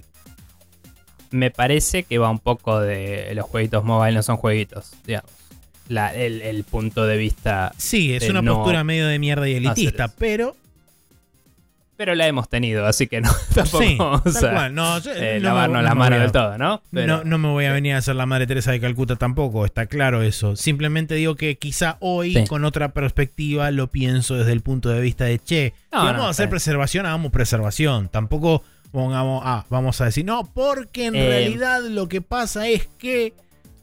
Me parece que va un poco de los jueguitos mobile no son jueguitos, digamos. La, el, el punto de vista. Sí, es de una no postura medio de mierda y elitista, hacer eso. pero... Pero la hemos tenido, así que no, tampoco Sí, vamos tal a cual. No, yo- eh, no me- lavarnos no las me manos voy a- del todo, ¿no? Pero, No, no me voy a venir a hacer la Madre Teresa de Calcuta tampoco, está claro eso. Simplemente digo que quizá hoy, Sí. con otra perspectiva, lo pienso desde el punto de vista de, che, No, si vamos no, a hacer está bien. preservación, hagamos preservación. Tampoco pongamos, ah, vamos a decir, no, porque en Eh, realidad realidad lo que pasa es que...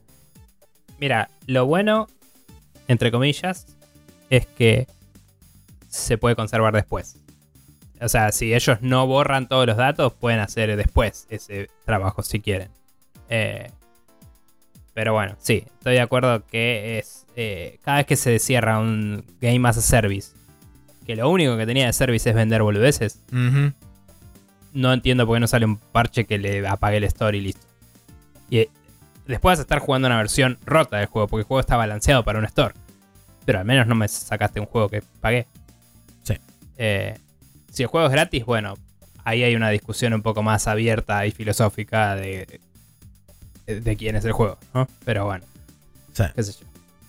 Mira, lo bueno, entre comillas, es que se puede conservar después. O sea, si ellos no borran todos los datos, pueden hacer después ese trabajo si quieren. Eh, pero bueno, sí, estoy de acuerdo que es eh, cada vez que se cierra un Game as a Service, que lo único que tenía de service es vender boludeces, Ujú. no entiendo por qué no sale un parche que le apague el store y listo. Y eh, después vas a estar jugando una versión rota del juego, porque el juego está balanceado para un store. Pero al menos no me sacaste un juego que pagué. Sí. Eh, si el juego es gratis, bueno, ahí hay una discusión un poco más abierta y filosófica de, de, de quién es el juego, ¿no? Pero bueno, Sí. qué sé yo.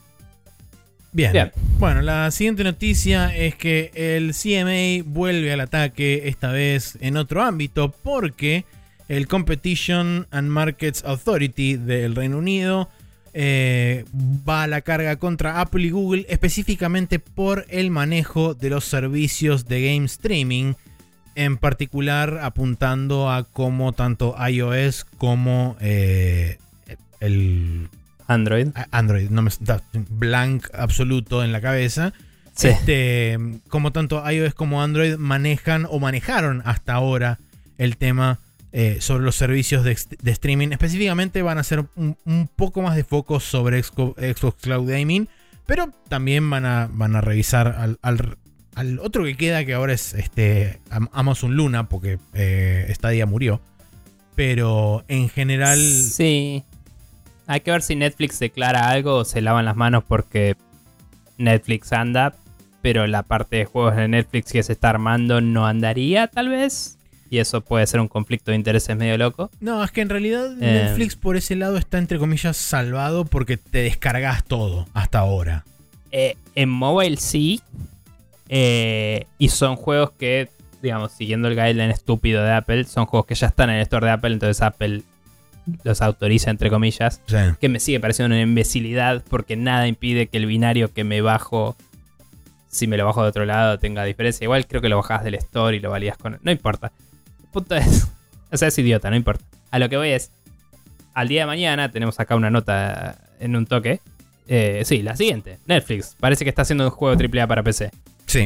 Bien. Bien. Bueno, la siguiente noticia es que el C M A vuelve al ataque, esta vez en otro ámbito, porque el Competition and Markets Authority del Reino Unido eh, va a la carga contra Apple y Google, específicamente por el manejo de los servicios de game streaming, en particular apuntando a cómo tanto iOS como eh, el Android. Android, no me da blank absoluto en la cabeza. Sí. Este, como tanto iOS como Android manejan o manejaron hasta ahora el tema eh, sobre los servicios de, de streaming. Específicamente van a hacer un, un poco más de foco sobre Xbox, Xbox Cloud Gaming, pero también van a, van a revisar al, al, al otro que queda, que ahora es este, Amazon Luna, porque eh, Stadia murió. Pero en general... Sí. Hay que ver si Netflix declara algo o se lavan las manos porque Netflix anda, pero la parte de juegos de Netflix que se está armando no andaría, tal vez. Y eso puede ser un conflicto de intereses medio loco. No, es que en realidad eh, Netflix por ese lado está, entre comillas, salvado porque te descargas todo hasta ahora. Eh, en mobile sí. Eh, y son juegos que, digamos, siguiendo el guideline estúpido de Apple, son juegos que ya están en el store de Apple, entonces Apple los autoriza, entre comillas. Sí. Que me sigue pareciendo una imbecilidad porque nada impide que el binario que me bajo, si me lo bajo de otro lado, tenga diferencia. Igual creo que lo bajás del store y lo valías con... No importa. El punto es... O sea, es idiota, no importa. A lo que voy es... Al día de mañana, tenemos acá una nota en un toque. Eh, sí, la siguiente. Netflix. Parece que está haciendo un juego triple A para P C. Sí.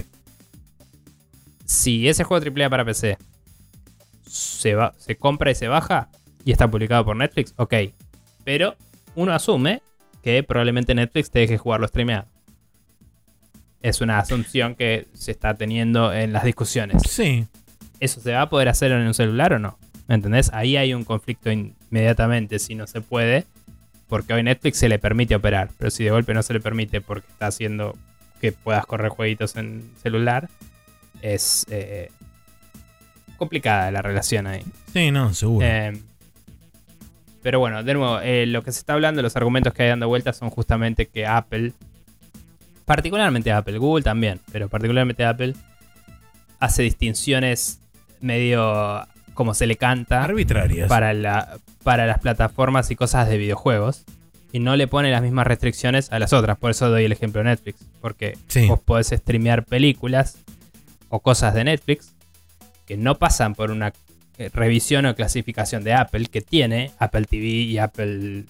Si ese juego triple A para P C se, va, se compra y se baja y está publicado por Netflix, ok. Pero uno asume que probablemente Netflix te deje jugarlo streameado. Es una asunción que se está teniendo en las discusiones. Sí. ¿Eso se va a poder hacer en un celular o no? ¿Me entendés? Ahí hay un conflicto inmediatamente si no se puede. Porque hoy Netflix se le permite operar. Pero si de golpe no se le permite porque está haciendo que puedas correr jueguitos en celular, es eh, complicada la relación ahí. Sí, no, seguro. Eh, pero bueno, de nuevo, eh, lo que se está hablando, los argumentos que hay dando vueltas son justamente que Apple, particularmente Apple, Google también, pero particularmente Apple, hace distinciones medio como se le canta. Arbitrarias. Para, la, para las plataformas y cosas de videojuegos. Y no le pone las mismas restricciones a las otras. Por eso doy el ejemplo de Netflix. Porque sí, vos podés streamear películas o cosas de Netflix que no pasan por una revisión o clasificación de Apple, que tiene Apple T V y Apple...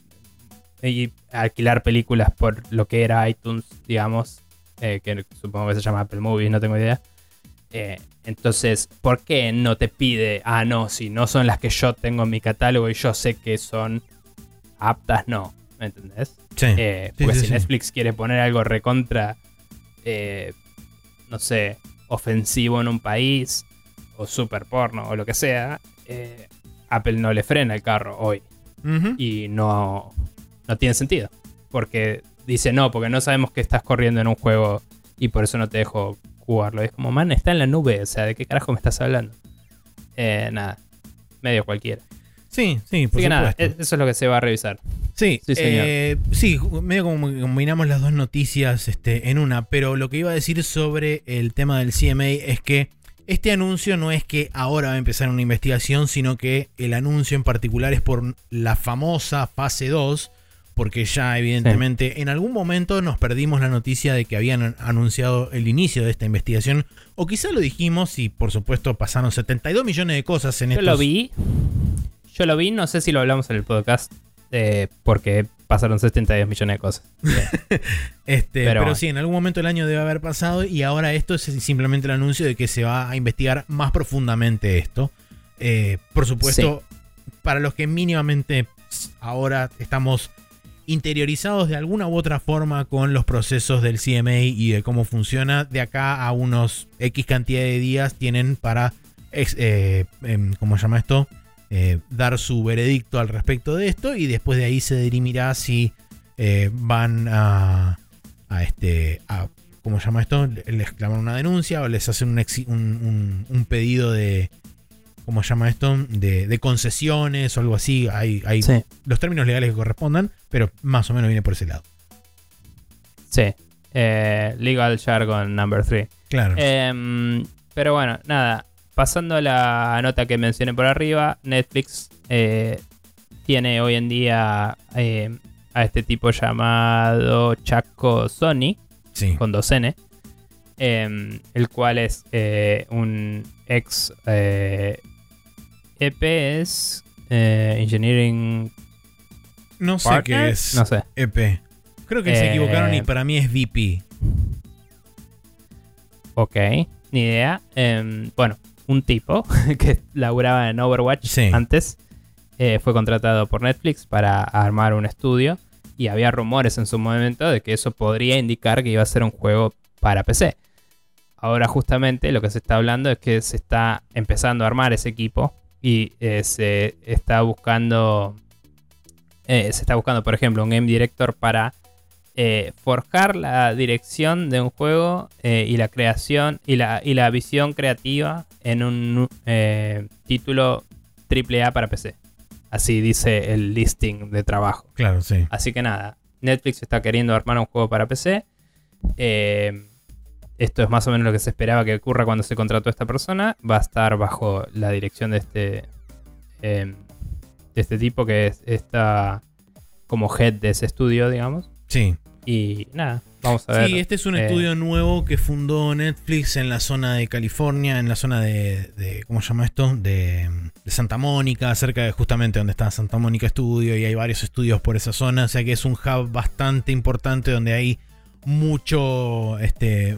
Y alquilar películas por lo que era iTunes, digamos. Eh, que supongo que se llama Apple Movies, no tengo idea. Eh, entonces, ¿por qué no te pide? Ah, no, si no son las que yo tengo en mi catálogo y yo sé que son aptas, no. ¿Me entendés? Sí. Eh, porque sí, si sí, Netflix sí. quiere poner algo recontra, eh, no sé, ofensivo en un país, o super porno, o lo que sea, eh, Apple no le frena el carro hoy. Uh-huh. Y no, no tiene sentido. Porque dice, no, porque no sabemos que estás corriendo en un juego y por eso no te dejo jugarlo. Es como, man, está en la nube, o sea, ¿de qué carajo me estás hablando? Eh, nada, medio cualquiera. Sí, sí, por Así que supuesto. nada, eso es lo que se va a revisar. Sí, sí, señor. Eh, sí, medio como combinamos las dos noticias este, en una, pero lo que iba a decir sobre el tema del C M A es que este anuncio no es que ahora va a empezar una investigación, sino que el anuncio en particular es por la famosa fase dos, porque ya evidentemente sí. en algún momento nos perdimos la noticia de que habían anunciado el inicio de esta investigación, o quizá lo dijimos y por supuesto pasaron setenta y dos millones de cosas en Yo estos... lo vi, yo lo vi, no sé si lo hablamos en el podcast, eh, porque pasaron setenta y dos millones de cosas. este, pero, pero bueno. sí, en algún momento del año debe haber pasado y ahora esto es simplemente el anuncio de que se va a investigar más profundamente esto. Eh, por supuesto, sí. para los que mínimamente ahora estamos interiorizados de alguna u otra forma con los procesos del C M A y de cómo funciona, de acá a unos X cantidad de días tienen para, ex, eh, eh, ¿cómo se llama esto? Eh, dar su veredicto al respecto de esto y después de ahí se dirimirá si eh, van a, a este, a, ¿cómo se llama esto? Les claman una denuncia o les hacen un, exi- un, un, un pedido de, ¿cómo se llama esto? De, de concesiones o algo así. Hay, hay sí. los términos legales que correspondan, pero más o menos viene por ese lado. Sí. Eh, legal jargon number three. Claro. Eh, pero bueno, nada. Pasando a la nota que mencioné por arriba, Netflix eh, tiene hoy en día eh, a este tipo llamado Chaco Sony, sí. con dos N, eh, el cual es eh, un ex eh, E P, es eh, Engineering No sé Partner? qué es no sé. E P. Creo que eh, se equivocaron y para mí es V P. Ok, ni idea. Eh, bueno. un tipo que laburaba en Overwatch sí. antes. Eh, fue contratado por Netflix para armar un estudio. Y había rumores en su momento de que eso podría indicar que iba a ser un juego para P C. Ahora justamente lo que se está hablando es que se está empezando a armar ese equipo. Y eh, se está buscando... Eh, se está buscando, por ejemplo, un game director para eh, forjar la dirección de un juego eh, y la creación y la, y la visión creativa en un eh, título triple A para P C. Así dice el listing de trabajo. Claro, sí. Así que nada, Netflix está queriendo armar un juego para P C. Eh, esto es más o menos lo que se esperaba que ocurra cuando se contrató a esta persona. Va a estar bajo la dirección de este... Eh, de este tipo que es, está como head de ese estudio, digamos. Sí. Y nada, vamos a ver. Sí, este es un eh, estudio nuevo que fundó Netflix en la zona de California, en la zona de, de ¿cómo se llama esto? De, de Santa Mónica, cerca de justamente donde está Santa Mónica Studio, y hay varios estudios por esa zona, o sea que es un hub bastante importante donde hay mucho, este,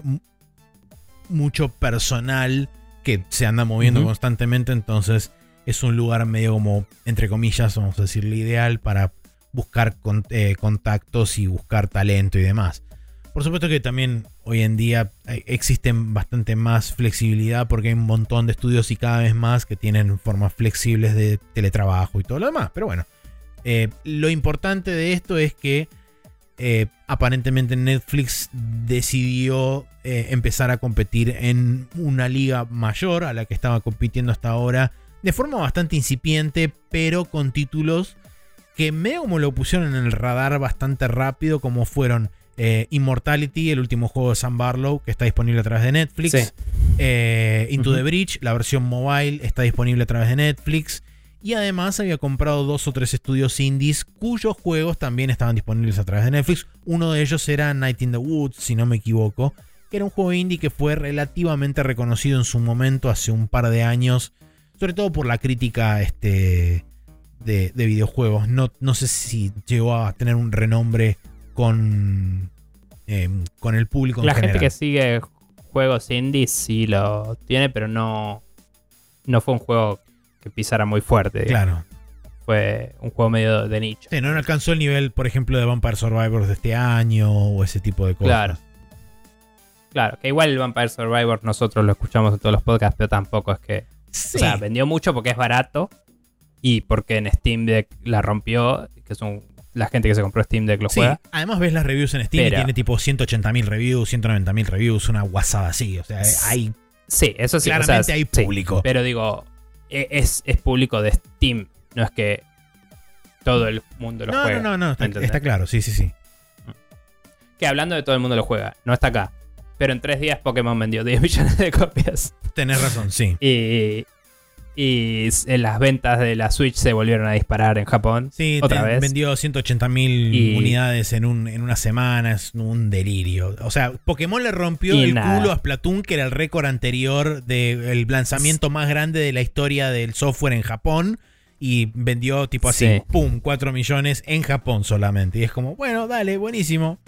mucho personal que se anda moviendo uh-huh. constantemente, entonces es un lugar medio como, entre comillas, vamos a decirle, ideal para buscar con, eh, contactos y buscar talento y demás. Por supuesto que también hoy en día existe bastante más flexibilidad porque hay un montón de estudios y cada vez más que tienen formas flexibles de teletrabajo y todo lo demás. Pero bueno, eh, lo importante de esto es que eh, aparentemente Netflix decidió eh, empezar a competir en una liga mayor a la que estaba compitiendo hasta ahora, de forma bastante incipiente, pero con títulos que medio como lo pusieron en el radar bastante rápido, como fueron eh, Immortality, el último juego de Sam Barlow, que está disponible a través de Netflix. Sí. Eh, Into uh-huh. the Breach, la versión mobile, está disponible a través de Netflix. Y además había comprado dos o tres estudios indies cuyos juegos también estaban disponibles a través de Netflix. Uno de ellos era Night in the Woods, si no me equivoco, que era un juego indie que fue relativamente reconocido en su momento hace un par de años, sobre todo por la crítica este, de, de videojuegos. No, no sé si llegó a tener un renombre con, eh, con el público en La general. gente que sigue juegos indies sí lo tiene, pero no, no fue un juego que pisara muy fuerte. Digamos. Claro. Fue un juego medio de nicho. Sí, no alcanzó el nivel, por ejemplo, de Vampire Survivors de este año o ese tipo de cosas. Claro. Claro, que igual el Vampire Survivors nosotros lo escuchamos en todos los podcasts, pero tampoco es que... Sí. O sea, vendió mucho porque es barato y porque en Steam Deck la rompió, que son la gente que se compró Steam Deck lo sí. juega. Además ves las reviews en Steam pero, y tiene tipo ciento ochenta mil reviews, ciento noventa mil reviews, una guasada así. O sea, hay... Sí, eso sí. Claramente o sea, hay público. Sí, pero digo, es, es público de Steam, no es que todo el mundo lo no, juega. No, no, no, está, está claro, sí, sí, sí. Que hablando de todo el mundo lo juega, no está acá. Pero en tres días Pokémon vendió diez millones de copias. Tenés razón, sí. Y, y en las ventas de la Switch se volvieron a disparar en Japón. Sí, otra te, vez. Vendió ciento ochenta mil y... unidades en, un, en una semana. Es un delirio. O sea, Pokémon le rompió y el nada. culo a Splatoon, que era el récord anterior del lanzamiento más grande de la historia del software en Japón. Y vendió tipo así, sí. pum, cuatro millones en Japón solamente. Y es como, bueno, dale, buenísimo.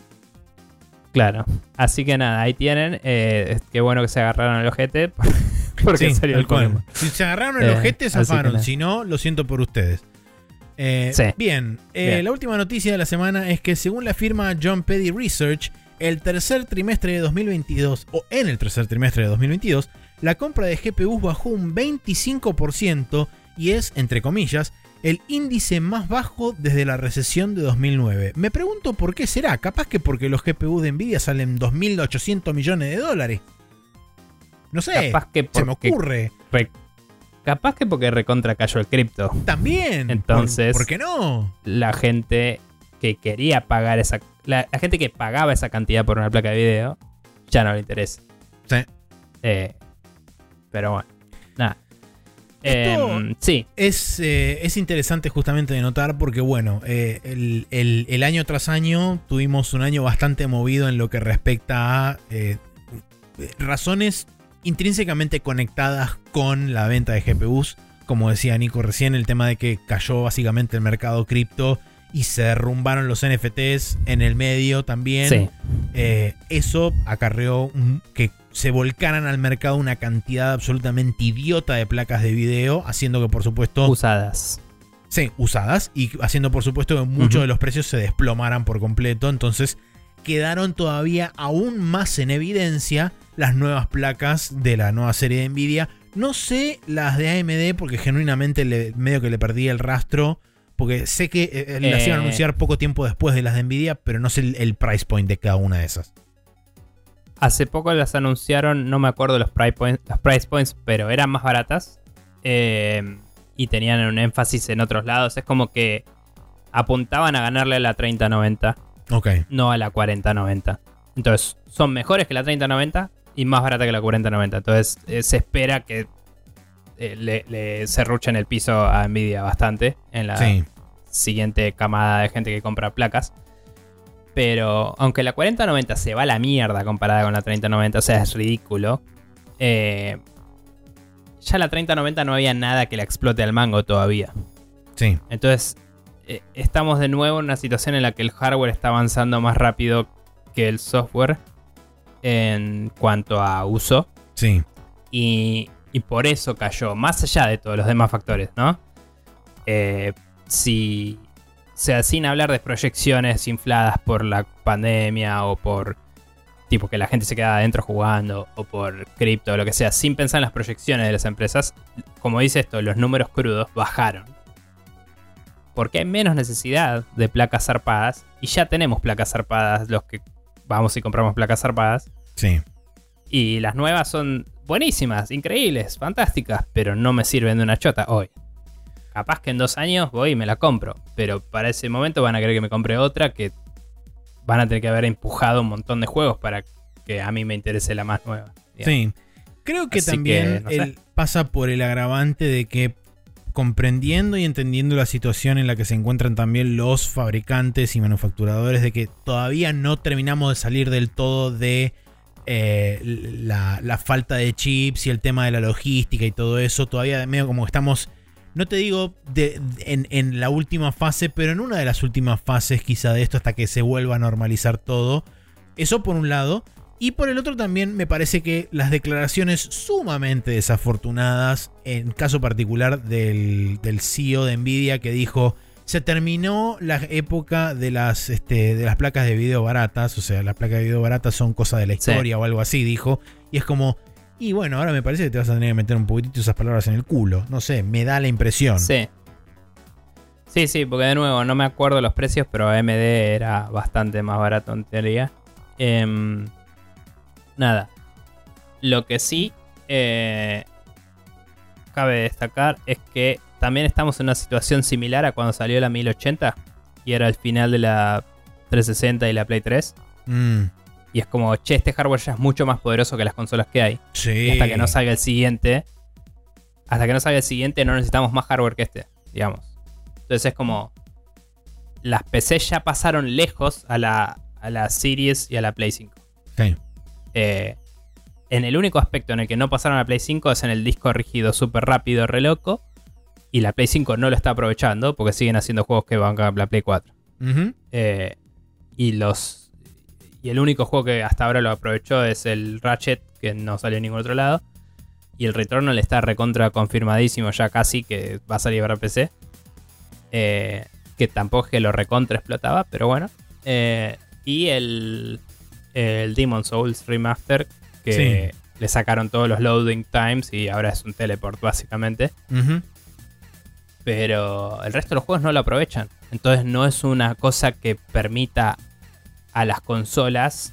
Claro, así que nada, ahí tienen. Eh, qué bueno que se agarraron el ojete porque sí, salió el Pokémon. Si se agarraron el eh, ojete, zafaron. Si no, lo siento por ustedes. Eh, sí. Bien, eh, bien, la última noticia de la semana es que según la firma John Petty Research, el tercer trimestre de dos mil veintidós, o en el tercer trimestre de dos mil veintidós, la compra de G P Us bajó un veinticinco por ciento y es, entre comillas, el índice más bajo desde la recesión de dos mil nueve. Me pregunto por qué será. Capaz que porque los G P U de Nvidia salen dos mil ochocientos millones de dólares. No sé, capaz que se me ocurre. Re, capaz que porque recontra cayó el cripto. También. Entonces, ¿por, ¿por qué no? La gente que quería pagar esa... La, la gente que pagaba esa cantidad por una placa de video ya no le interesa. Sí. Eh, pero bueno, nada. Esto eh, sí. es, eh, es interesante justamente de notar porque, bueno, eh, el, el, el año tras año tuvimos un año bastante movido en lo que respecta a eh, razones intrínsecamente conectadas con la venta de G P Us. Como decía Nico recién, el tema de que cayó básicamente el mercado cripto y se derrumbaron los N F Ts en el medio también. Sí. Eh, eso acarreó un, que se volcaran al mercado una cantidad absolutamente idiota de placas de video, haciendo que por supuesto... Usadas. Sí, usadas, y haciendo por supuesto que muchos uh-huh. de los precios se desplomaran por completo. Entonces quedaron todavía aún más en evidencia las nuevas placas de la nueva serie de Nvidia. No sé las de A M D porque genuinamente le, medio que le perdí el rastro. Porque sé que eh, las eh, iban a anunciar poco tiempo después de las de Nvidia, pero no sé el, el price point de cada una de esas. Hace poco las anunciaron, no me acuerdo los price points, los price points pero eran más baratas. Eh, y tenían un énfasis en otros lados. Es como que apuntaban a ganarle a la treinta noventa. Ok. No a la cuarenta noventa. Entonces, son mejores que la treinta noventa y más barata que la cuarenta noventa. Entonces, eh, se espera que eh, le, le serruchen el piso a Nvidia bastante en la sí. siguiente camada de gente que compra placas. Pero, aunque la cuarenta noventa se va a la mierda comparada con la treinta noventa, o sea, es ridículo. Eh, ya la treinta noventa no había nada que la explote al mango todavía. Sí. Entonces, eh, estamos de nuevo en una situación en la que el hardware está avanzando más rápido que el software en cuanto a uso. Sí. Y, y por eso cayó, más allá de todos los demás factores, ¿no? Eh, si, o sea, sin hablar de proyecciones infladas por la pandemia o por tipo que la gente se queda adentro jugando o por cripto o lo que sea, sin pensar en las proyecciones de las empresas, como dice esto, los números crudos bajaron. Porque hay menos necesidad de placas zarpadas y ya tenemos placas zarpadas los que vamos y compramos placas zarpadas. Sí. Y las nuevas son buenísimas, increíbles, fantásticas, pero no me sirven de una chota hoy. Capaz que en dos años voy y me la compro, pero para ese momento van a querer que me compre otra que van a tener que haber empujado un montón de juegos para que a mí me interese la más nueva. Digamos. Sí. Creo que Así también que, no sé. él pasa por el agravante de que comprendiendo y entendiendo la situación en la que se encuentran también los fabricantes y manufacturadores, de que todavía no terminamos de salir del todo de eh, la, la falta de chips y el tema de la logística y todo eso, todavía medio como estamos, no te digo de, en, en la última fase, pero en una de las últimas fases quizá de esto hasta que se vuelva a normalizar todo. Eso por un lado. Y por el otro también me parece que las declaraciones sumamente desafortunadas, en caso particular del, del C E O de Nvidia, que dijo: se terminó la época de las, este, de las placas de video baratas, o sea, las placas de video baratas son cosas de la historia, sí, o algo así, dijo. Y es como, y bueno, ahora me parece que te vas a tener que meter un poquitito esas palabras en el culo, no sé, me da la impresión. Sí. Sí, sí, porque de nuevo no me acuerdo los precios, pero A M D era bastante más barato en teoría. Eh... Nada, lo que sí eh, cabe destacar es que también estamos en una situación similar a cuando salió la mil ochenta y era el final de la trescientos sesenta y la Play tres. Mm. Y es como, che, este hardware ya es mucho más poderoso que las consolas que hay. Sí. Y hasta que no salga el siguiente, hasta que no salga el siguiente no necesitamos más hardware que este, digamos. Entonces es como, las P C ya pasaron lejos a la, a la Series y a la Play cinco. Sí. Eh, en el único aspecto en el que no pasaron a Play cinco es en el disco rígido súper rápido, re loco. Y la Play cinco no lo está aprovechando porque siguen haciendo juegos que van a la Play cuatro. Uh-huh. Eh, y los y el único juego que hasta ahora lo aprovechó es el Ratchet, que no salió en ningún otro lado. Y el Returnal está recontra confirmadísimo ya casi que va a salir para P C. Eh, que tampoco es que lo recontra explotaba, pero bueno. Eh, y el... el Demon's Souls Remaster, que sí, le sacaron todos los loading times y ahora es un teleport básicamente. Uh-huh. Pero el resto de los juegos no lo aprovechan. Entonces no es una cosa que permita a las consolas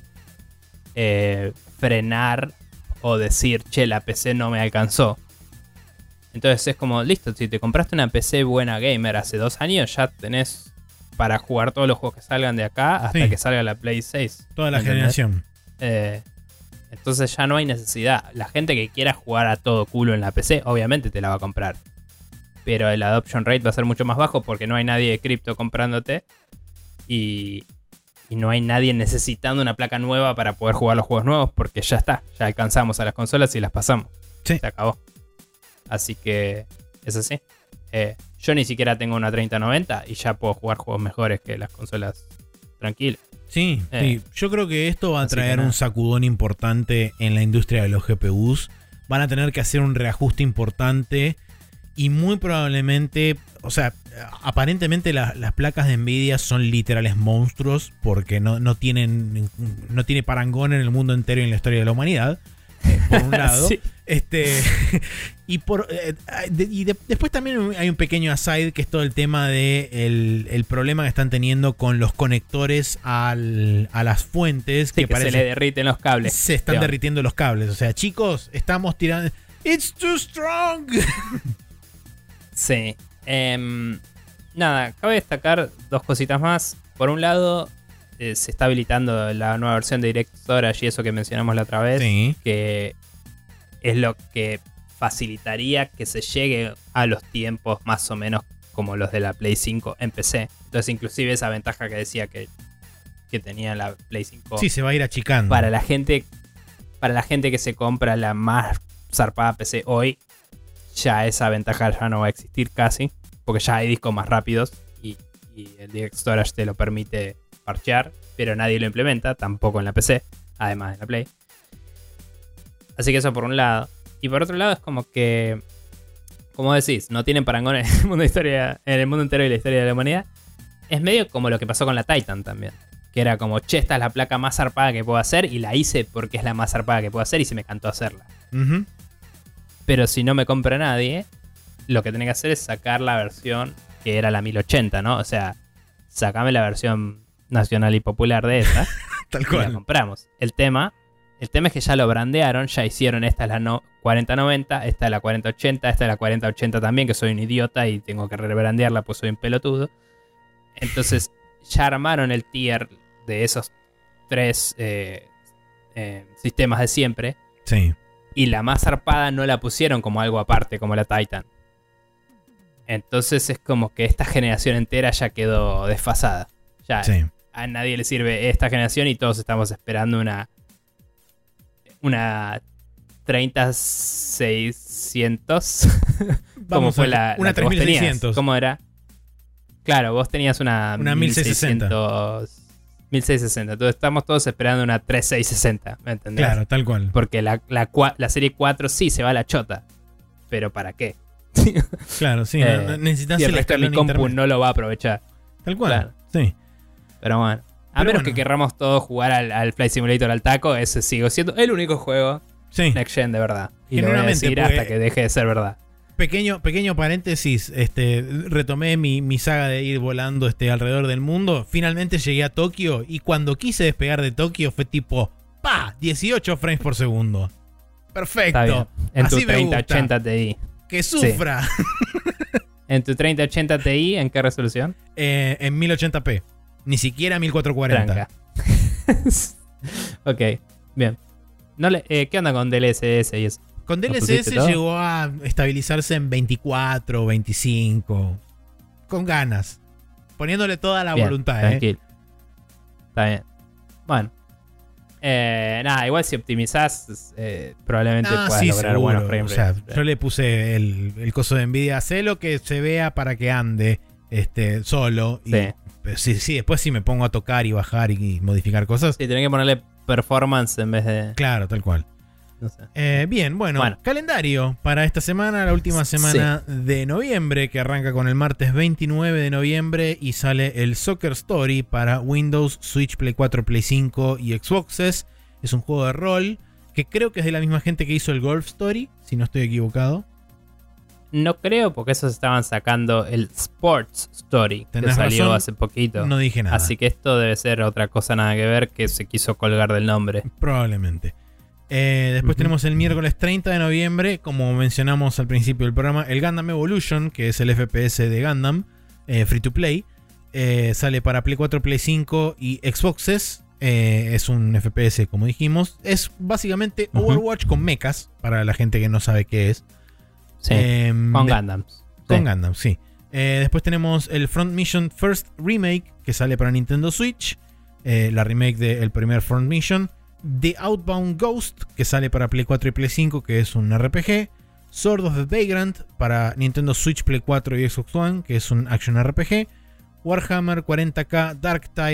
eh, frenar o decir, che, la P C no me alcanzó. Entonces es como, listo, si te compraste una P C buena gamer hace dos años, ya tenés para jugar todos los juegos que salgan de acá hasta sí, que salga la Play seis. Toda la ¿entendés? Generación. Eh, entonces ya no hay necesidad. La gente que quiera jugar a todo culo en la P C, obviamente te la va a comprar. Pero el adoption rate va a ser mucho más bajo porque no hay nadie de cripto comprándote. Y, y no hay nadie necesitando una placa nueva para poder jugar los juegos nuevos porque ya está. Ya alcanzamos a las consolas y las pasamos. Sí. Se acabó. Así que es así. Eh, yo ni siquiera tengo una treinta noventa y ya puedo jugar juegos mejores que las consolas tranquilo. Sí, Eh, sí, yo creo que esto va a así traer que un sacudón importante en la industria de los G P Us. Van a tener que hacer un reajuste importante y muy probablemente, o sea, aparentemente la- las placas de Nvidia son literales monstruos porque no, no tienen no tiene parangón en el mundo entero y en la historia de la humanidad. Eh, por un lado. Sí. Este, y por eh, de- y de- después también hay un pequeño aside que es todo el tema de el, el problema que están teniendo con los conectores al- a las fuentes Sí, que, que parece se le derriten los cables. se están León. derritiendo los cables. O sea, chicos, estamos tirando. It's too strong. Sí. Em, nada, cabe destacar dos cositas más. Por un lado, eh, se está habilitando la nueva versión de Direct Storage y eso que mencionamos la otra vez. Sí. Que es lo que facilitaría que se llegue a los tiempos más o menos como los de la Play cinco en P C. Entonces, inclusive esa ventaja que decía que, que tenía la Play cinco Sí, se va a ir achicando. para la gente para la gente que se compra la más zarpada P C hoy, ya esa ventaja ya no va a existir casi, porque ya hay discos más rápidos y, y el Direct Storage te lo permite parchear, pero nadie lo implementa, tampoco en la P C, además de la Play. Así que eso por un lado. Y por otro lado es como que, como decís, no tienen parangón en el mundo de historia, en el mundo entero y la historia de la humanidad. Es medio como lo que pasó con la Titan también. Que era como, che, esta es la placa más zarpada que puedo hacer y la hice porque es la más zarpada que puedo hacer y se me cantó hacerla. Ujú. Pero si no me compra nadie, lo que tenés que hacer es sacar la versión que era la mil ochenta, ¿no? O sea, sacame la versión nacional y popular de esa Tal y la cual. compramos. El tema, el tema es que ya lo brandearon, ya hicieron esta es la no, cuarenta noventa, esta es la cuarenta ochenta, esta es la cuarenta ochenta también, que soy un idiota y tengo que rebrandearla pues soy un pelotudo. Entonces ya armaron el tier de esos tres eh, eh, sistemas de siempre. Sí. Y la más zarpada no la pusieron como algo aparte, como la Titan. Entonces es como que esta generación entera ya quedó desfasada. Ya Sí. a nadie le sirve esta generación y todos estamos esperando una una treinta seiscientos. ¿Cómo Vamos fue a- la, una la que vos tenías? tres mil seiscientos. ¿Cómo era? Claro, vos tenías una, Una mil seiscientos sesenta. mil seiscientos sesenta. Entonces estamos todos esperando una treinta y seis sesenta. ¿Me entendés? Claro, tal cual. Porque la, la, cua- la serie cuatro sí se va a la chota. Pero ¿para qué? Claro, sí. Eh, no- no- necesitas Y el el resto de mi escalón compu intermedio. no lo va a aprovechar. Tal cual. Claro. Sí. Pero bueno. A Pero menos bueno. que querramos todos jugar al, al Flight Simulator al taco, ese sigue siendo el único juego Sí. Next Gen de verdad. Y lo voy a Genuinamente, decir porque- hasta que deje de ser verdad. Pequeño, pequeño paréntesis, este, retomé mi, mi saga de ir volando este, alrededor del mundo. Finalmente llegué a Tokio y cuando quise despegar de Tokio fue tipo, ¡pa! dieciocho frames por segundo. Perfecto. Está bien. En Así tu me treinta gusta. ochenta Ti. Que sufra. En tu treinta ochenta Ti, ¿en qué resolución? Eh, en mil ochenta p. Ni siquiera mil cuatrocientos cuarenta. Tranca. Ok, bien. No le, eh, ¿Qué onda con D L S S y eso? Con ¿Lo D L S pusiste S todo? llegó a estabilizarse en veinticuatro, veinticinco. Con ganas. Poniéndole toda la Bien, voluntad, ¿eh? tranquilo. Está bien. Bueno. Eh, nada, igual si optimizás, eh, probablemente Ah, puedas sí, lograr seguro. buenos frame O sea, rates. yo le puse el, el coso de Nvidia. Sé lo que se vea para que ande este, solo. Y, Sí. pero sí, sí, después sí me pongo a tocar y bajar y, y modificar cosas. Sí, tenés que ponerle performance en vez de. Claro, tal cual. No sé. Eh, bien, bueno, Bueno. calendario para esta semana, la última semana de noviembre, que arranca con el martes veintinueve de noviembre y sale el Soccer Story para Windows, Switch, Play cuatro, Play cinco y Xboxes. Es un juego de rol que creo que es de la misma gente que hizo el Golf Story, si no estoy equivocado. No creo, porque esos estaban sacando el Sports Story, que Tenés salió razón, hace poquito. No dije nada. Así que esto debe ser otra cosa nada que ver, que se quiso colgar del nombre. Probablemente. Eh, después Ujú. tenemos el miércoles treinta de noviembre, como mencionamos al principio del programa, el Gundam Evolution, que es el F P S de Gundam, eh, free to play. Eh, sale para Play cuatro, Play cinco y Xboxes. Eh, es un F P S, como dijimos. Es básicamente Ujú. Overwatch con mechas, para la gente que no sabe qué es. Sí, Eh, con de- Gundams. Con Sí. Gundam, sí. Eh, después tenemos el Front Mission First Remake, que sale para Nintendo Switch. Eh, la remake del primer Front Mission. The Outbound Ghost, que sale para Play cuatro y Play cinco, que es un R P G. Sword of the Vagrant para Nintendo Switch, Play cuatro y Xbox One, que es un Action R P G. Warhammer cuarenta K Dark Tide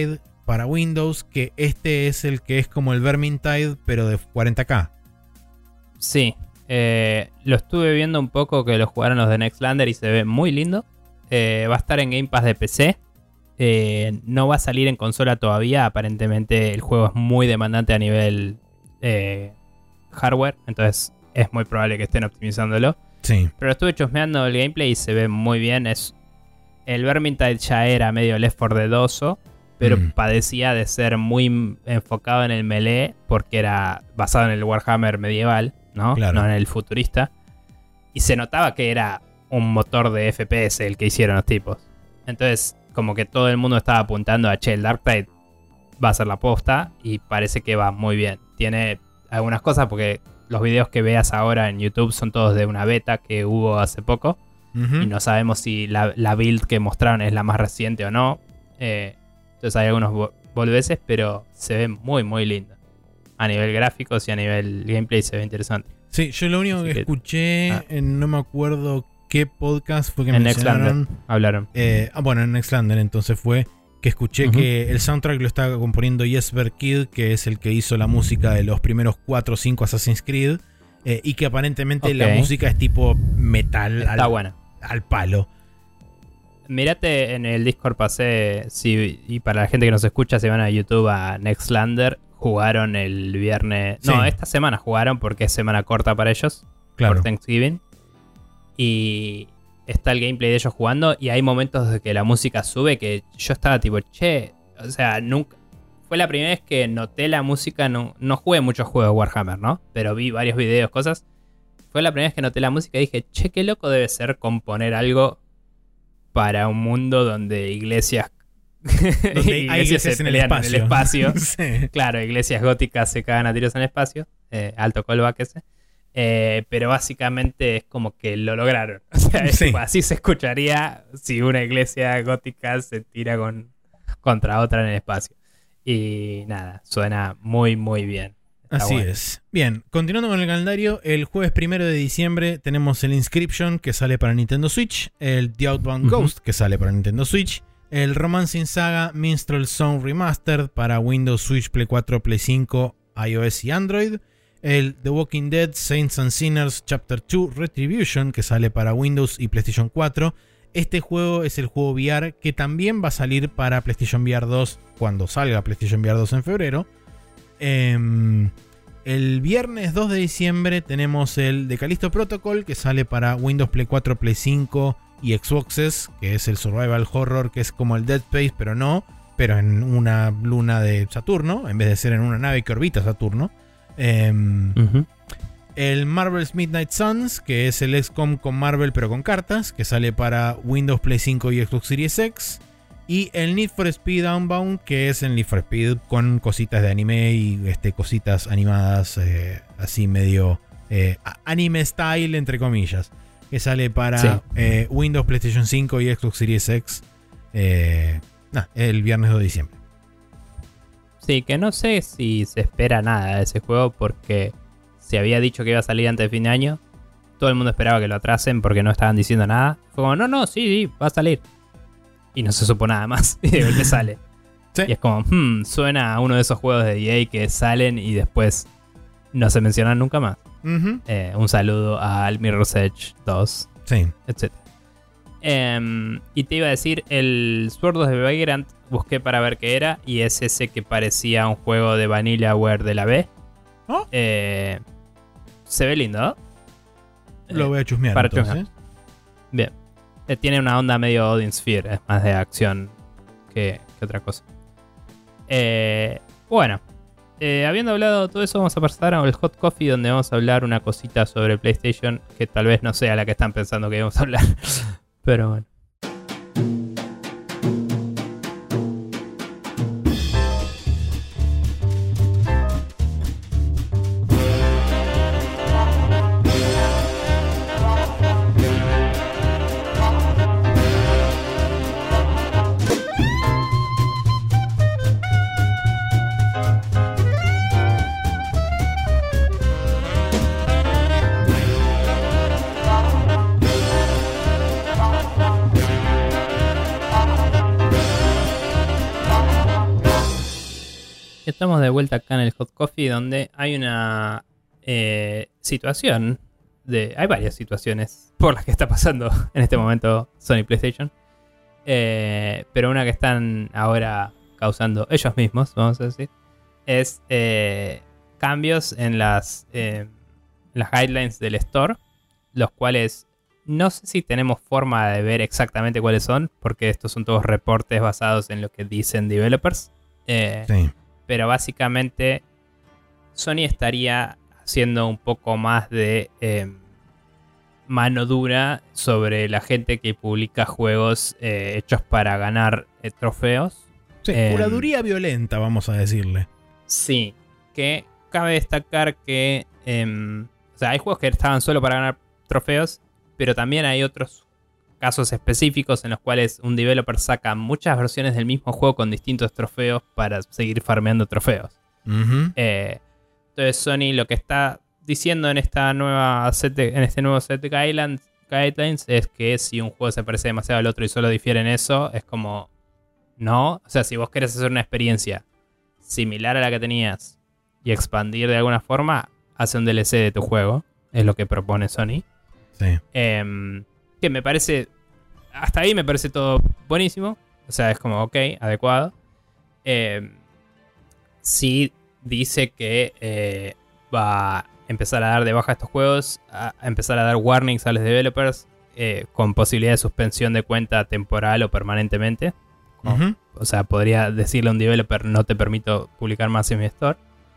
para Windows, que este es el que es como el Vermintide, pero de cuarenta K. Sí, eh, lo estuve viendo un poco que lo jugaron los de Nextlander y se ve muy lindo. Eh, va a estar en Game Pass de P C. Eh, no va a salir en consola todavía. Aparentemente el juego es muy demandante a nivel eh, hardware. Entonces es muy probable que estén optimizándolo. Sí. Pero estuve chusmeando el gameplay y se ve muy bien. Es, el Vermintide ya era medio Left four Dead-oso, pero Mm. padecía de ser muy enfocado en el melee porque era basado en el Warhammer medieval, ¿no? Claro. No en el futurista. Y se notaba que era un motor de F P S el que hicieron los tipos. Entonces, como que todo el mundo estaba apuntando a, che, el Darktide va a ser la posta, y parece que va muy bien. Tiene algunas cosas porque los videos que veas ahora en YouTube son todos de una beta que hubo hace poco. Uh-huh. Y no sabemos si la, la build que mostraron es la más reciente o no. Eh, entonces hay algunos bo- boludeces, pero se ve muy, muy lindo. A nivel gráficos y a nivel gameplay se ve interesante. Sí, yo lo único Así que, que- escuché, ah. en, no me acuerdo qué podcast fue que En mencionaron. Nextlander hablaron. Eh, ah, bueno, en Nextlander entonces fue que escuché Ujú. que el soundtrack lo estaba componiendo Jesper Kid, que es el que hizo la música de los primeros cuatro o cinco Assassin's Creed, eh, y que aparentemente Ok. la música es tipo metal Está al, buena. al palo. Mirate en el Discord, pasé, si, y para la gente que nos escucha, si van a YouTube a Nextlander, jugaron el viernes. No, Sí. esta semana jugaron porque es semana corta para ellos, Claro. por Thanksgiving. Y está el gameplay de ellos jugando y hay momentos de que la música sube que yo estaba tipo, che, o sea, nunca... Fue la primera vez que noté la música, no, no jugué muchos juegos de Warhammer, ¿no? Pero vi varios videos, cosas. Fue la primera vez que noté la música y dije, che, qué loco debe ser componer algo para un mundo donde iglesias... Donde hay iglesias se en el pelean espacio. en el espacio. Sí. Claro, iglesias góticas se cagan a tiros en el espacio. Eh, alto callback ese. Eh, pero básicamente es como que lo lograron. O sea, es Sí. tipo, así se escucharía si una iglesia gótica se tira con, contra otra en el espacio. Y nada, suena muy, muy bien. Está Así bueno. es. Bien, continuando con el calendario, el jueves primero de diciembre tenemos el Inscription, que sale para Nintendo Switch, el The Outbound Ujú. Ghost, que sale para Nintendo Switch, el Romancing Saga Minstrel Song Remastered para Windows, Switch, Play cuatro, Play cinco, iOS y Android, el The Walking Dead Saints and Sinners Chapter dos Retribution, que sale para Windows y PlayStation cuatro. Este juego es el juego V R que también va a salir para PlayStation V R dos cuando salga PlayStation V R dos en febrero. Eh, el viernes dos de diciembre tenemos el de Callisto Protocol, que sale para Windows, Play cuatro, Play cinco y Xboxes, que es el survival horror, que es como el Dead Space, pero no, pero en una luna de Saturno, en vez de ser en una nave que orbita Saturno. Eh, Ujú. el Marvel's Midnight Suns, que es el X COM con Marvel pero con cartas, que sale para Windows, Play cinco y Xbox Series X. Y el Need for Speed Unbound, que es el Need for Speed con cositas de anime y este, cositas animadas eh, así medio eh, anime style, entre comillas. Que sale para Sí. eh, Windows, PlayStation cinco y Xbox Series X eh, nah, el viernes dos de diciembre. Sí, que no sé si se espera nada de ese juego porque se había dicho que iba a salir antes de fin de año. Todo el mundo esperaba que lo atrasen porque no estaban diciendo nada. Fue como, no, no, sí, sí, va a salir. Y no se supo nada más. Y de golpe sale. Sí. Y es como, hmm, suena a uno de esos juegos de E A que salen y después no se mencionan nunca más. Uh-huh. Eh, un saludo al Mirror's Edge dos, Sí. etcétera. Eh, y te iba a decir, el Sword of the Vagrant busqué para ver qué era y es ese que parecía un juego de Vanillaware de la B. Oh. Eh, se ve lindo, ¿no? Lo Eh, voy a chusmear para entonces. Bien. Eh, tiene una onda medio Odin Sphere, es más de acción que, que otra cosa. Eh, bueno, eh, habiendo hablado todo eso, vamos a pasar al Hot Coffee, donde vamos a hablar una cosita sobre PlayStation que tal vez no sea la que están pensando que íbamos a hablar. Pero bueno. Estamos de vuelta acá en el Hot Coffee, donde hay una eh, situación, de, hay varias situaciones por las que está pasando en este momento Sony PlayStation, eh, pero una que están ahora causando ellos mismos, vamos a decir, es eh, cambios en las, eh, las guidelines del store, los cuales no sé si tenemos forma de ver exactamente cuáles son, porque estos son todos reportes basados en lo que dicen developers. Eh, sí. Pero básicamente Sony estaría haciendo un poco más de eh, mano dura sobre la gente que publica juegos eh, hechos para ganar eh, trofeos. Sí, eh, curaduría violenta, vamos a decirle. Sí, que cabe destacar que eh, o sea, hay juegos que estaban solo para ganar trofeos, pero también hay otros casos específicos en los cuales un developer saca muchas versiones del mismo juego con distintos trofeos para seguir farmeando trofeos. Uh-huh. Eh, entonces Sony lo que está diciendo en esta nueva set de, en este nuevo set de guidelines, guidelines es que si un juego se parece demasiado al otro y solo difiere en eso, es como no. O sea, si vos querés hacer una experiencia similar a la que tenías y expandir de alguna forma, hace un D L C de tu juego. Es lo que propone Sony. Sí. Eh, que me parece, hasta ahí me parece todo buenísimo. O sea, es como, ok, adecuado. Eh, sí dice que eh, va a empezar a dar de baja estos juegos, a empezar a dar warnings a los developers eh, con posibilidad de suspensión de cuenta temporal o permanentemente. Uh-huh. O sea, podría decirle a un developer, no te permito publicar más en mi store.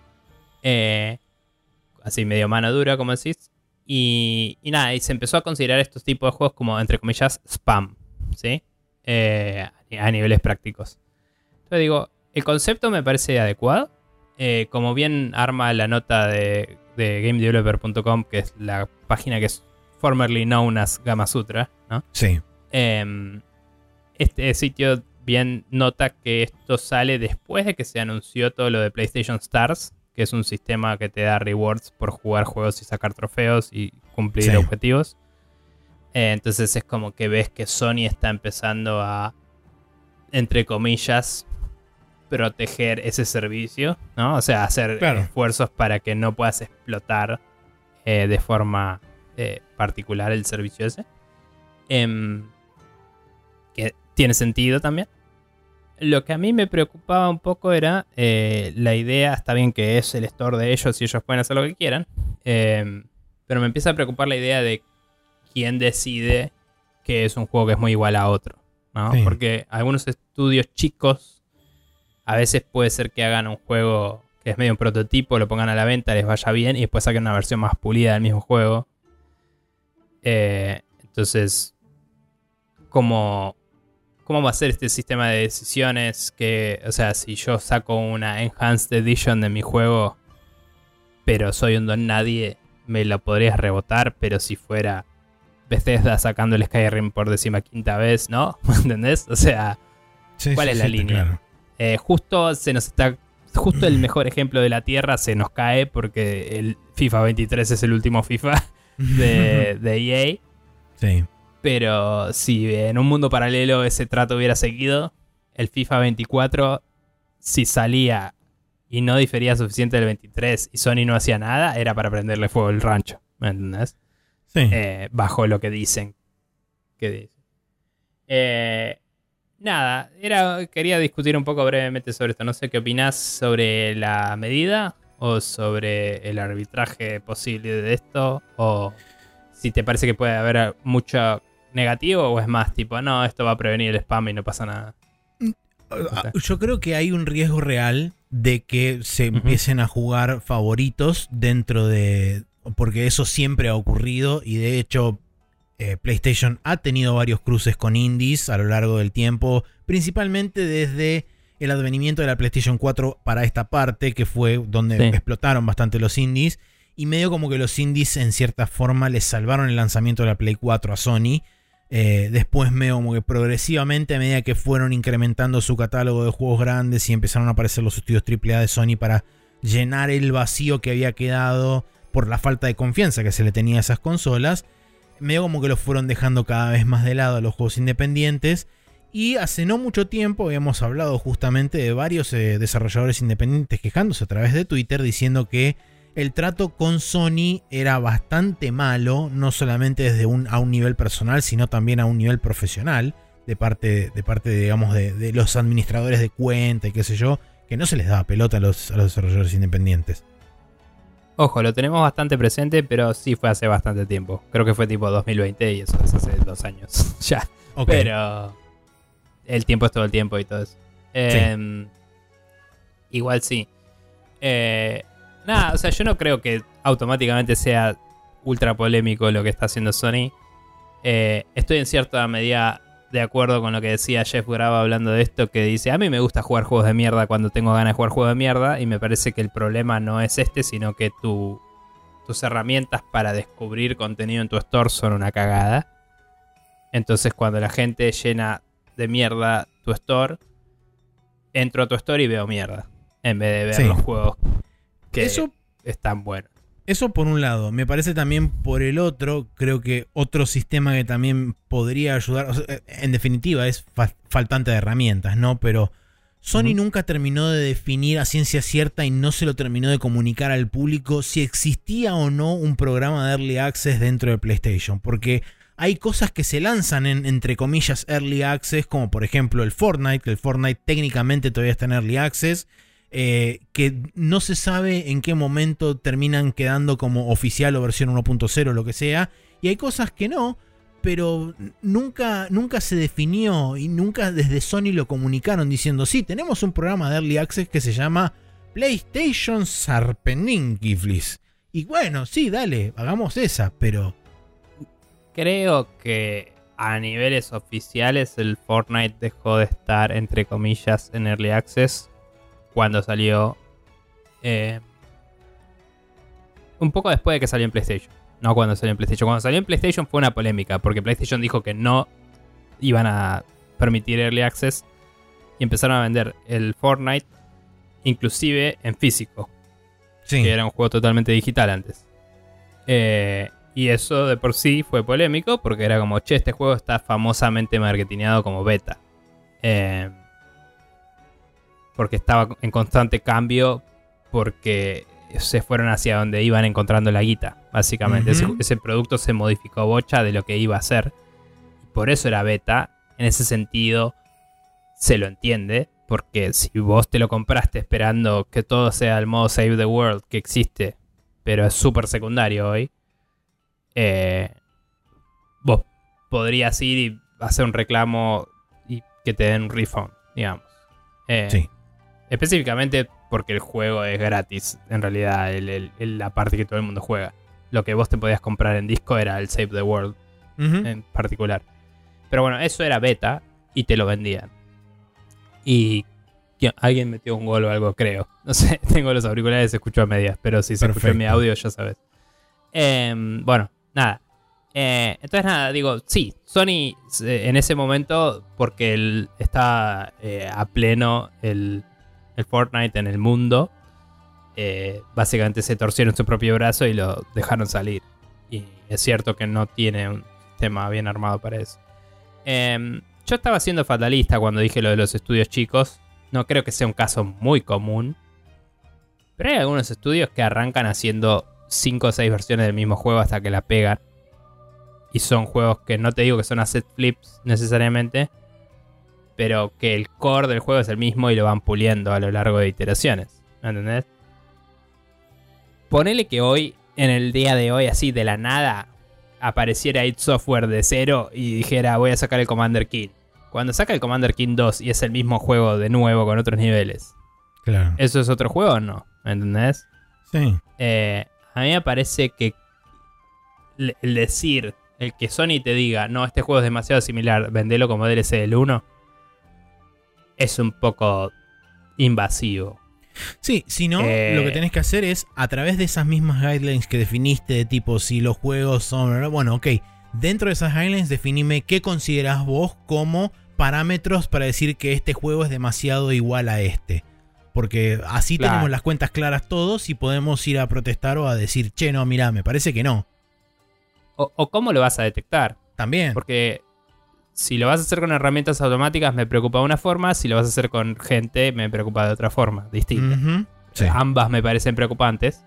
Eh, así medio mano dura, como decís. Y, y nada, y se empezó a considerar estos tipos de juegos como, entre comillas, spam, ¿sí? Eh, a niveles prácticos. Entonces digo, el concepto me parece adecuado. Eh, como bien arma la nota de, de game developer punto com, que es la página que es formerly known as Gamasutra, ¿no? Sí. Eh, este sitio bien nota que esto sale después de que se anunció todo lo de PlayStation Stars, que es un sistema que te da rewards por jugar juegos y sacar trofeos y cumplir sí. objetivos. Eh, entonces es como que ves que Sony está empezando a, entre comillas, proteger ese servicio, ¿no? O sea, hacer claro. esfuerzos para que no puedas explotar eh, de forma eh, particular el servicio ese. Eh, que tiene sentido también. Lo que a mí me preocupaba un poco era eh, la idea, está bien que es el store de ellos y ellos pueden hacer lo que quieran, eh, pero me empieza a preocupar la idea de quién decide que es un juego que es muy igual a otro, ¿no? Sí. Porque algunos estudios chicos a veces puede ser que hagan un juego que es medio un prototipo, lo pongan a la venta, les vaya bien y después saquen una versión más pulida del mismo juego. Eh, entonces, como... ¿Cómo va a ser este sistema de decisiones? Que, o sea, si yo saco una Enhanced Edition de mi juego, pero soy un don nadie, me lo podrías rebotar, pero si fuera Bethesda sacando el Skyrim por decimaquinta vez, ¿no? ¿Entendés? O sea, sí, ¿cuál sí, es la sí, línea? Claro. Eh, justo se nos está. Justo el mejor ejemplo de la Tierra se nos cae porque el FIFA veintitrés es el último FIFA de, de E A. Sí. Pero si en un mundo paralelo ese trato hubiera seguido, el FIFA veinticuatro, si salía y no difería suficiente del veintitrés y Sony no hacía nada, era para prenderle fuego al rancho. ¿Me entendés? Sí. Eh, bajo lo que dicen. ¿Qué dicen? Eh, nada, era, quería discutir un poco brevemente sobre esto. No sé qué opinás sobre la medida o sobre el arbitraje posible de esto, o si te parece que puede haber mucho negativo o es más tipo, no, esto va a prevenir el spam y no pasa nada. Okay. Yo creo que hay un riesgo real de que se uh-huh. empiecen a jugar favoritos dentro de... Porque eso siempre ha ocurrido y de hecho eh, PlayStation ha tenido varios cruces con indies a lo largo del tiempo, principalmente desde el advenimiento de la PlayStation cuatro para esta parte, que fue donde sí. explotaron bastante los indies. Y medio como que los indies en cierta forma les salvaron el lanzamiento de la Play cuatro a Sony. Eh, después medio como que progresivamente, a medida que fueron incrementando su catálogo de juegos grandes y empezaron a aparecer los estudios triple A de Sony para llenar el vacío que había quedado por la falta de confianza que se le tenía a esas consolas, medio como que los fueron dejando cada vez más de lado a los juegos independientes. Y hace no mucho tiempo habíamos hablado justamente de varios eh, desarrolladores independientes quejándose a través de Twitter diciendo que el trato con Sony era bastante malo, no solamente desde un, a un nivel personal, sino también a un nivel profesional, de parte, de parte digamos, de, de los administradores de cuenta y qué sé yo, que no se les daba pelota a los, a los desarrolladores independientes. Ojo, lo tenemos bastante presente, pero sí fue hace bastante tiempo. Creo que fue tipo dos mil veinte y eso es hace dos años ya. Okay. Pero el tiempo es todo el tiempo y todo eso. Eh, sí. Igual sí. Eh, nada, o sea, yo no creo que automáticamente sea ultra polémico lo que está haciendo Sony. Eh, estoy en cierta medida de acuerdo con lo que decía Jeff Graba hablando de esto, que dice, a mí me gusta jugar juegos de mierda cuando tengo ganas de jugar juegos de mierda, y me parece que el problema no es este, sino que tu, tus herramientas para descubrir contenido en tu store son una cagada. Entonces cuando la gente llena de mierda tu store, entro a tu store y veo mierda, en vez de ver sí. los juegos que Eso... están buenos. Eso por un lado. Me parece también por el otro, creo que otro sistema que también podría ayudar, o sea, en definitiva es fa- faltante de herramientas, ¿no? Pero Sony uh-huh. nunca terminó de definir a ciencia cierta y no se lo terminó de comunicar al público si existía o no un programa de Early Access dentro de PlayStation. Porque hay cosas que se lanzan en, entre comillas, Early Access, como por ejemplo el Fortnite, que el Fortnite técnicamente todavía está en Early Access, Eh, que no se sabe en qué momento terminan quedando como oficial o versión uno punto cero o lo que sea, y hay cosas que no, pero nunca, nunca se definió y nunca desde Sony lo comunicaron diciendo, sí, tenemos un programa de Early Access que se llama PlayStation Sarpeninkiflis, y bueno, sí, dale, hagamos esa, pero creo que a niveles oficiales el Fortnite dejó de estar entre comillas en Early Access cuando salió eh, un poco después de que salió en PlayStation. No cuando salió en PlayStation. Cuando salió en PlayStation fue una polémica, porque PlayStation dijo que no iban a permitir Early Access y empezaron a vender el Fortnite inclusive en físico. Sí. Que era un juego totalmente digital antes. Eh, y eso de por sí fue polémico, porque era como, che, este juego está famosamente marketineado como beta. Eh... porque estaba en constante cambio, porque se fueron hacia donde iban encontrando la guita, básicamente. Uh-huh. Ese, ese producto se modificó bocha de lo que iba a ser. Por eso era beta. En ese sentido, se lo entiende, porque si vos te lo compraste esperando que todo sea el modo Save the World que existe, pero es súper secundario hoy, eh, vos podrías ir y hacer un reclamo y que te den un refund, digamos. Eh, sí. Específicamente porque el juego es gratis, en realidad, el, el, el, la parte que todo el mundo juega. Lo que vos te podías comprar en disco era el Save the World, uh-huh. en particular. Pero bueno, eso era beta y te lo vendían. Y alguien metió un gol o algo, creo. No sé, tengo los auriculares, se escuchó a medias, pero si se Perfecto. escuchó en mi audio, ya sabes. Eh, bueno, nada. Eh, entonces nada, digo, sí, Sony eh, en ese momento, porque él está eh, a pleno el... el Fortnite en el mundo, eh, básicamente se torcieron su propio brazo y lo dejaron salir. Y es cierto que no tiene un sistema bien armado para eso. Eh, yo estaba siendo fatalista cuando dije lo de los estudios chicos. No creo que sea un caso muy común, pero hay algunos estudios que arrancan haciendo cinco o seis versiones del mismo juego hasta que la pegan. Y son juegos que no te digo que son asset flips necesariamente, pero que el core del juego es el mismo y lo van puliendo a lo largo de iteraciones. ¿Me entendés? Ponele que hoy, en el día de hoy, así de la nada, apareciera id Software de cero y dijera, voy a sacar el Commander King. Cuando saca el Commander King dos y es el mismo juego de nuevo con otros niveles, claro. ¿Eso es otro juego o no? ¿Me entendés? Sí. Eh, a mí me parece que el decir, el que Sony te diga, no, este juego es demasiado similar, vendelo como D L C del uno, es un poco invasivo. Sí, si no, eh, lo que tenés que hacer es, a través de esas mismas guidelines que definiste, de tipo, si los juegos son... Bueno, ok, dentro de esas guidelines definime qué considerás vos como parámetros para decir que este juego es demasiado igual a este. Porque así claro. tenemos las cuentas claras todos y podemos ir a protestar o a decir, che, no, mirá, me parece que no. O, o cómo lo vas a detectar. También. Porque si lo vas a hacer con herramientas automáticas me preocupa de una forma, si lo vas a hacer con gente me preocupa de otra forma, distinta. Uh-huh. Sí. Ambas me parecen preocupantes.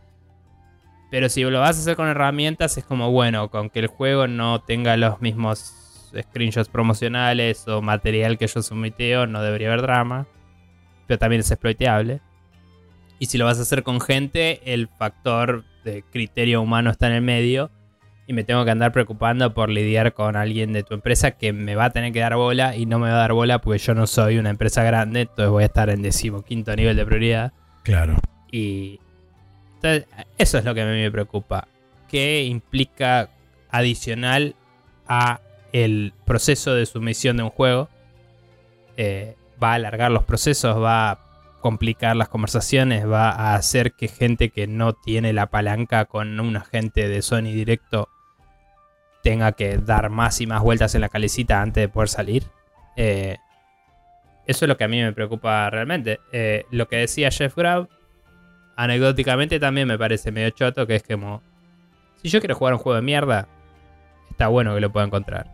Pero si lo vas a hacer con herramientas es como, bueno, con que el juego no tenga los mismos screenshots promocionales o material que yo sumiteo, no debería haber drama. Pero también es exploiteable. Y si lo vas a hacer con gente, el factor de criterio humano está en el medio. Y me tengo que andar preocupando por lidiar con alguien de tu empresa que me va a tener que dar bola y no me va a dar bola porque yo no soy una empresa grande. Entonces voy a estar en decimoquinto nivel de prioridad. Claro. Y entonces, eso es lo que a mí me preocupa. ¿Qué implica adicional a el proceso de sumisión de un juego? Eh, ¿Va a alargar los procesos? ¿Va a complicar las conversaciones? ¿Va a hacer que gente que no tiene la palanca con un agente de Sony directo tenga que dar más y más vueltas en la calecita antes de poder salir? Eh, eso es lo que a mí me preocupa realmente. Eh, lo que decía Jeff Grubb, anecdóticamente también me parece medio choto, que es como, si yo quiero jugar un juego de mierda, está bueno que lo pueda encontrar.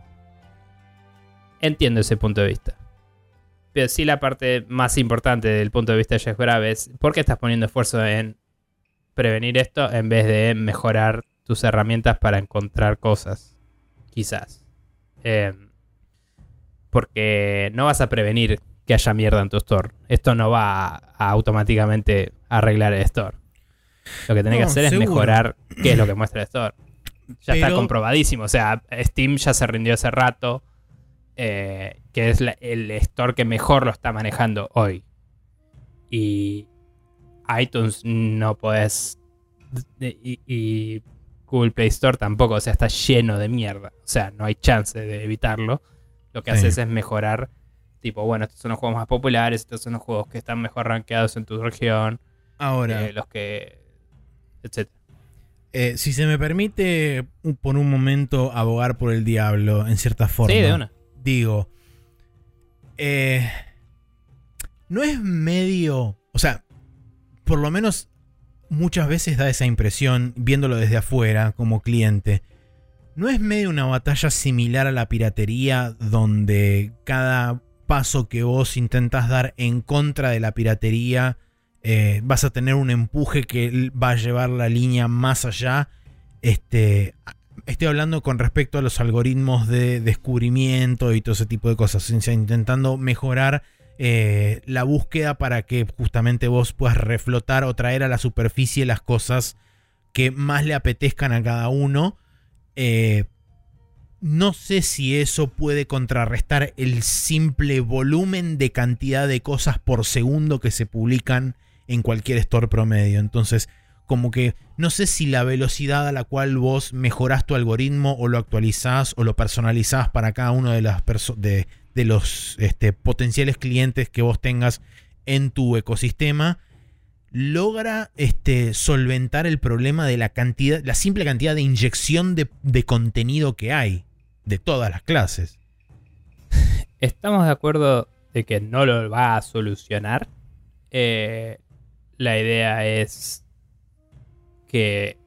Entiendo ese punto de vista. Pero sí la parte más importante del punto de vista de Jeff Grubb es, ¿por qué estás poniendo esfuerzo en prevenir esto en vez de mejorar tus herramientas para encontrar cosas? Quizás. Eh, porque no vas a prevenir que haya mierda en tu store. Esto no va a, a automáticamente arreglar el store. Lo que tenés no, que hacer seguro. es mejorar qué es lo que muestra el store. Ya Pero... está comprobadísimo. O sea, Steam ya se rindió hace rato. Eh, que es la, el store que mejor lo está manejando hoy. Y iTunes no podés. Y, y Google Play Store tampoco. O sea, está lleno de mierda. O sea, no hay chance de evitarlo. Lo que sí. haces es mejorar. Tipo, bueno, estos son los juegos más populares, estos son los juegos que están mejor rankeados en tu región. Ahora. Eh, los que... etcétera. Eh, si se me permite por un momento abogar por el diablo, en cierta forma. Sí, de una. Digo, eh, no es medio... O sea, por lo menos muchas veces da esa impresión, viéndolo desde afuera como cliente. ¿No es medio una batalla similar a la piratería donde cada paso que vos intentás dar en contra de la piratería eh, vas a tener un empuje que va a llevar la línea más allá? Este, estoy hablando con respecto a los algoritmos de descubrimiento y todo ese tipo de cosas, o sea, intentando mejorar eh, la búsqueda para que justamente vos puedas reflotar o traer a la superficie las cosas que más le apetezcan a cada uno. Eh, no sé si eso puede contrarrestar el simple volumen de cantidad de cosas por segundo que se publican en cualquier store promedio. Entonces, como que no sé si la velocidad a la cual vos mejorás tu algoritmo o lo actualizás o lo personalizás para cada uno de, las perso- de, de los este, potenciales clientes que vos tengas en tu ecosistema logra este, solventar el problema de la cantidad, la simple cantidad de inyección de, de contenido que hay de todas las clases. Estamos de acuerdo de que no lo va a solucionar. Eh, la idea es que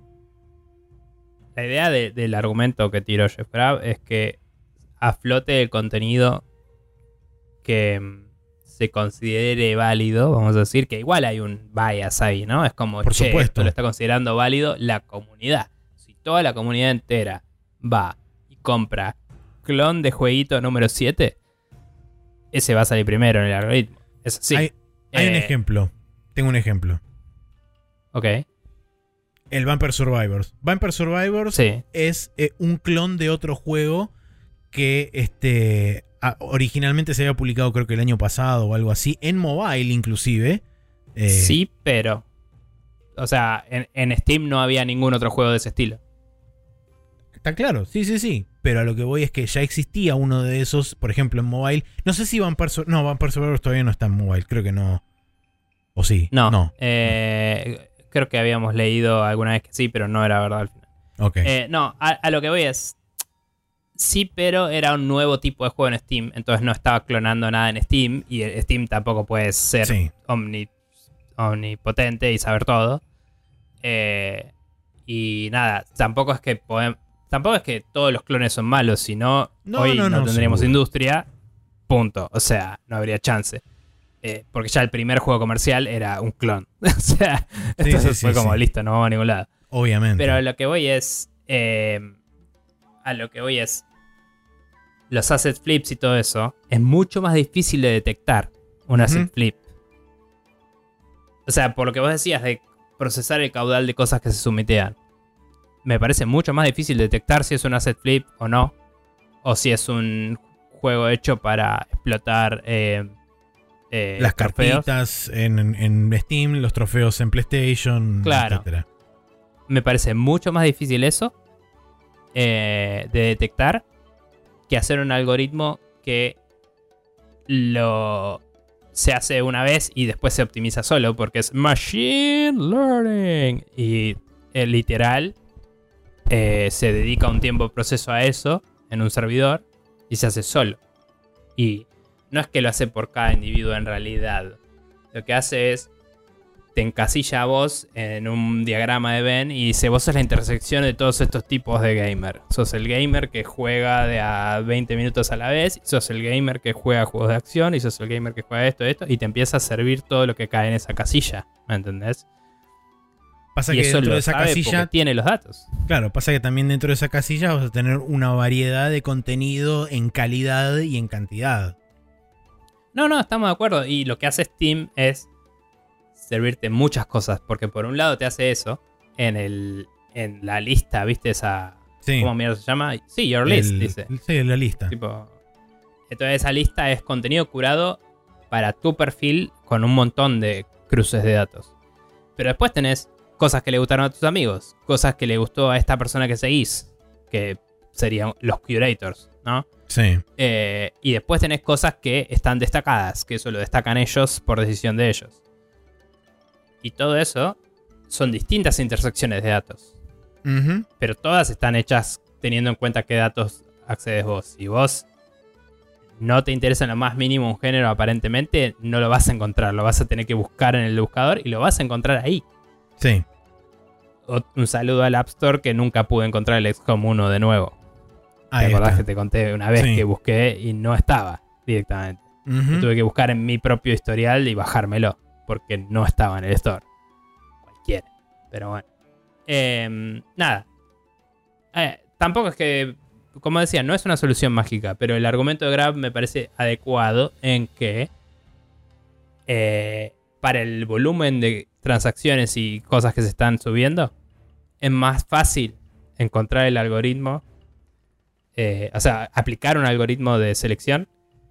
la idea de, del argumento que tiró Jeff Grubb es que aflote el contenido que se considere válido, vamos a decir, que igual hay un bias ahí, ¿no? Es como, por che, supuesto, esto lo está considerando válido la comunidad. Si toda la comunidad entera va y compra clon de jueguito número siete, ese va a salir primero en el algoritmo. Es así. Hay, hay eh, un ejemplo. Tengo un ejemplo. Ok. El Vampire Survivors. Vampire Survivors sí. es eh, un clon de otro juego que este... originalmente se había publicado creo que el año pasado o algo así, en mobile inclusive. Eh, sí, pero... O sea, en, en Steam no había ningún otro juego de ese estilo. Está claro, sí, sí, sí. Pero a lo que voy es que ya existía uno de esos, por ejemplo, en mobile. No sé si Vampire Survivors... No, Vampire Survivors todavía no está en mobile, creo que no. ¿O sí? No, no. Eh, creo que habíamos leído alguna vez que sí, pero no era verdad al final. Ok. Eh, no, a, a lo que voy es... Sí, pero era un nuevo tipo de juego en Steam. Entonces no estaba clonando nada en Steam. Y el Steam tampoco puede ser sí. omni, omnipotente y saber todo. Eh, y nada, tampoco es que podemos, tampoco es que todos los clones son malos, sino No, hoy no, no, no, tendríamos seguro. industria, punto. O sea, no habría chance. Eh, porque ya el primer juego comercial era un clon. O sea, Sí, entonces sí, fue sí, como, sí. listo, no vamos a ningún lado. Obviamente. Pero a lo que voy es... eh, a lo que voy es... Los asset flips y todo eso, es mucho más difícil de detectar un Ujú. asset flip. O sea, por lo que vos decías de procesar el caudal de cosas que se sumitean. Me parece mucho más difícil detectar si es un asset flip o no. O si es un juego hecho para explotar eh, eh, Las trofeos. cartitas en, en Steam, los trofeos en PlayStation, Claro. etcétera. Me parece mucho más difícil eso eh, de detectar que hacer un algoritmo que lo se hace una vez y después se optimiza solo porque es machine learning y eh, literal eh, se dedica un tiempo de proceso a eso en un servidor y se hace solo. Y no es que lo hace por cada individuo en realidad. Lo que hace es te encasilla a vos en un diagrama de Venn y dice, vos sos la intersección de todos estos tipos de gamer. Sos el gamer que juega de a veinte minutos a la vez, y sos el gamer que juega juegos de acción, y sos el gamer que juega esto, esto, y te empieza a servir todo lo que cae en esa casilla, ¿me entendés? Pasa Y que eso dentro lo de esa sabe casilla, porque tiene los datos. claro, pasa que también dentro de esa casilla vas a tener una variedad de contenido en calidad y en cantidad. No, no, estamos de acuerdo. Y lo que hace Steam es servirte muchas cosas, porque por un lado te hace eso en el en la lista, ¿viste? Esa... Sí. ¿Cómo mierda se llama? Sí, your list, El- dice. Sí, la lista. Tipo, entonces esa lista es contenido curado para tu perfil con un montón de cruces de datos. Pero después tenés cosas que le gustaron a tus amigos, cosas que le gustó a esta persona que seguís, que serían los curators, ¿no? Sí. Eh, y después tenés cosas que están destacadas, que eso lo destacan ellos por decisión de ellos. Y todo eso son distintas intersecciones de datos. Ujú. Pero todas están hechas teniendo en cuenta qué datos accedes vos. Si vos no te interesa en lo más mínimo un género, aparentemente no lo vas a encontrar. Lo vas a tener que buscar en el buscador y lo vas a encontrar ahí. Sí. O- un saludo al App Store que nunca pude encontrar el X COM uno de nuevo. Ahí ¿Te acordás está. que te conté una vez Sí. que busqué y no estaba directamente? Ujú. Lo tuve que buscar en mi propio historial y bajármelo. Porque no estaba en el store. Cualquiera. Pero bueno. Eh, nada. Eh, tampoco es que... Como decía, no es una solución mágica. Pero el argumento de Grab me parece adecuado en que... eh, para el volumen de transacciones y cosas que se están subiendo, es más fácil encontrar el algoritmo. Eh, o sea, aplicar un algoritmo de selección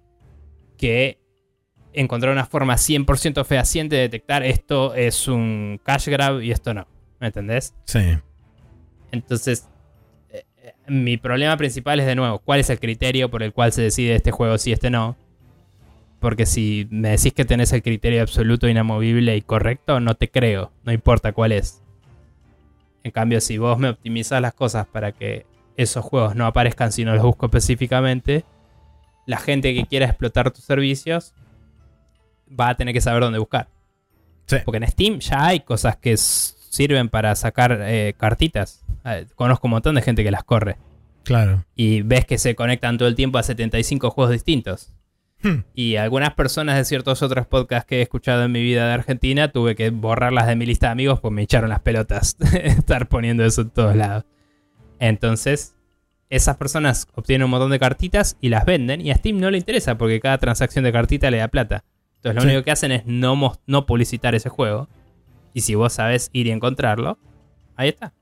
que encontrar una forma cien por ciento fehaciente de detectar esto es un cash grab y esto no. ¿Me entendés? Sí. Entonces, eh, eh, mi problema principal es de nuevo, ¿cuál es el criterio por el cual se decide este juego sí, este no? Porque si me decís que tenés el criterio absoluto, inamovible y correcto, no te creo, no importa cuál es. En cambio, si vos me optimizás las cosas para que esos juegos no aparezcan si no los busco específicamente, la gente que quiera explotar tus servicios va a tener que saber dónde buscar. Sí. Porque en Steam ya hay cosas que s- sirven para sacar eh, cartitas. Eh, conozco un montón de gente que las corre. Claro. Y ves que se conectan todo el tiempo a setenta y cinco juegos distintos. Hmm. Y algunas personas de ciertos otros podcasts que he escuchado en mi vida de Argentina tuve que borrarlas de mi lista de amigos porque me echaron las pelotas estar poniendo eso en todos lados. Entonces, esas personas obtienen un montón de cartitas y las venden. Y a Steam no le interesa porque cada transacción de cartita le da plata. Entonces lo Sí. único que hacen es no, mos- no publicitar ese juego. Y si vos sabés ir y encontrarlo, ahí está.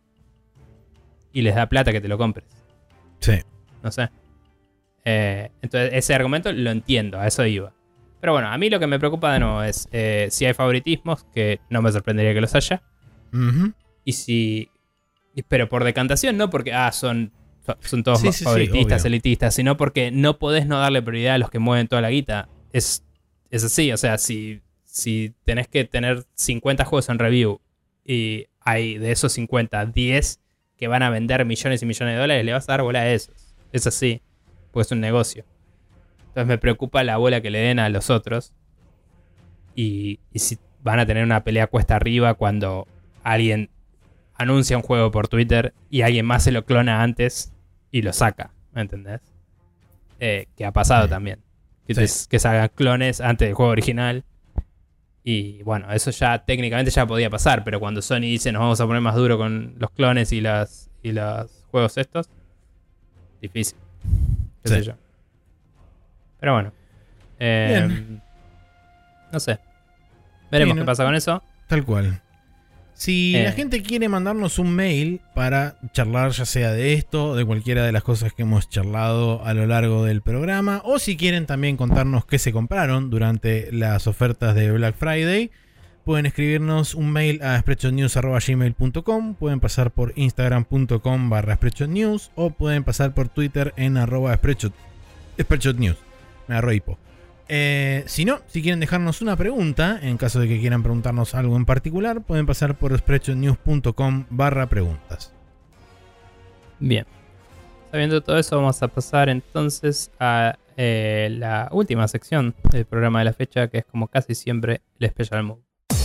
Y les da plata que te lo compres. Sí. No sé. Eh, entonces ese argumento lo entiendo, a eso iba. Pero bueno, a mí lo que me preocupa de nuevo es eh, si hay favoritismos, que no me sorprendería que los haya. Ujú. Y si... Pero por decantación, no porque ah, son, son todos Sí, sí, sí, favoritistas, obvio. elitistas, sino porque no podés no darle prioridad a los que mueven toda la guita. Es, es así, o sea, si, si tenés que tener cincuenta juegos en review y hay de esos cincuenta, diez que van a vender millones y millones de dólares, le vas a dar bola a esos. Es así, porque es un negocio. Entonces me preocupa la bola que le den a los otros. Y, y si van a tener una pelea cuesta arriba cuando alguien anuncia un juego por Twitter y alguien más se lo clona antes y lo saca, ¿me entendés? Eh, que ha pasado sí. también. Que, sí. te, que salgan clones antes del juego original. Y bueno, eso ya técnicamente ya podía pasar, pero cuando Sony dice nos vamos a poner más duro con los clones y, las, y los juegos estos, difícil. Qué sí. sé yo. Pero bueno. Eh, no sé. Veremos sí, no, qué pasa con eso. Tal cual. Si eh. la gente quiere mandarnos un mail para charlar ya sea de esto, de cualquiera de las cosas que hemos charlado a lo largo del programa, o si quieren también contarnos qué se compraron durante las ofertas de Black Friday, pueden escribirnos un mail a spreadshotnews arroba gmail punto com, pueden pasar por instagram punto com barra spreadshotnews o pueden pasar por Twitter en arroba spreadshot, spreadshotnews. Me agarró hipo. Eh, si no, si quieren dejarnos una pregunta, en caso de que quieran preguntarnos algo en particular, pueden pasar por spreadshotnews punto com barra preguntas. Bien. Sabiendo todo eso, vamos a pasar entonces a eh, la última sección del programa de la fecha, que es como casi siempre el Special Mode.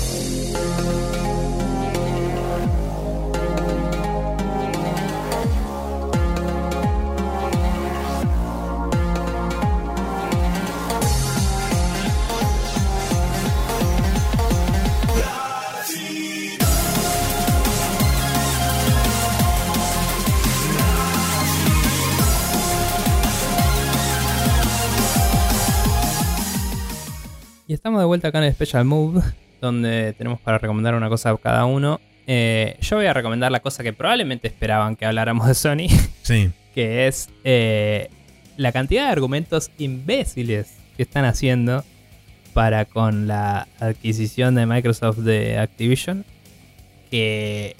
Y estamos de vuelta acá en el Special Move, donde tenemos para recomendar una cosa a cada uno. Eh, yo voy a recomendar la cosa que probablemente esperaban que habláramos de Sony. Sí. Que es eh, la cantidad de argumentos imbéciles que están haciendo para con la adquisición de Microsoft de Activision. Que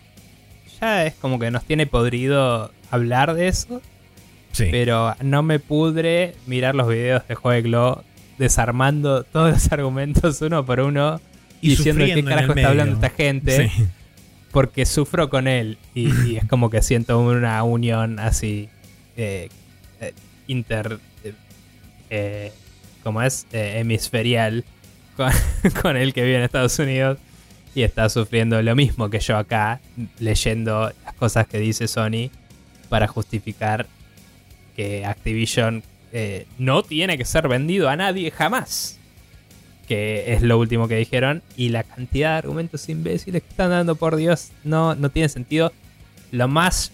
ya es como que nos tiene podrido hablar de eso. Sí. Pero no me pudre mirar los videos de Joe Glow desarmando todos los argumentos uno por uno y diciendo qué carajo está hablando esta gente, sí. Porque sufro con él y, y es como que siento una unión así eh, eh, inter eh, eh, como es eh, hemisferial con, con él que vive en Estados Unidos y está sufriendo lo mismo que yo acá leyendo las cosas que dice Sony para justificar que Activision Eh, no tiene que ser vendido a nadie jamás, que es lo último que dijeron, y la cantidad de argumentos imbéciles que están dando, por Dios, no, no tiene sentido. Lo más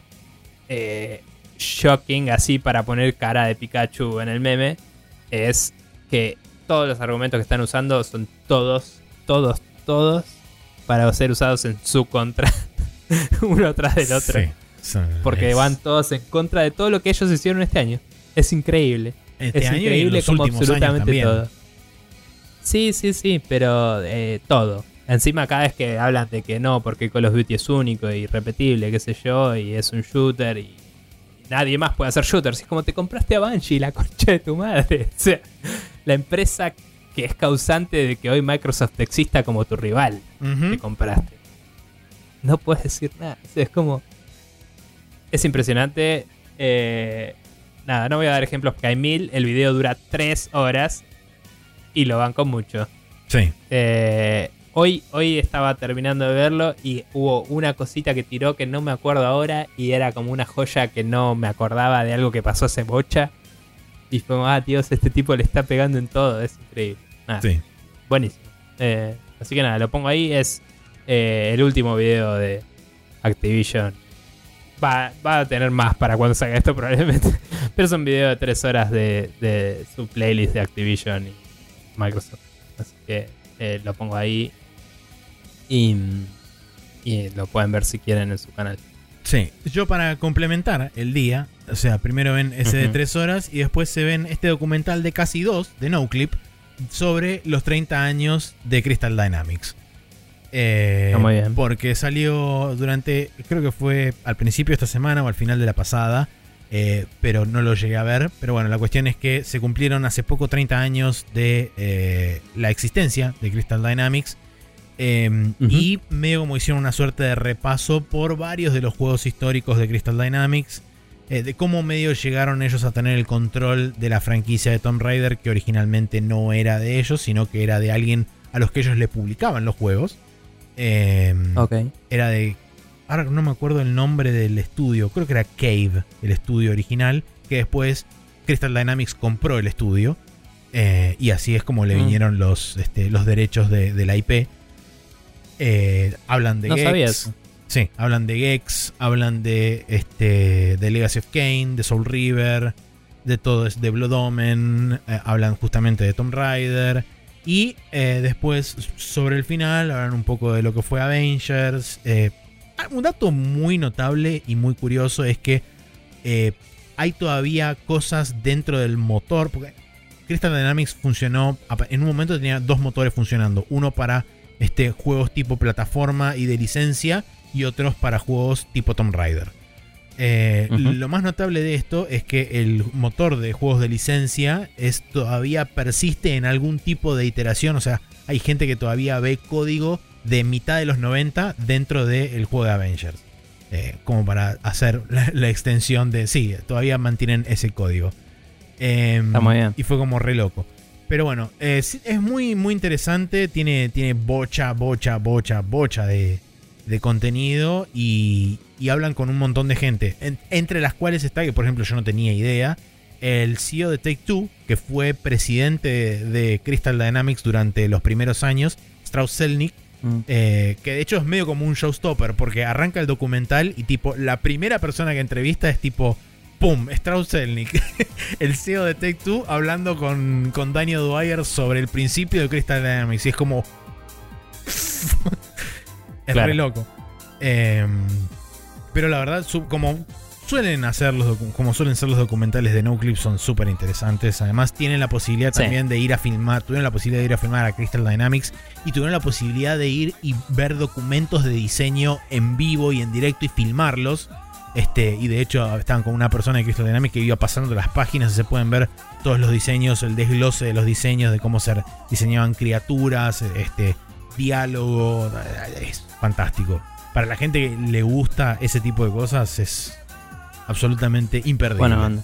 eh, shocking, así para poner cara de Pikachu en el meme, es que todos los argumentos que están usando son todos, todos, todos para ser usados en su contra, uno tras del otro, sí, porque es... van todos en contra de todo lo que ellos hicieron este año. Es increíble. Este es año increíble como absolutamente todo. Sí, sí, sí, pero eh, todo. Encima cada vez que hablan de que no, porque Call of Duty es único y irrepetible, qué sé yo, y es un shooter y nadie más puede hacer shooters. Es como te compraste a Bungie, la concha de tu madre. O sea, la empresa que es causante de que hoy Microsoft exista como tu rival, uh-huh. Te compraste. No puedes decir nada. O sea, es como... Es impresionante. Eh... Nada, no voy a dar ejemplos porque hay mil. El video dura tres horas y lo banco mucho. Sí. Eh, hoy, hoy estaba terminando de verlo y hubo una cosita que tiró que no me acuerdo ahora y era como una joya que no me acordaba de algo que pasó hace bocha. Y fue como, ah, Dios, este tipo le está pegando en todo. Es increíble. Nada, sí. Buenísimo. Eh, así que nada, lo pongo ahí. Es eh, el último video de Activision. Va, va a tener más para cuando salga esto probablemente. Pero es un video de tres horas de, de su playlist de Activision y Microsoft. Así que eh, lo pongo ahí. Y, y lo pueden ver si quieren en su canal. Sí, yo para complementar el día, o sea, primero ven ese uh-huh. de tres horas y después se ven este documental de casi dos, de NoClip, sobre los treinta años de Crystal Dynamics. Eh, Muy bien. Porque salió durante, creo que fue al principio de esta semana o al final de la pasada, eh, pero no lo llegué a ver. Pero bueno, la cuestión es que se cumplieron hace poco treinta años de eh, la existencia de Crystal Dynamics. Eh, uh-huh. Y medio como hicieron una suerte de repaso por varios de los juegos históricos de Crystal Dynamics, eh, de cómo medio llegaron ellos a tener el control de la franquicia de Tomb Raider, que originalmente no era de ellos, sino que era de alguien a los que ellos le publicaban los juegos. Eh, Ok. Era de... Ahora no me acuerdo el nombre del estudio. Creo que era Cave, el estudio original. Que después Crystal Dynamics compró el estudio. Eh, y así es como le Mm. vinieron los, este, los derechos de, de la I P. Eh, hablan de No sabía Gex. eso. Sí, hablan de Gex, hablan de, este, de Legacy of Kain, de Soul River, de todo, es de Blood Omen, eh, hablan justamente de Tomb Raider. Y eh, después, sobre el final, hablan un poco de lo que fue Avengers. Eh, un dato muy notable y muy curioso es que eh, hay todavía cosas dentro del motor, porque Crystal Dynamics funcionó, en un momento tenía dos motores funcionando, uno para este, juegos tipo plataforma y de licencia, y otros para juegos tipo Tomb Raider. Eh, Uh-huh. Lo más notable de esto es que el motor de juegos de licencia es, todavía persiste en algún tipo de iteración. O sea, hay gente que todavía ve código de mitad de los noventa dentro del juego de Avengers. Eh, como para hacer la, la extensión de... Sí, todavía mantienen ese código. Eh, Está muy bien. Y fue como re loco. Pero bueno, eh, es muy, muy interesante. Tiene, tiene bocha, bocha, bocha, bocha de, de contenido. Y, y hablan con un montón de gente. En, entre las cuales está, que por ejemplo yo no tenía idea, el C E O de Take-Two, que fue presidente de, de Crystal Dynamics durante los primeros años, Strauss Zelnick. Mm. Eh, que de hecho es medio como un showstopper, porque arranca el documental y tipo la primera persona que entrevista es tipo ¡pum! Strauss Zelnick, el C E O de Take-Two, hablando con, con Daniel Dwyer sobre el principio de Crystal Dynamics. Y es como... es Claro. re loco. Eh, pero la verdad, su, como suelen hacer los docu- como suelen ser los documentales de NoClip, son súper interesantes. Además tienen la posibilidad Sí. también de ir a filmar, tuvieron la posibilidad de ir a filmar a Crystal Dynamics y tuvieron la posibilidad de ir y ver documentos de diseño en vivo y en directo y filmarlos. Este, y de hecho estaban con una persona de Crystal Dynamics que iba pasando las páginas y se pueden ver todos los diseños, el desglose de los diseños, de cómo se diseñaban criaturas, este, diálogo. Es fantástico. Para la gente que le gusta ese tipo de cosas es absolutamente imperdible. Buena onda.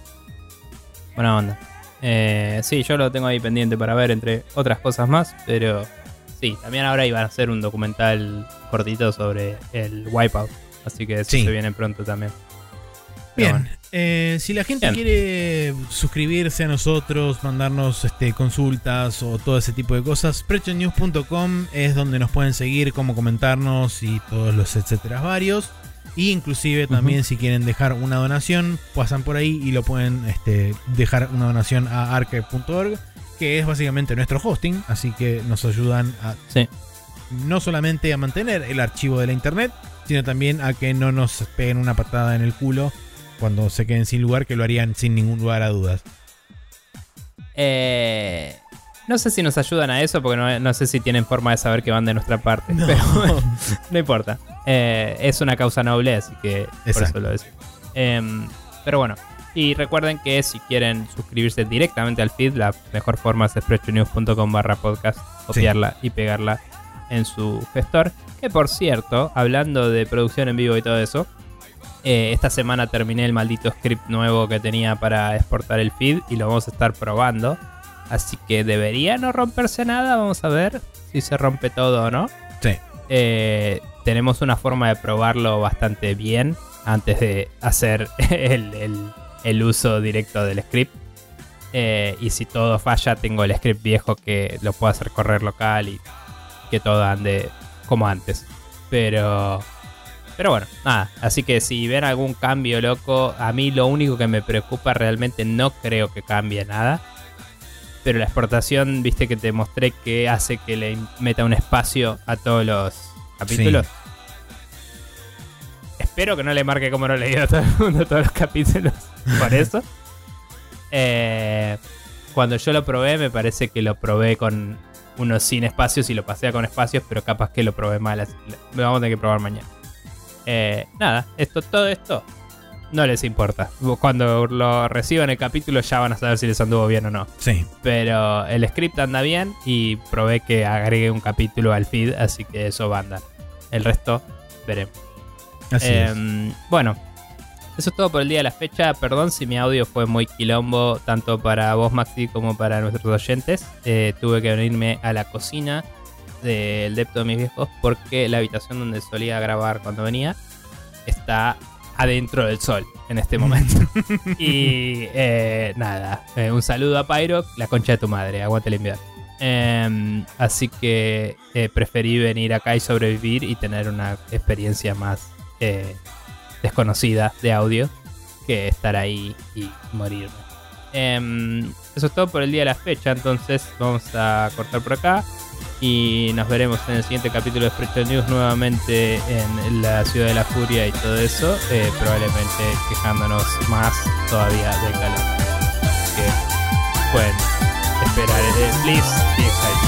Buena onda. Eh, sí, yo lo tengo ahí pendiente para ver, entre otras cosas más. Pero sí, también ahora iban a hacer un documental cortito sobre el Wipeout. Así que eso Sí. se viene pronto también. Pero Bien, bueno. eh, si la gente Bien. quiere suscribirse a nosotros, mandarnos este, consultas o todo ese tipo de cosas, spreadshot news punto com es donde nos pueden seguir, cómo comentarnos y todos los etcétera varios. Y inclusive también, uh-huh, si quieren dejar una donación, pasan por ahí y lo pueden este, dejar una donación a archive punto org, que es básicamente nuestro hosting, así que nos ayudan a Sí. no solamente a mantener el archivo de la internet, sino también a que no nos peguen una patada en el culo cuando se queden sin lugar, que lo harían sin ningún lugar a dudas. Eh, no sé si nos ayudan a eso, porque no, no sé si tienen forma de saber que van de nuestra parte. No. Pero no importa. Eh, es una causa noble, así que por Exacto. eso lo decimos. Eh, pero bueno, y recuerden que si quieren suscribirse directamente al feed, la mejor forma es spreadshot news punto com barra podcast, copiarla sí. y pegarla en su gestor. Que por cierto, hablando de producción en vivo y todo eso, eh, esta semana terminé el maldito script nuevo que tenía para exportar el feed y lo vamos a estar probando. Así que debería no romperse nada. Vamos a ver si se rompe todo o no. Sí. Eh, tenemos una forma de probarlo bastante bien antes de hacer el, el, el uso directo del script. Eh, y si todo falla, tengo el script viejo que lo puedo hacer correr local y que todo ande como antes. Pero pero bueno, nada. Así que si ven algún cambio loco, a mí lo único que me preocupa realmente, no creo que cambie nada. Pero la exportación, viste que te mostré que hace que le meta un espacio a todos los capítulos. Sí. Espero que no le marque como no le dio a todo el mundo todos los capítulos. Por eso. Eh, cuando yo lo probé, me parece que lo probé con unos sin espacios y lo pasé con espacios, pero capaz que lo probé mal, así que lo vamos a tener que probar mañana. Eh, nada, esto, todo esto no les importa. Cuando lo reciban el capítulo ya van a saber si les anduvo bien o no. Sí. Pero el script anda bien y probé que agregué un capítulo al feed, así que eso va a andar. El resto, veremos. Así eh, es. Bueno, eso es todo por el día de la fecha. Perdón si mi audio fue muy quilombo, tanto para vos, Maxi, como para nuestros oyentes. Eh, tuve que venirme a la cocina del depto de mis viejos porque la habitación donde solía grabar cuando venía está adentro del sol en este momento. Y eh, nada, eh, un saludo a Pyro, la concha de tu madre, aguante el invierno. Eh, así que eh, preferí venir acá y sobrevivir y tener una experiencia más eh, desconocida de audio que estar ahí y morirme. Eh, eso es todo por el día de la fecha, entonces vamos a cortar por acá y nos veremos en el siguiente capítulo de Sprecher News, nuevamente en la Ciudad de la Furia y todo eso, eh, probablemente quejándonos más todavía del calor. Así que pueden esperar, eh, please be excited.